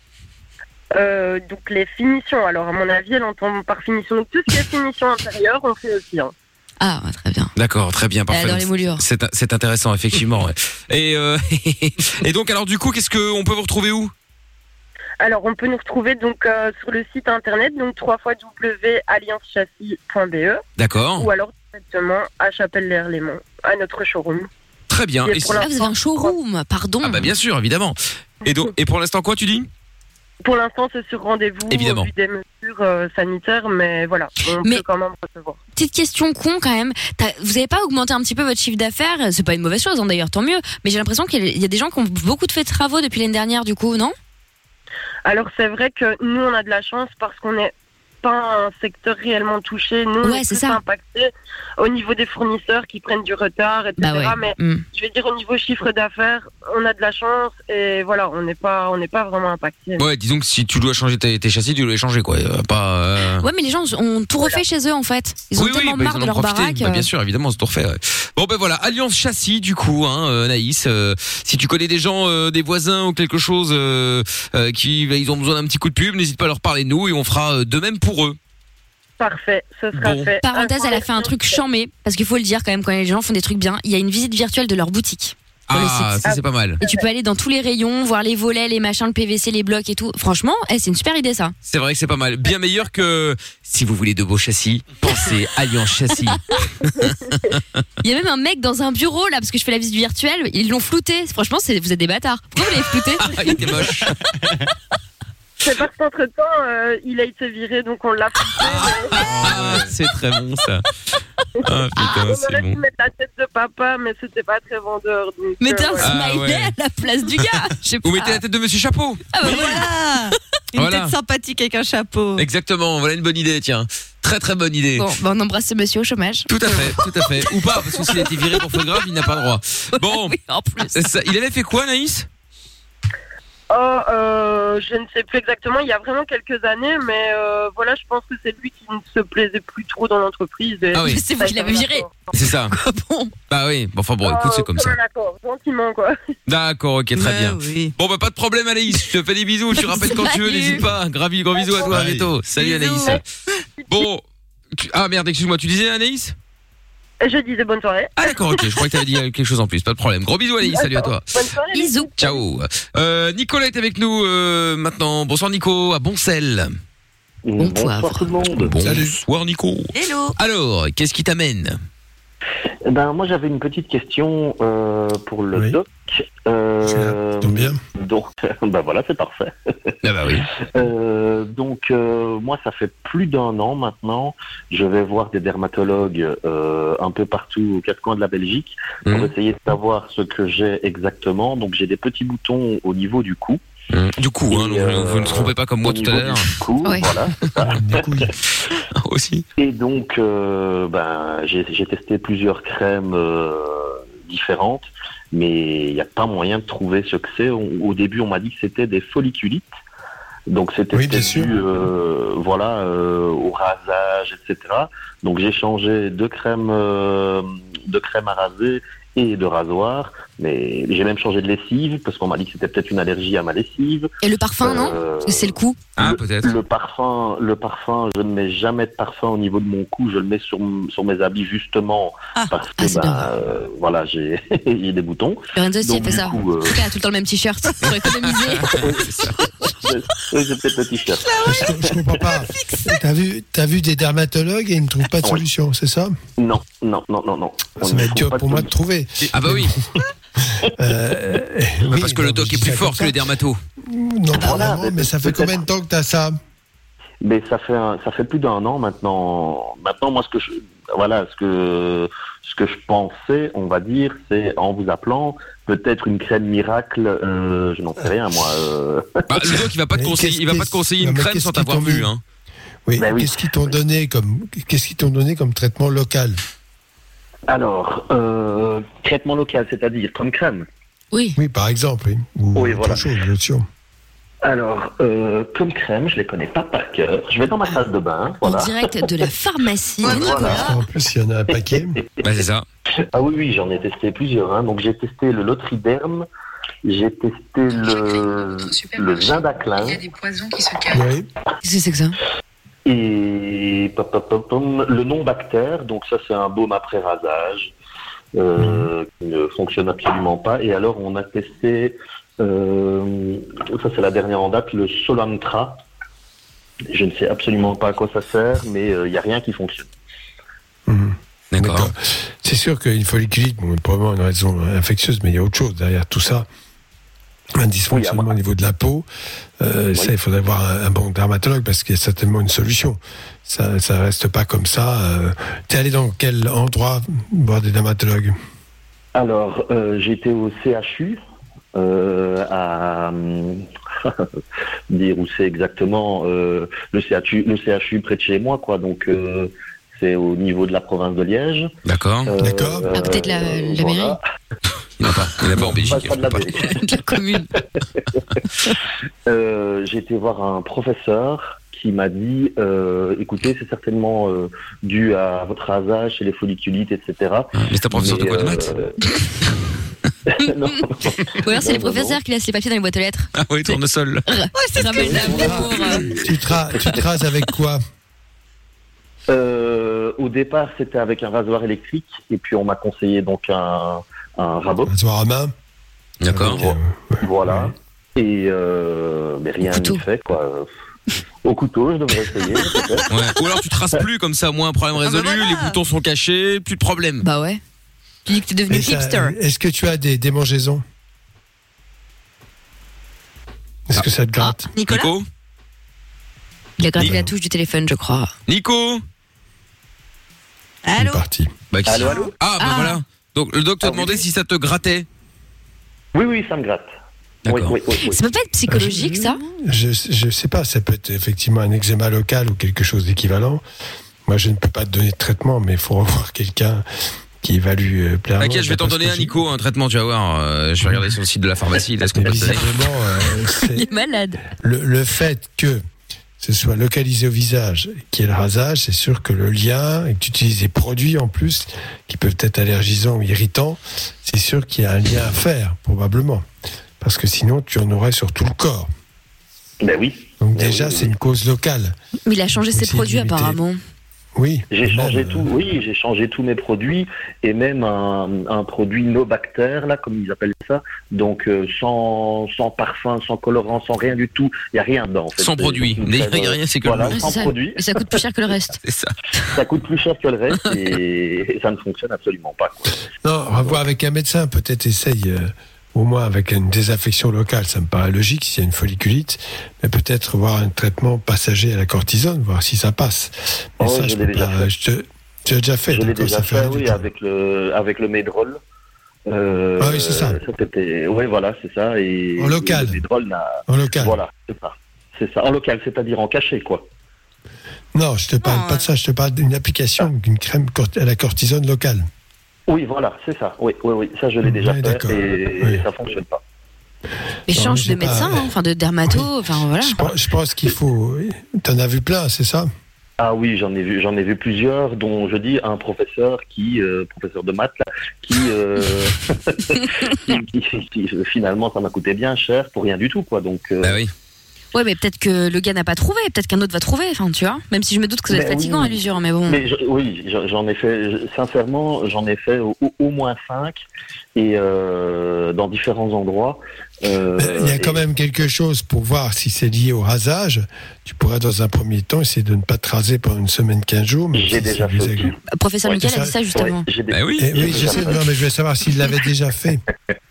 Euh, donc les finitions, alors à mon avis, elle entend par finition. Donc tout ce qui est finition intérieure, on fait aussi. Hein. Ah, très bien. D'accord, très bien, parfait. Elle adore les moulures. C'est, c'est intéressant, effectivement. Ouais. Et, euh, et donc, alors du coup, qu'est-ce que on peut vous retrouver où? Alors, on peut nous retrouver donc euh, sur le site internet, donc w w w point alliance châssis point b e. D'accord. Ou alors directement à Chapelle-les-Lémont, à notre showroom. Très bien. Et Et pour Ah, vous avez un showroom, pardon. Ah bah bien sûr, évidemment. Et donc, et pour l'instant, quoi tu dis? Pour l'instant, c'est sur rendez-vous Évidemment. au vu des mesures euh, sanitaires, mais voilà, on Mais- peut quand même recevoir. Petite question con quand même. T'as- vous avez pas augmenté un petit peu votre chiffre d'affaires? C'est pas une mauvaise chose, hein, d'ailleurs, tant mieux. Mais j'ai l'impression qu'il y a- il y a des gens qui ont beaucoup de fait de travaux depuis l'année dernière, du coup, non? Alors, c'est vrai que nous, on a de la chance parce qu'on n'est pas un secteur réellement touché. Nous, on Ouais, est c'est plus ça. impacté au niveau des fournisseurs qui prennent du retard, et cetera. Bah ouais. Mais Mm. je vais dire, au niveau chiffre d'affaires, on a de la chance et voilà, on n'est pas, on n'est pas vraiment impacté. Ouais, disons que si tu dois changer tes, tes châssis, tu dois les changer, quoi. Euh, Pas. euh, Ouais, mais les gens ont tout refait chez eux, en fait. Ils ont oui, tellement oui, bah, marre ils en de ont leur profité. baraque. Bah, bien euh. sûr, évidemment, c'est tout refait. Ouais. Bon, ben voilà, Alliance Châssis, du coup, hein, euh, Naïs. euh, si tu connais des gens, euh, des voisins ou quelque chose, euh, euh, qui, bah, ils ont besoin d'un petit coup de pub, n'hésite pas à leur parler de nous et on fera euh, de même pour eux. Parfait, ce sera Bon. fait. Parenthèse, elle a fait un truc chambé, parce qu'il faut le dire quand même, quand les gens font des trucs bien, il y a une visite virtuelle de leur boutique. sur le Ah, site. ça c'est pas mal. Et tu peux aller dans tous les rayons, voir les volets, les machins, le P V C, les blocs et tout. Franchement, eh, c'est une super idée ça. C'est vrai que c'est pas mal. Bien meilleur que si vous voulez de beaux châssis, pensez Alliance Châssis. Il y a même un mec dans un bureau là, parce que je fais la visite virtuelle, ils l'ont flouté. Franchement, c'est, vous êtes des bâtards. Pourquoi vous l'avez flouté? Ah, il était moche. C'est parce qu'entre-temps, euh, il a été viré, donc on l'a poussé. Ah, c'est très bon ça. Ah putain, on c'est aurait pu bon. mettre la tête de papa, mais c'était pas très vendeur. Donc, Mettez euh, un voilà. Ah, smiley ouais. à la place du gars. Je sais Vous pas. mettez la tête de Monsieur Chapeau. Ah bah voilà. Voilà. Une Voilà. tête sympathique avec un chapeau. Exactement, voilà une bonne idée, tiens. Très très bonne idée. Bon, bah on embrasse ce monsieur au chômage. Tout à fait, tout à fait. Ou pas, parce que s'il a été viré pour faute grave, il n'a pas le droit. Bon, Oui, en plus. ça- il avait fait quoi, Naïs? Oh, euh, je ne sais plus exactement, il y a vraiment quelques années, mais euh, voilà, je pense que c'est lui qui ne se plaisait plus trop dans l'entreprise. Et Ah oui. C'est vous qui l'avez viré. C'est ça. bon. Bah oui. Bon, enfin bon, écoute, c'est comme ça. Un accord, gentiment, quoi. D'accord, ok, très Mais bien. oui. Bon, bah pas de problème, Anaïs. Je te fais des bisous. Je te rappelle quand tu veux, Salut. n'hésite pas. Gravi, gros bisous à toi, à Bye. bientôt. Salut, Bisous. Anaïs. Bon. tu- Ah merde, excuse-moi, tu disais Anaïs? Et je disais bonne soirée. Ah d'accord, ok. Je crois que t'avais dit quelque chose en plus. Pas de problème. Gros bisous, Anaïs. Salut à toi. Bonne soirée. Bisous. Ciao. Euh, Nicolas est avec nous euh, maintenant. Bonsoir, Nico, à Boncel. Bon poivre. tout le monde. Bonsoir, Nico. Hello. Alors, qu'est-ce qui t'amène? Eh ben, moi, j'avais une petite question euh, pour le Oui. doc. Euh, Tombe bien. donc, ben voilà, c'est parfait. Ah bah oui. Euh, donc, euh, moi, ça fait plus d'un an maintenant. Je vais voir des dermatologues euh, un peu partout aux quatre coins de la Belgique pour Mmh. essayer de savoir ce que j'ai exactement. Donc, j'ai des petits boutons au niveau du cou. Mmh. Du coup, hein, Et, donc, euh, vous ne trompez pas comme moi au tout à niveau l'heure. du cou, Ouais. voilà, c'est ça. Des couilles. Aussi. Et donc, euh, ben, j'ai j'ai testé plusieurs crèmes euh, différentes, mais il n'y a pas moyen de trouver ce que c'est. Au, au début, on m'a dit que c'était des folliculites. Donc, c'était Oui, bien peut-être sûr. dû, euh, voilà, euh, au rasage, et cetera. Donc, j'ai changé de crème, euh, de crème à raser et de rasoir. Mais j'ai même changé de lessive parce qu'on m'a dit que c'était peut-être une allergie à ma lessive. Et le parfum, non Euh, Parce que c'est le coup. Ah, le- peut-être. Le parfum, le parfum, je ne mets jamais de parfum au niveau de mon cou. Je le mets sur, m- sur mes habits justement Ah. parce que Ah, c'est ben, bien. euh, voilà, j'ai j'ai des boutons. Lorenzo aussi a Donc, fait du ça. coup, euh, En tout cas, tout le temps le même t-shirt pour économiser. C'est ça. Oui, j'ai peut-être le t-shirt. Je, je comprends pas. T'as vu, t'as vu des dermatologues et ils ne trouvent pas de Oui. solution, c'est ça? Non, non, non, non, non. On Ça ne va être trouve dur pas pour moi de solution. trouver. Ah bah oui. Euh, Bah, oui, parce que le non, doc je est dis plus ça fort comme que les ça. dermatos. Non, pas Voilà, vraiment, mais mais ça fait peut-être- combien de temps que t'as ça? Mais ça fait un- ça fait plus d'un an maintenant. Maintenant, moi, ce que je, voilà, ce que ce que je pensais, on va dire, c'est en vous appelant peut-être une crème miracle. Euh, je n'en sais rien, moi. euh. Bah, le doc, il va pas te Mais conseiller, qu'est-ce- il va pas te qu'est-ce- conseiller non, une mais crème qu'est-ce sans qu'ils t'avoir t'ont vu, mis hein. Oui, Ben oui. qu'est-ce qu'ils t'ont donné comme, qu'est-ce qu'ils t'ont donné comme traitement local? Alors, euh, traitement local, c'est-à-dire comme crème. Oui. Oui, par exemple, oui. Ou Oui, autre voilà. chose, bien sûr. Alors, euh, comme crème, je les connais pas par cœur. Je vais dans ma salle de bain, En voilà. direct de la pharmacie. Ouais, Nicolas. voilà. En plus, il y en a un paquet. Bah, c'est ça. Ah oui, oui, j'en ai testé plusieurs. Hein. Donc j'ai testé le Lotriderm, j'ai testé le, le Vindaclin poisons qui se cachent. Oui. Qu'est-ce que c'est que ça? et pop, pop, pop, pom, le non-bactère. Donc ça, c'est un baume après rasage euh, qui ne fonctionne absolument pas. Et alors, on a testé, euh, ça c'est la dernière en date, le Solantra. Je ne sais absolument pas à quoi ça sert, mais il n'y a rien qui fonctionne. Mhm. D'accord. C'est sûr qu'une folliculite, bon, probablement une raison infectieuse, mais il y a autre chose derrière tout ça. Un dysfonctionnement Oui, au niveau de la peau, euh, ça, il faudrait voir un, un bon dermatologue parce qu'il y a certainement une solution. Ça, ça reste pas comme ça. Euh, T'es allé dans quel endroit voir des dermatologues? Alors, euh, j'étais au C H U, euh, à dire où c'est exactement euh, le C H U, le C H U près de chez moi, quoi. Donc, euh, c'est au niveau de la province de Liège. D'accord. Euh, D'accord. À côté de la, la voilà. mairie. Il n'y en a pas. Il n'y en a pas en Belgique. Pas de la Pas. Belgique. De la commune. Euh, j'ai été voir un professeur qui m'a dit euh, écoutez, c'est certainement euh, dû à votre rasage chez les folliculites, et cetera. Mais c'est un professeur de quoi, de Mais, maths euh, non. Ou alors c'est les Non, non, professeurs qui laissent les papiers dans les boîtes aux lettres. Ah oui, tournesol. Ramène l'amour. Tu te, ra- tu te rases avec quoi? Euh, au départ, c'était avec un rasoir électrique, et puis on m'a conseillé donc un, un rabot. Un rasoir à main? D'accord. Avec, euh, Voilà. Et euh, mais rien couteau. n'y fait, quoi. Au couteau, je devrais essayer, peut-être. Ouais. Ou alors tu te rases plus, comme ça, moins un problème résolu, bah voilà. les boutons sont cachés, plus de problème. Bah ouais. Tu dis que t'es devenu mais ça- hipster. Est-ce que tu as des démangeaisons? Est-ce que ça te gratte? Nicolas Nico Il a gratté la touche du téléphone, je crois. Nico Il est Allô parti. Bah, qui- Allô, allô Ah, bah Ah. voilà. Donc le doc te Ah, oui. demandait si ça te grattait. Oui, oui, ça me gratte. Oui, D'accord. oui, oui, oui. Ça peut pas être psychologique, ça? Je, je sais pas, ça peut être effectivement un eczéma local ou quelque chose d'équivalent. Moi, je ne peux pas te donner de traitement, mais il faut revoir quelqu'un qui évalue euh, clairement. T'inquiète, je vais t'en donner un, Nico, un traitement, tu vas voir. Euh, je vais regarder sur le site de la pharmacie, là, ce qu'on peut te donner. Il est malade. Le, le fait que ce soit localisé au visage, qu'il y ait le rasage, c'est sûr que le lien, et que tu utilises des produits en plus, qui peuvent être allergisants ou irritants, c'est sûr qu'il y a un lien à faire, probablement. Parce que sinon, tu en aurais sur tout le corps. Ben oui. Donc ben déjà, oui, c'est une cause locale. Mais il a changé ses produits, limité. apparemment. Oui. J'ai changé même, tout, oui, j'ai changé tous mes produits et même un, un produit no bactère, là, comme ils appellent ça. Donc, euh, sans, sans parfum, sans colorant, sans rien du tout. Il n'y a rien dedans, en fait. Sans produit. Il n'y a rien, c'est que voilà, le nom. sans ça. produit. Et ça coûte plus cher que le reste. C'est ça. Ça coûte plus cher que le reste et, et ça ne fonctionne absolument pas, quoi. Non, on va voir avec un médecin, peut-être essaye euh, au moins avec une désaffection locale, ça me paraît logique s'il y a une folliculite, mais peut-être voir un traitement passager à la cortisone, voir si ça passe. Mais Oh, ça, je je l'ai peux déjà pas. fait. Je te, tu l'as déjà fait, Je l'ai d'accord, déjà ça fait fait, rien du oui, tout. avec le, avec le Medrol. Euh, Ah oui, c'est ça. C'était, oui, voilà, c'est ça. Et, En local. et le Medrol n'a- En local. Voilà, c'est ça. C'est ça, en local, c'est-à-dire en cachet, quoi. Non, je te parle pas de ça, je te parle d'une application, d'une crème cort- à la cortisone locale. Oui, voilà, c'est ça. Oui, oui, oui, ça je l'ai déjà Oui, fait d'accord. et, Oui. et ça fonctionne pas. Mais Non, change j'ai de pas- médecin, hein, enfin de dermato, enfin voilà. Je pense, je pense qu'il faut. T'en as vu plein, c'est ça? Ah oui, j'en ai vu, j'en ai vu plusieurs, dont je dis un professeur qui, euh, professeur de maths, là, qui, euh, qui, qui- qui- finalement, ça m'a coûté bien cher pour rien du tout, quoi. Donc. euh, Bah oui. Ouais, mais peut-être que le gars n'a pas trouvé, peut-être qu'un autre va trouver, enfin tu vois. Même si je me doute que ça va être Mais fatigant oui. à l'usure, mais bon. Mais je- oui, je- j'en ai fait, je- sincèrement, j'en ai fait au, au moins cinq et euh, dans différents endroits. Euh, Il y a quand même quelque chose pour voir si c'est lié au rasage. Tu pourrais, dans un premier temps, essayer de ne pas te raser pendant une semaine, quinze jours. Mais J'ai si déjà c'est fait désagréable. Euh, Professeur Ouais, Mickaël c'est a dit ça juste avant. j'ai des- Bah oui. Eh oui, je déjà sais, fait. non, mais je voulais savoir s'il l'avait déjà fait.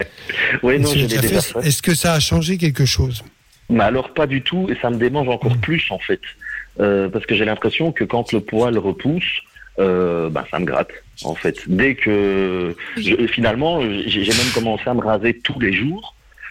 Oui, non, S'il je l'a l'ai déjà déjà fait, fait. est-ce que ça a changé quelque chose? Mais alors pas du tout, et ça me démange encore Mmh. plus en fait, Euh, parce que j'ai l'impression que quand le poil repousse, euh, bah, ça me gratte en fait. Dès que je- finalement, j'ai j'ai même commencé à me raser tous les jours.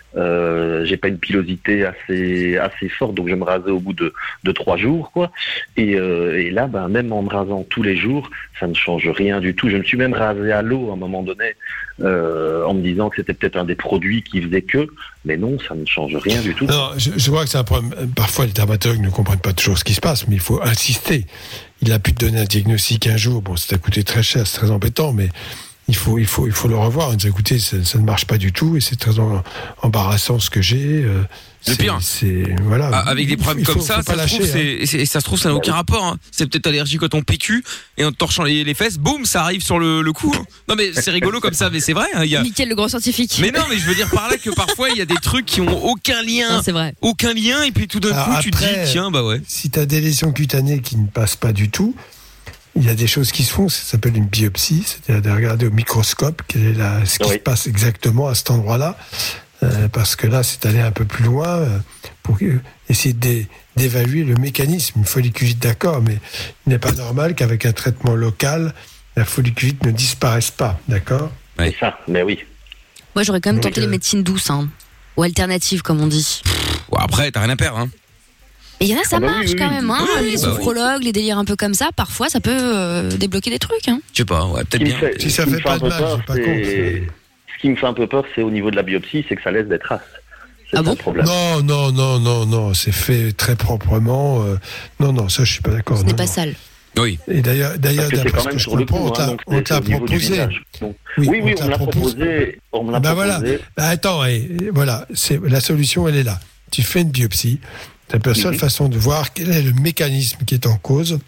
Euh, j'ai pas une pilosité assez assez forte, donc je me rasais au bout de, de trois jours, quoi. Et, euh, et là, ben, même en me rasant tous les jours, ça ne change rien du tout. Je me suis même rasé à l'eau à un moment donné, euh, en me disant que c'était peut-être un des produits qui faisait que, mais non, ça ne change rien du tout. Non, je, je vois que c'est un problème. Parfois, les dermatologues ne comprennent pas toujours ce qui se passe, mais il faut insister. Il a pu te donner un diagnostic un jour. Bon, ça t'a coûté très cher, c'est très embêtant, mais il faut, il faut, il faut le revoir. Il dit, écoutez, ça, ça ne marche pas du tout et c'est très en- embarrassant ce que j'ai. euh, Le c'est- pire. C'est, voilà. Ah, avec des problèmes Il faut- comme faut ça, pas ça se, lâcher, trouve, hein. c'est, c'est- ça se trouve, ça n'a aucun rapport. Hein. C'est peut-être allergique à ton P Q et en te torchant les, les fesses, boum, ça arrive sur le, le coup. hein. Non mais c'est rigolo comme ça, mais c'est vrai. Hein, il y a... Nickel, le grand scientifique. Mais non, mais je veux dire par là que parfois il y a des trucs qui ont aucun lien, Non, c'est vrai. aucun lien, et puis tout d'un Alors coup tu te après, dis tiens bah ouais. Si tu as des lésions cutanées qui ne passent pas du tout, il y a des choses qui se font, ça s'appelle une biopsie, c'est-à-dire de regarder au microscope quelle est la, ce qui se passe exactement à cet endroit-là, euh, parce que là, c'est aller un peu plus loin euh, pour euh, essayer d'é- d'évaluer le mécanisme. Une folliculite, d'accord, mais il n'est pas normal qu'avec un traitement local, la folliculite ne disparaisse pas, d'accord? C'est ça, mais oui. Moi, j'aurais quand même Donc, tenté les euh, médecines douces, hein. Ou alternatives, comme on dit. Bon, après t'as rien à perdre. Hein. Et il y en a, ça Ah bah oui, marche oui, quand oui. même, hein. Oui, les bah oui. sophrologues, les délires un peu comme ça, parfois, ça peut euh, débloquer des trucs, hein. Je sais pas, ouais, peut-être Ce qui bien. me fait- Si ça ce qui fait me pas un de peu mal, peur, j'ai pas c'est- contre. Ce qui me fait un peu peur, c'est au niveau de la biopsie, c'est que ça laisse des traces. C'est Ah ça bon le problème. Non, non, non, non, non, c'est fait très proprement. euh, non, non, ça, je suis pas d'accord. Ce n'est non, pas non. sale. Oui. Et d'ailleurs, d'ailleurs, Parce que c'est d'après quand ce même que je sur le comprends, coup, on te hein, l'a- donc on c'est te l'a au niveau du proposé. visage. Donc, Oui, oui, oui, on on me l'a t'a proposé. proposé. On me l'a Bah voilà. proposé. Bah attends, et, voilà, c'est la solution, elle est là. Tu fais une biopsie. C'est la seule Mhm. façon de voir quel est le mécanisme qui est en cause.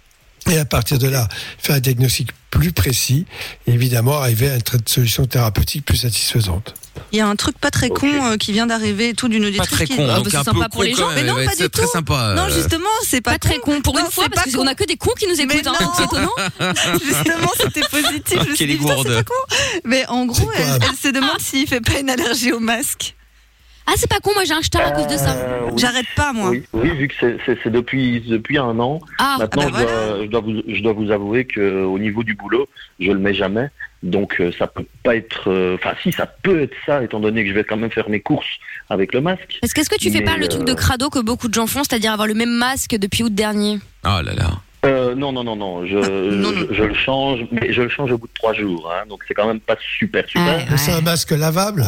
Et à partir de là, faire un diagnostic plus précis. Et évidemment, arriver à une tra- solution thérapeutique plus satisfaisante. Il y a un truc pas très con euh, qui vient d'arriver et tout d'une auditrice. Pas très qui- con, Ah, donc bah, c'est un sympa peu pour les con gens. quand Mais même, non, ouais, pas c'est du très tout. sympa, Non, euh. justement, c'est pas, Pas très con. Pour une Non, fois, c'est parce pas qu'on con. a que des cons qui nous écoutent, Mais hein, non. c'est étonnant. Justement, c'était positif. Je me suis Quelle dit, putain, c'est gourde. pas con. Mais en gros, C'est elle, quoi elle se demande s'il fait pas une allergie au masque. Ah, c'est pas con, moi j'ai un star à cause de ça. Euh, oui. J'arrête pas, moi. Oui, oui, vu que c'est- c'est c'est depuis, depuis un an. Ah, Maintenant, ah bah je, dois, je, dois vous, je dois vous avouer qu'au niveau du boulot, je le mets jamais. Donc, euh, ça peut pas être. euh, Enfin, si, ça peut être ça, étant donné que je vais quand même faire mes courses avec le masque. Est-ce qu'est-ce que tu fais Mais, pas le truc de euh, crado que beaucoup de gens font, c'est-à-dire avoir le même masque depuis août dernier? Oh là là. Euh, non, non, non, non. Je, non, je, non. je le change, mais je le change au bout de trois jours. Hein, donc c'est quand même pas super, super. Mais c'est un masque lavable?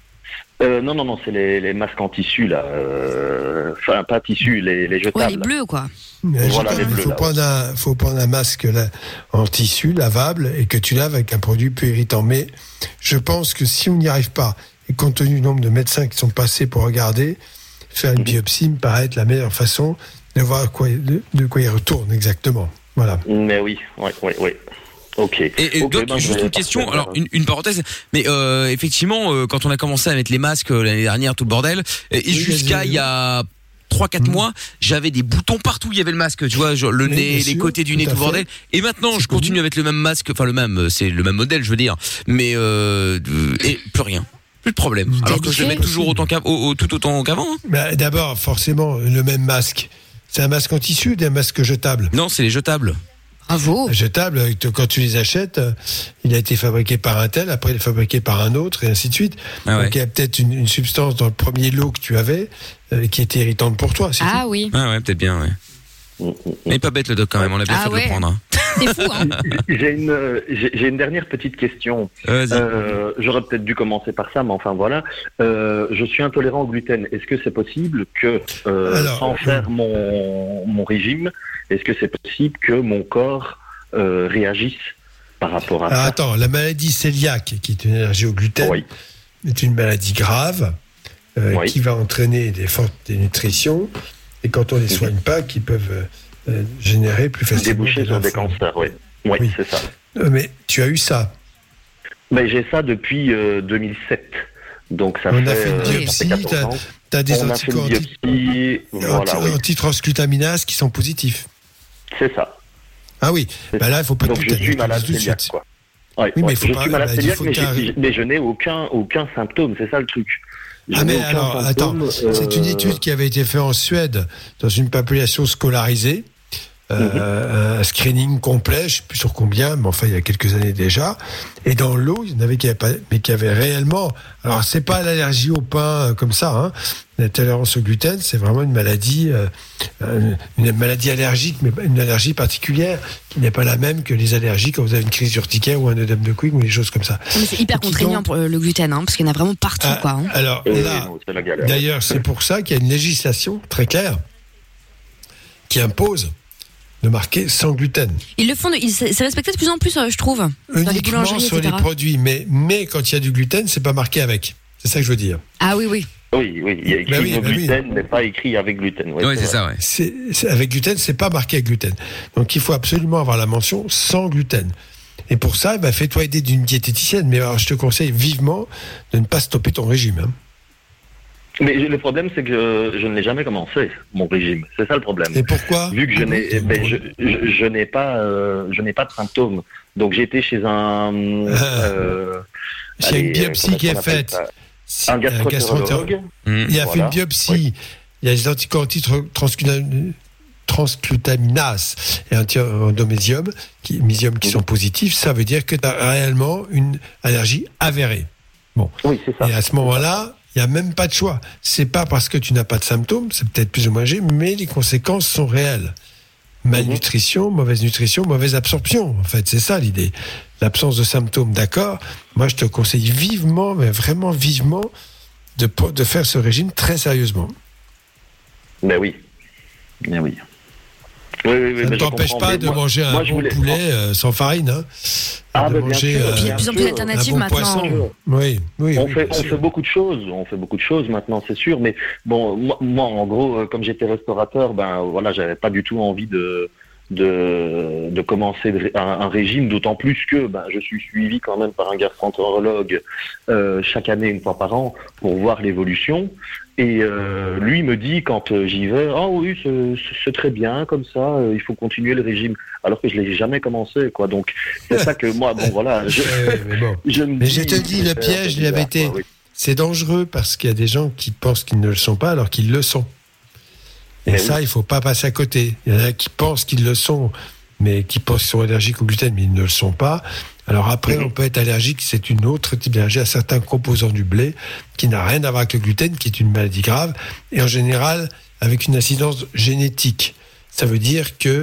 Euh, non, non, non, c'est les, les masques en tissu, là. euh, Enfin, pas tissu, les, les jetables. Ouais, les bleus, quoi. Mais Voilà, les il bleus, faut, là, prendre un, faut prendre un masque là, en tissu lavable et que tu laves avec un produit peu irritant. Mais je pense que si on n'y arrive pas, et compte tenu du nombre de médecins qui sont passés pour regarder, faire une biopsie me paraît être la meilleure façon de voir quoi, de, de quoi il retourne exactement. Voilà. Mais oui, oui, oui, oui. Ok. Et, et Ok, donc, ben, je juste vais une question, partir, alors euh, une, une parenthèse, mais euh, effectivement, euh, quand on a commencé à mettre les masques euh, l'année dernière, tout le bordel, et, et jusqu'à il y a trois quatre mois, j'avais des boutons partout, il y avait le masque, tu vois, genre le Oui, nez, bien les sûr, côtés du tout nez, à tout le fait. bordel. Et maintenant, je continue à mettre le même masque, enfin le même, c'est le même modèle, je veux dire, mais euh, et plus rien. Plus de problème. Alors que je le mets toujours autant qu'avant, au- au- tout autant qu'avant. hein. Bah, d'abord, forcément, le même masque. C'est un masque en tissu ou des masques jetables? Non, c'est les jetables. Bravo. Jetable, quand tu les achètes, euh, il a été fabriqué par un tel, après il est fabriqué par un autre, et ainsi de suite. Ah ouais. Donc il y a peut-être une, une substance dans le premier lot que tu avais euh, qui était irritante pour toi. c'est Ah tout. oui. Ah ouais, peut-être bien, ouais. Mais pas bête le doc quand même, on a bien Ah fait de ouais. le prendre. hein. C'est fou, hein. J'ai une, euh, j'ai j'ai une dernière petite question. Vas-y. Euh, J'aurais peut-être dû commencer par ça, mais enfin voilà. Euh, je suis intolérant au gluten. Est-ce que c'est possible que, euh, Alors, sans faire mon, mon régime, est-ce que c'est possible que mon corps euh, réagisse par rapport à Alors, ça? attends, la maladie cœliaque, qui est une allergie au gluten, Oui. est une maladie grave euh, Oui. qui va entraîner des fortes dénutritions et quand on ne les soigne pas, qui peuvent euh, euh, générer plus facilement Déboucher des sur des lymphomes. cancers, oui. Oui, Oui. c'est ça. Euh, mais tu as eu ça. Mais j'ai ça depuis euh, deux mille sept. Donc ça On fait, a fait une euh, ça fait biopsie, quatorze t'as- ans. t'as des On a fait une anticorps anti- biopsie, voilà, anti- oui. antitransglutaminases qui sont positifs. C'est ça. Ah oui, bah là, il ne faut pas Donc tout je suis malade tout de cœliaque, suite. quoi. Ouais, Oui, mais ouais. il faut je pas- suis malade bah, il cœliaque, faut mais, que j'ai- mais je n'ai aucun, aucun symptôme, c'est ça le truc. Je Ah n'ai mais aucun alors, attends, symptôme, c'est une euh, étude qui avait été faite en Suède dans une population scolarisée, euh, un screening complet, je ne sais plus sur combien, mais enfin il y a quelques années déjà. Et dans l'eau, il y en avait qui avaient pas, mais qui avaient réellement. Alors c'est pas l'allergie au pain euh, comme ça, hein. La tolérance au gluten, c'est vraiment une maladie, euh, euh, une maladie allergique, mais une allergie particulière qui n'est pas la même que les allergies quand vous avez une crise urticaire ou un œdème de Quigg ou des choses comme ça. Mais c'est hyper Qui contraignant donc- pour euh, le gluten, hein, parce qu'il y en a vraiment partout, Ah, quoi. hein. Alors euh, là, non, c'est la galère. d'ailleurs, c'est pour ça qu'il y a une législation très claire qui impose de marquer sans gluten. Ils le font, de- ils- c'est c'est respecté de plus en plus, euh, je trouve. Dans les Uniquement boulangeries, sur et les cetera. produits, mais, mais quand il y a du gluten, c'est pas marqué avec. C'est ça que je veux dire. Ah oui, oui. Oui, oui, il y a écrit Bah oui, no bah oui. gluten, mais pas écrit avec gluten. Ouais, c'est vrai. ça, ouais. C'est, c'est- avec gluten, c'est pas marqué avec gluten. Donc il faut absolument avoir la mention sans gluten. Et pour ça, bah, fais-toi aider d'une diététicienne. Mais alors, je te conseille vivement de ne pas stopper ton régime. hein. Mais le problème, c'est que je, je ne l'ai jamais commencé, mon régime. C'est ça le problème. Et pourquoi Vu que je Ah n'ai, bon ben, je, je, je n'ai pas, euh, je n'ai pas de symptômes. Donc j'ai été chez un. Euh, S'il y a une allez, biopsie comment qui est on appelle faite, ça si- un gastroentérologue. Mmh. il a fait Voilà. une biopsie, il y a des anticorps antitransglutaminase transglutaminase et anti-endomésium qui, mésium qui sont positifs, ça veut dire que tu as réellement une allergie avérée. Bon. Oui, c'est ça. Et à ce moment-là, il n'y a même pas de choix. C'est pas parce que tu n'as pas de symptômes, c'est peut-être plus ou moins léger, mais les conséquences sont réelles. Malnutrition, mauvaise nutrition, mauvaise absorption. En fait, c'est ça l'idée. L'absence de symptômes, d'accord. Moi, je te conseille vivement, mais vraiment vivement, de, de faire ce régime très sérieusement. Mais oui. Mais oui. Oui, oui, oui, Ça mais ne je t'empêche comprends, pas mais de moi- manger un moi, je bon voulais- poulet euh, sans farine. Hein. Ah, de bah, bien manger sûr, euh, Il y a de plus en plus sûr. d'alternatives un bon maintenant. poisson. Oui, oui, on oui, fait, bien on sûr. fait beaucoup de choses, on fait beaucoup de choses maintenant, c'est sûr. Mais bon, moi, moi, en gros, euh, comme j'étais restaurateur, ben voilà, j'avais pas du tout envie de de, de commencer de ré- un, un régime, d'autant plus que ben je suis suivi quand même par un gastroentérologue euh, chaque année une fois par an pour voir l'évolution. Et euh, lui me dit quand euh, j'y vais, ah oui, c'est, c'est très bien comme ça, euh, il faut continuer le régime, alors que je l'ai jamais commencé, quoi. Donc c'est ça que moi, bon voilà, je, Ouais, mais bon. je me Mais je dis, te dis, le c'est piège, un peu il avait bizarre, été. quoi, oui. C'est dangereux parce qu'il y a des gens qui pensent qu'ils ne le sont pas alors qu'ils le sont. Et Mais ça, oui. il faut pas passer à côté. Il y en a qui pensent qu'ils le sont, mais qui pensent qu'ils sont allergiques au gluten, mais ils ne le sont pas. Alors après, Mhm. on peut être allergique, c'est une autre type d'allergie à certains composants du blé qui n'a rien à voir avec le gluten, qui est une maladie grave, et en général avec une incidence génétique. Ça veut dire que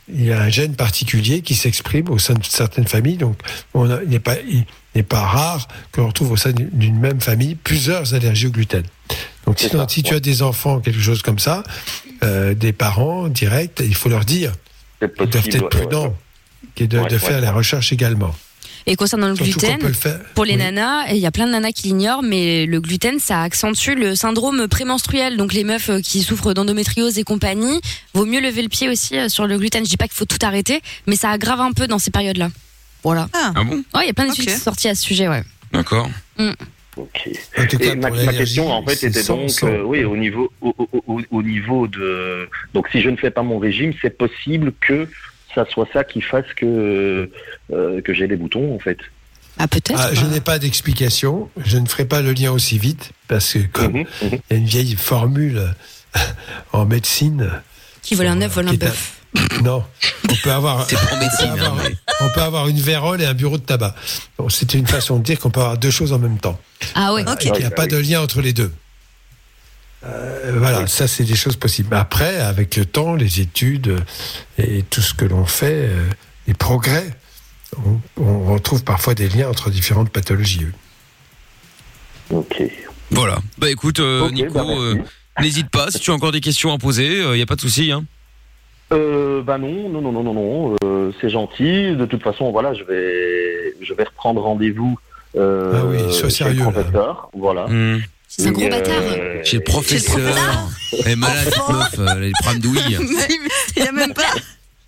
il y a un gène particulier qui s'exprime au sein de certaines familles. Donc, on a, il n'est pas, il n'est pas rare que l'on retrouve au sein d'une même famille plusieurs allergies au gluten. Donc, si, si tu as des enfants, quelque chose comme ça, euh, des parents directs, il faut leur dire. Ils doivent être prudents ouais, ouais. et de, ouais, de faire ouais, la recherche également. Et concernant le Surtout gluten, le faire. pour les oui. nanas, il y a plein de nanas qui l'ignorent, mais le gluten, ça accentue le syndrome prémenstruel. Donc les meufs qui souffrent d'endométriose et compagnie, vaut mieux lever le pied aussi sur le gluten. Je dis pas qu'il faut tout arrêter, mais ça aggrave un peu dans ces périodes-là. Voilà. Ah, ah bon ? Ouais, il y a plein d'études okay. qui sont sorties à ce sujet, ouais. D'accord. Mm. Ok. En tout cas, et ma, ma question en fait était donc euh, oui au niveau au, au, au, au niveau de donc si je ne fais pas mon régime, c'est possible que ça soit ça qui fasse que euh, que j'ai des boutons en fait. Ah peut-être. Ah, je n'ai pas d'explication. Je ne ferai pas le lien aussi vite parce que comme il mmh, mmh. y a une vieille formule en médecine. Qui vole un œuf, vole un bœuf. Non, on peut avoir. C'est pour médecine. On peut avoir, hein, mais... on peut avoir une vérole et un bureau de tabac. Bon, c'était une façon de dire qu'on peut avoir deux choses en même temps. Ah ouais. Okay. Il n'y a pas de lien entre les deux. Euh, voilà, oui. Ça c'est des choses possibles. Après, avec le temps, les études et tout ce que l'on fait, euh, les progrès, on, on retrouve parfois des liens entre différentes pathologies. Ok. Voilà. Bah écoute, euh, okay, Nico, bah, euh, n'hésite pas. Si tu as encore des questions à poser, il euh, n'y a pas de souci. Hein. Euh, bah non, non, non, non, non, non. Euh, c'est gentil. De toute façon, voilà, je vais, je vais reprendre rendez-vous. Euh, ah oui, sois sérieux. Chez le professeur, voilà. Mmh. C'est un gros euh, bâtard. Chez le professeur. Elle est malade, cette meuf. Elle a des problèmes d'ouïe. Il n'y a même pas.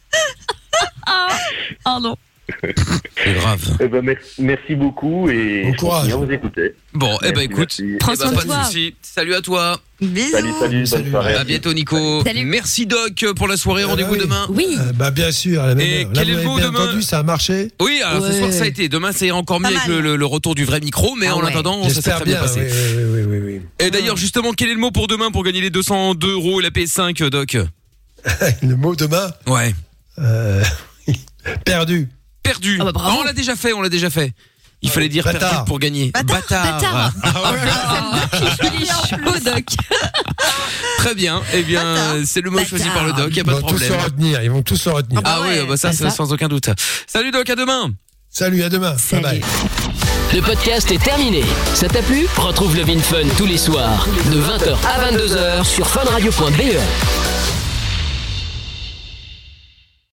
Oh non. C'est grave. Eh ben, merci, merci beaucoup et bon courage. Je vous écouter. Bon, merci, eh ben écoute, prends eh ben, pas de soucis. Salut à toi. Bisous. Salut, salut, salut. bonne soirée. À bientôt, Nico. Salut. Merci Doc pour la soirée. Rendez-vous ah, oui. demain. Oui. Euh, bah bien sûr. À la même Et heure. quel Là, est le mot bien demain entendu, ça a marché. Oui, alors ouais. ce soir ça a été. Demain ça ira encore mieux Pas avec le, le, le retour du vrai micro, mais ah en ouais. attendant, ça s'est très bien, bien passé. Oui, oui, oui, oui, oui. Et d'ailleurs, justement, quel est le mot pour demain pour gagner les deux cent deux euros et la P S cinq, Doc? Le mot demain. Ouais. Euh, perdu. Perdu. Ah bah bravo. Ah, on l'a déjà fait, on l'a déjà fait. Il fallait dire Bâtard. perdu pour gagner. Bâtard. Bâtard. Bâtard. Oh là là, il est chaud, Doc. Très bien. Eh bien, Bâtard. c'est le mot Bâtard. choisi par le Doc. Il y a pas Ils de vont tous problème. se retenir. Ils vont tous se retenir. Ah oui, ouais. bah ça, Ah, c'est ça. sans aucun doute. Salut Doc, à demain. Salut, à demain. Salut. Bye bye. Le podcast est terminé. Ça t'a plu ? Retrouve le Vin Fun tous les soirs de vingt heures à vingt-deux heures sur funradio point b e.